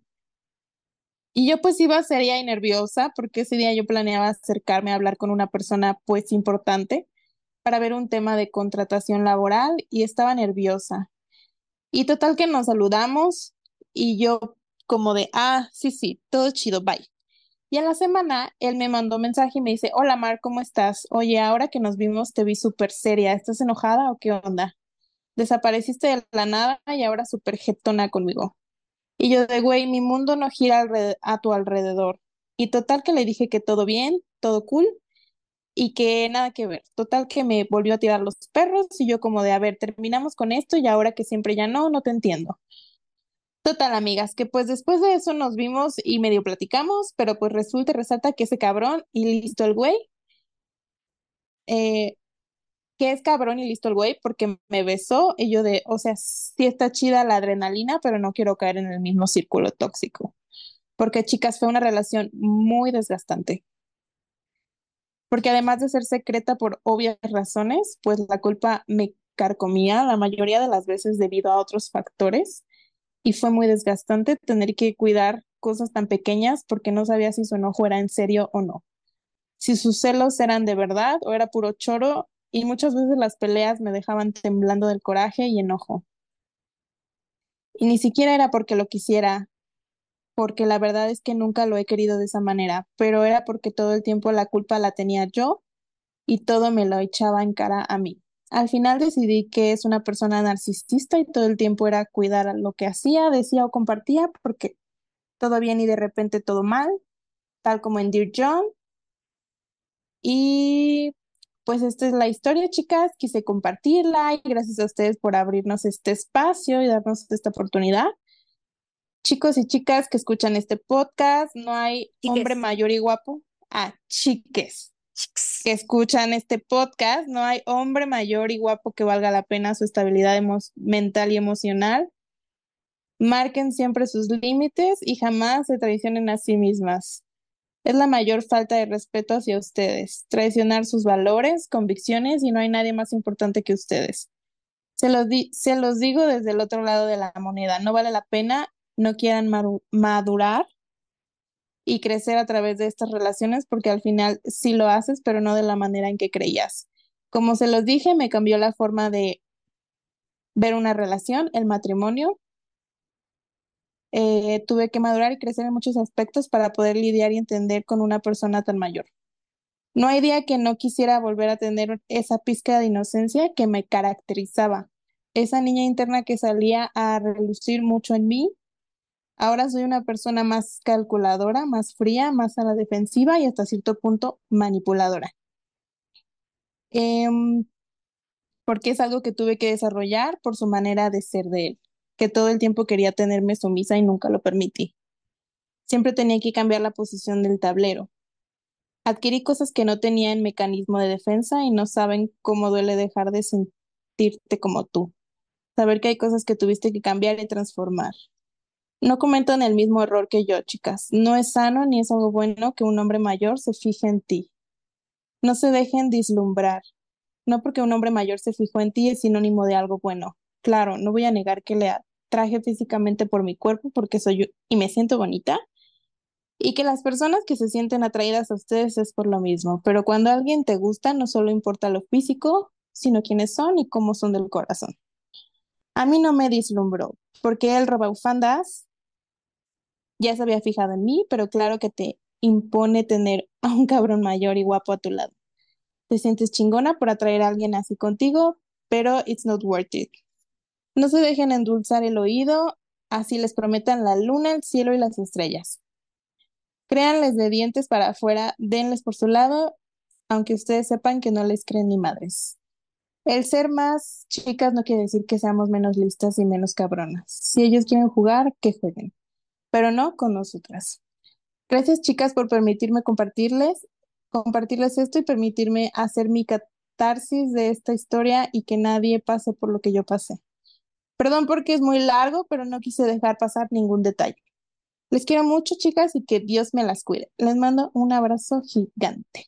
Y yo pues iba seria y nerviosa porque ese día yo planeaba acercarme a hablar con una persona pues importante para ver un tema de contratación laboral y estaba nerviosa. Y total que nos saludamos y yo como de, ah, sí, sí, todo chido, bye. Y a la semana él me mandó un mensaje y me dice, hola Mar, ¿cómo estás? Oye, ahora que nos vimos te vi súper seria, ¿estás enojada o qué onda? Desapareciste de la nada y ahora súper jetona conmigo. Y yo de, güey, mi mundo no gira alre- a tu alrededor. Y total que le dije que todo bien, todo cool y que nada que ver. Total que me volvió a tirar los perros y yo como de, a ver, terminamos con esto y ahora que siempre ya no, no te entiendo. Total, amigas, que pues después de eso nos vimos y medio platicamos, pero pues resulta y resalta que ese cabrón y listo el güey, eh, que es cabrón y listo el güey porque me besó y yo de, o sea, sí está chida la adrenalina, pero no quiero caer en el mismo círculo tóxico. Porque chicas, fue una relación muy desgastante. Porque además de ser secreta por obvias razones, pues la culpa me carcomía la mayoría de las veces debido a otros factores y fue muy desgastante tener que cuidar cosas tan pequeñas porque no sabía si su enojo era en serio o no, si sus celos eran de verdad o era puro choro y muchas veces las peleas me dejaban temblando del coraje y enojo. Y ni siquiera era porque lo quisiera, porque la verdad es que nunca lo he querido de esa manera, pero era porque todo el tiempo la culpa la tenía yo y todo me lo echaba en cara a mí. Al final decidí que es una persona narcisista y todo el tiempo era cuidar lo que hacía, decía o compartía, porque todo bien y de repente todo mal, tal como en Dear John. Y pues esta es la historia, chicas. Quise compartirla y gracias a ustedes por abrirnos este espacio y darnos esta oportunidad. Chicos y chicas que escuchan este podcast, no hay hombre Chiques. mayor y guapo. Ah, chiques Chics. que escuchan este podcast, no hay hombre mayor y guapo que valga la pena su estabilidad emo- mental y emocional. Marquen siempre sus límites y jamás se traicionen a sí mismas. Es la mayor falta de respeto hacia ustedes, traicionar sus valores, convicciones y no hay nadie más importante que ustedes. Se los, di- se los digo desde el otro lado de la moneda, no vale la pena, no quieran maru- madurar y crecer a través de estas relaciones porque al final sí lo haces, pero no de la manera en que creías. Como se los dije, me cambió la forma de ver una relación, el matrimonio. Eh, tuve que madurar y crecer en muchos aspectos para poder lidiar y entender con una persona tan mayor. No hay día que no quisiera volver a tener esa pizca de inocencia que me caracterizaba, esa niña interna que salía a relucir mucho en mí. Ahora soy una persona más calculadora, más fría, más a la defensiva y hasta cierto punto manipuladora. Em, porque es algo que tuve que desarrollar por su manera de ser de él, que todo el tiempo quería tenerme sumisa y nunca lo permití. Siempre tenía que cambiar la posición del tablero. Adquirí cosas que no tenía en mecanismo de defensa y no saben cómo duele dejar de sentirte como tú. Saber que hay cosas que tuviste que cambiar y transformar. No cometan el mismo error que yo, chicas. No es sano ni es algo bueno que un hombre mayor se fije en ti. No se dejen deslumbrar. No porque un hombre mayor se fijó en ti es sinónimo de algo bueno. Claro, no voy a negar que le atraje físicamente por mi cuerpo porque soy yo y me siento bonita y que las personas que se sienten atraídas a ustedes es por lo mismo. Pero cuando alguien te gusta, no solo importa lo físico, sino quiénes son y cómo son del corazón. A mí no me deslumbró porque él roba bufandas. Ya se había fijado en mí, pero claro que te impone tener a un cabrón mayor y guapo a tu lado. Te sientes chingona por atraer a alguien así contigo, pero it's not worth it. No se dejen endulzar el oído, así les prometan la luna, el cielo y las estrellas. Créanles de dientes para afuera, denles por su lado, aunque ustedes sepan que no les creen ni madres. El ser más chicas no quiere decir que seamos menos listas y menos cabronas. Si ellos quieren jugar, que jueguen, pero no con nosotras. Gracias, chicas, por permitirme compartirles, compartirles esto y permitirme hacer mi catarsis de esta historia y que nadie pase por lo que yo pasé. Perdón porque es muy largo, pero no quise dejar pasar ningún detalle. Les quiero mucho, chicas, y que Dios me las cuide. Les mando un abrazo gigante.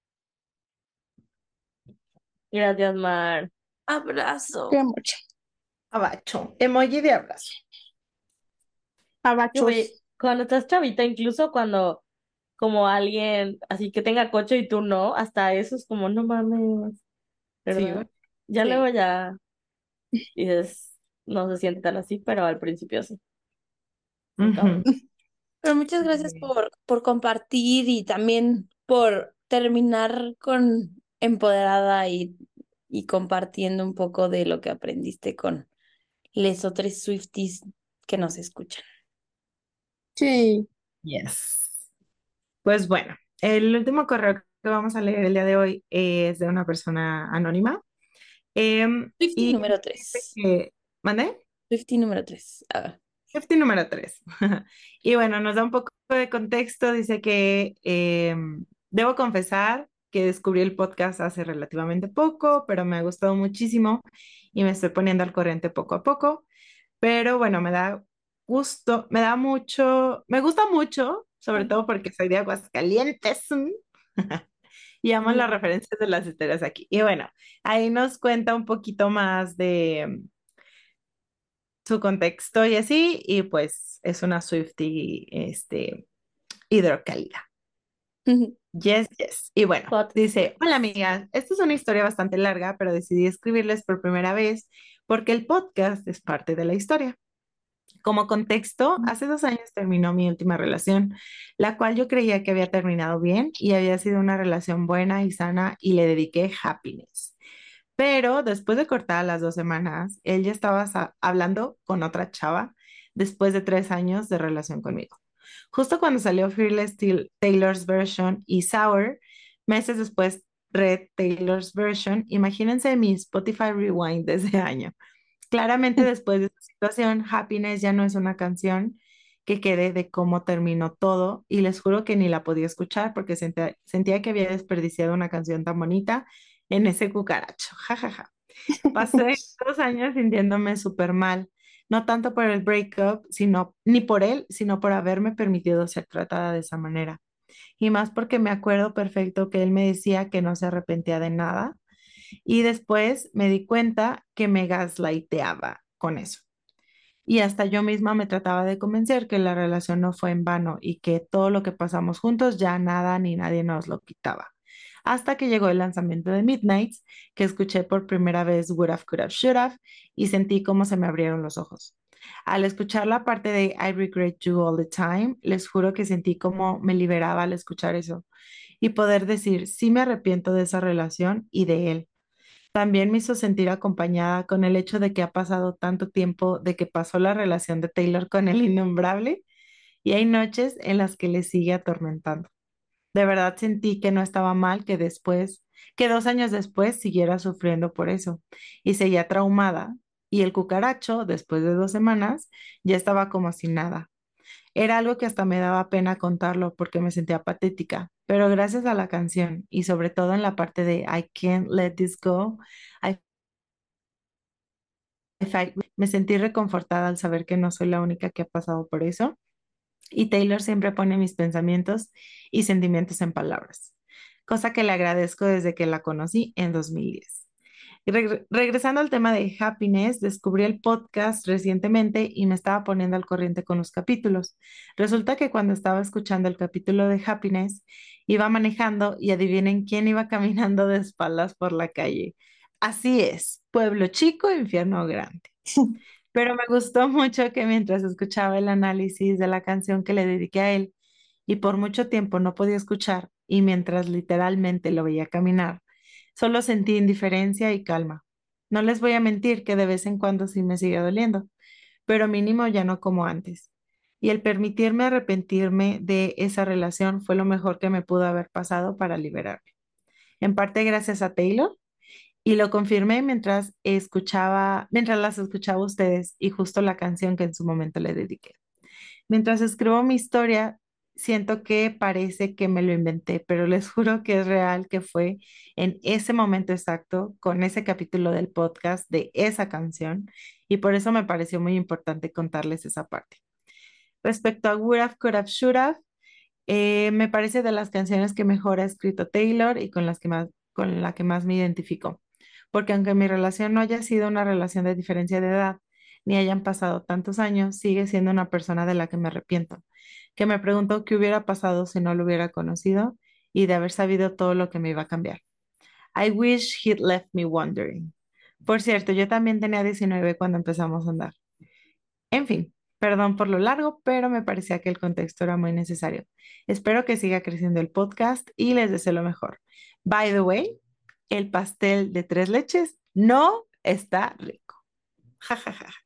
Gracias, Mar. Abrazo. Quiero mucho. Abacho. Emoji de abrazo. Yo, Abachos. güey, cuando estás chavita, incluso cuando como alguien así que tenga coche y tú no, hasta eso es como, no mames, Sí, ¿verdad? güey. Ya Sí. luego ya dices, no se siente tan así, pero al principio sí. Un Ujú. cabrón. Pero muchas gracias por, por compartir y también por terminar con empoderada y, y compartiendo un poco de lo que aprendiste con les otros Swifties que nos escuchan. Sí. Yes. Pues bueno, el último correo que vamos a leer el día de hoy es de una persona anónima. Em, Swiftie y número dice tres. que, ¿mande? Swiftie número tres. Ah, Safety número tres. Y bueno, nos da un poco de contexto. Dice que em, debo confesar que descubrí el podcast hace relativamente poco, pero me ha gustado muchísimo y me estoy poniendo al corriente poco a poco. Pero bueno, me da gusto, me da mucho, me gusta mucho, sobre todo porque soy de Aguascalientes y amo las referencias de las historias aquí. Y bueno, ahí nos cuenta un poquito más de su contexto y así, y pues es una Swiftie este, hidrocálida. Yes, yes. Y bueno, Hot. dice, hola amiga, esta es una historia bastante larga, pero decidí escribirles por primera vez porque el podcast es parte de la historia. como contexto, hace dos años terminó mi última relación, la cual yo creía que había terminado bien y había sido una relación buena y sana y le dediqué happiness. Pero después de cortar las dos semanas, él ya estaba sa- hablando con otra chava después de tres años de relación conmigo. Justo cuando salió Fearless Til- Taylor's Version y Sour, meses después Red Taylor's Version, imagínense mi Spotify Rewind de ese año. Claramente después de esta situación, Happiness ya no es una canción que quede de cómo terminó todo y les juro que ni la podía escuchar porque sentía, sentía que había desperdiciado una canción tan bonita en ese cucaracho. Ja, ja, ja. Pasé dos años sintiéndome súper mal, no tanto por el breakup, sino, ni por él, sino por haberme permitido ser tratada de esa manera. Y más porque me acuerdo perfecto que él me decía que no se arrepentía de nada y después me di cuenta que me gaslighteaba con eso. Y hasta yo misma me trataba de convencer que la relación no fue en vano y que todo lo que pasamos juntos ya nada ni nadie nos lo quitaba. Hasta que llegó el lanzamiento de Midnights, que escuché por primera vez Would Have, Could Have, Should Have y sentí cómo se me abrieron los ojos. Al escuchar la parte de I Regret You All the Time, les juro que sentí cómo me liberaba al escuchar eso y poder decir, sí me arrepiento de esa relación y de él. También me hizo sentir acompañada con el hecho de que ha pasado tanto tiempo de que pasó la relación de Taylor con el innombrable y hay noches en las que le sigue atormentando. De verdad sentí que no estaba mal que después, que dos años después siguiera sufriendo por eso y seguía traumada y el cucaracho, después de dos semanas, ya estaba como sin nada. Era algo que hasta me daba pena contarlo porque me sentía patética, pero gracias a la canción y sobre todo en la parte de I can't let this go, I fight, me sentí reconfortada al saber que no soy la única que ha pasado por eso y Taylor siempre pone mis pensamientos y sentimientos en palabras, cosa que le agradezco desde que la conocí en dos mil diez. Y regre- regresando al tema de happiness, descubrí el podcast recientemente y me estaba poniendo al corriente con los capítulos. Resulta que cuando estaba escuchando el capítulo de happiness, iba manejando y adivinen quién iba caminando de espaldas por la calle. Así es, pueblo chico, infierno grande. Pero me gustó mucho que mientras escuchaba el análisis de la canción que le dediqué a él, y por mucho tiempo no podía escuchar, y mientras literalmente lo veía caminar, solo sentí indiferencia y calma. No les voy a mentir que de vez en cuando sí me sigue doliendo, pero mínimo ya no como antes. Y el permitirme arrepentirme de esa relación fue lo mejor que me pudo haber pasado para liberarme. En parte gracias a Taylor, y lo confirmé mientras escuchaba, mientras las escuchaba a ustedes y justo la canción que en su momento le dediqué. Mientras escribo mi historia, siento que parece que me lo inventé, pero les juro que es real que fue en ese momento exacto, con ese capítulo del podcast de esa canción, y por eso me pareció muy importante contarles esa parte. Respecto a Would Have, Could Have, Should Have, eh, me parece de las canciones que mejor ha escrito Taylor y con las que más, con la que más me identifico. Porque aunque mi relación no haya sido una relación de diferencia de edad, ni hayan pasado tantos años, sigue siendo una persona de la que me arrepiento, que me pregunto qué hubiera pasado si no lo hubiera conocido y de haber sabido todo lo que me iba a cambiar. I wish he'd left me wondering. Por cierto, yo también tenía diecinueve cuando empezamos a andar. En fin, perdón por lo largo, pero me parecía que el contexto era muy necesario. Espero que siga creciendo el podcast y les deseo lo mejor. By the way, el pastel de tres leches no está rico. Ja, ja, ja.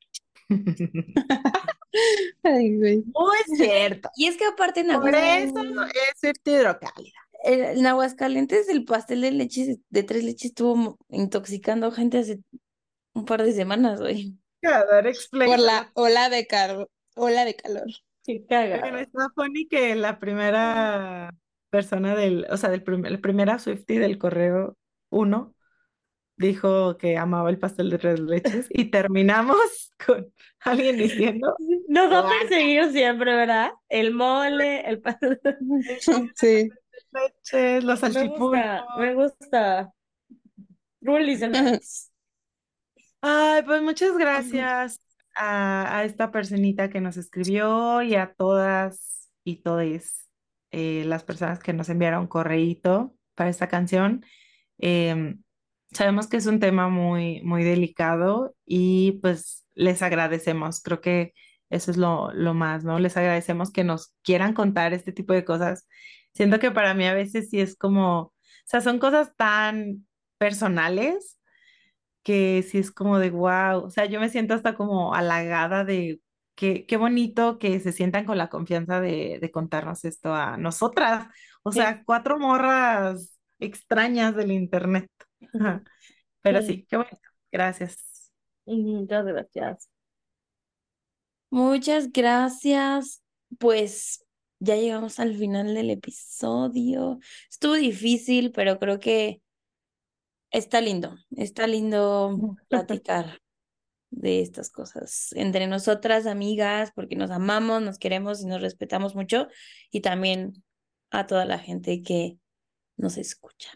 Ay, güey. Muy cierto. Y es que aparte en, Por Aguas- eso es Swift hidrocálida. en Aguascalientes el pastel de leche de tres leches estuvo intoxicando gente hace un par de semanas, güey. Dar explain. Por la ola de calor, ola de calor. Qué Oigan, cagada. está funny que la primera persona del, o sea, del prim- la primera Swiftie del correo uno dijo que amaba el pastel de tres leches y terminamos con alguien diciendo Nos ha "Guácala, perseguido siempre, ¿verdad? El mole, el pan. Sí. leches, los Me salchipulpos". gusta, me gusta. Rule is nice. Ay, pues muchas gracias a, a esta personita que nos escribió y a todas y todes eh, las personas que nos enviaron correíto para esta canción. Em, Sabemos que es un tema muy, muy delicado y pues les agradecemos. Creo que eso es lo, lo más, ¿no? Les agradecemos que nos quieran contar este tipo de cosas. Siento que para mí a veces sí es como, o sea, son cosas tan personales que sí es como de wow, o sea, yo me siento hasta como halagada de qué, qué bonito que se sientan con la confianza de, de contarnos esto a nosotras, o Sí. sea, cuatro morras extrañas del internet. Ajá. Pero Sí. sí, qué bonito. Gracias. Muchas gracias. Muchas gracias. Pues ya llegamos al final del episodio. Estuvo difícil, pero creo que está lindo. Está lindo platicar de estas cosas entre nosotras, amigas, porque nos amamos, nos queremos y nos respetamos mucho. Y también a toda la gente que nos escucha.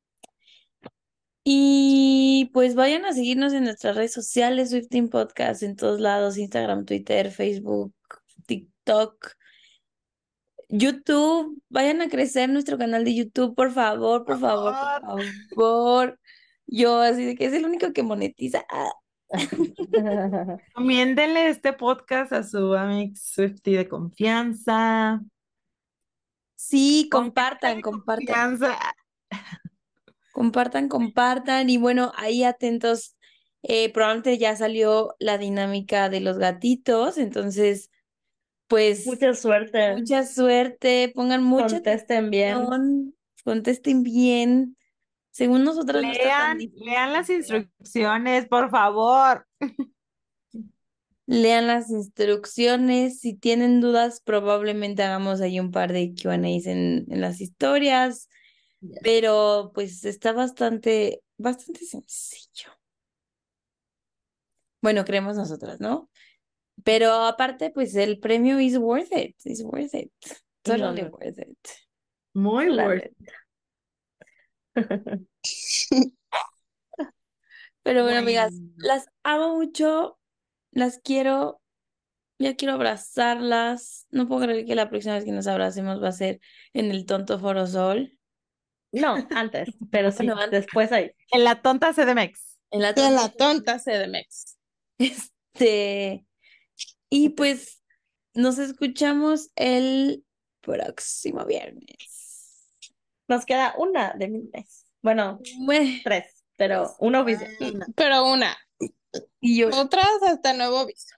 Y pues vayan a seguirnos en nuestras redes sociales, Swifting Podcast, en todos lados, Instagram, Twitter, Facebook, TikTok, YouTube. Vayan a crecer nuestro canal de YouTube, por favor, por favor, por favor. Yo así de que es el único que monetiza. Ah, Recomiéndenle este podcast a su amigo Swiftie de confianza. sí, Confianza compartan, de compartan, confianza. compartan, compartan. Y bueno, ahí atentos. Eh, probablemente ya salió la dinámica de los gatitos, entonces, pues. Mucha suerte. Mucha suerte, pongan mucha Contesten bien. atención, contesten bien. Según nosotras no está tan Lean, difícil. lean las instrucciones, por favor. Lean las instrucciones. Si tienen dudas, probablemente hagamos ahí un par de Q and A's en, en las historias. Pero pues está bastante, bastante sencillo. Bueno, creemos nosotras, ¿no? Pero aparte, pues el premio is worth it. Is worth it. Totally No, no. worth it. Muy La worth. Pero bueno, amigas, Bueno. las amo mucho, las quiero, ya quiero abrazarlas. No puedo creer que la próxima vez que nos abracemos va a ser en el Tonto Foro Sol. No, antes, pero sí, Bueno, antes. después ahí. En la tonta C D M X. En la De la tonta. tonta C D M X. Este, y pues nos escuchamos el próximo viernes. Nos queda una de mi mes. Bueno, Bue- tres, pero una oficial. Pero una. Y yo, Otras hasta nuevo aviso.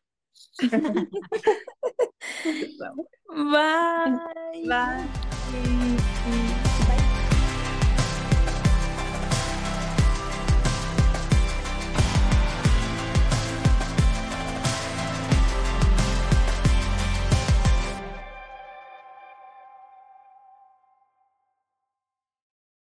bye. Bye.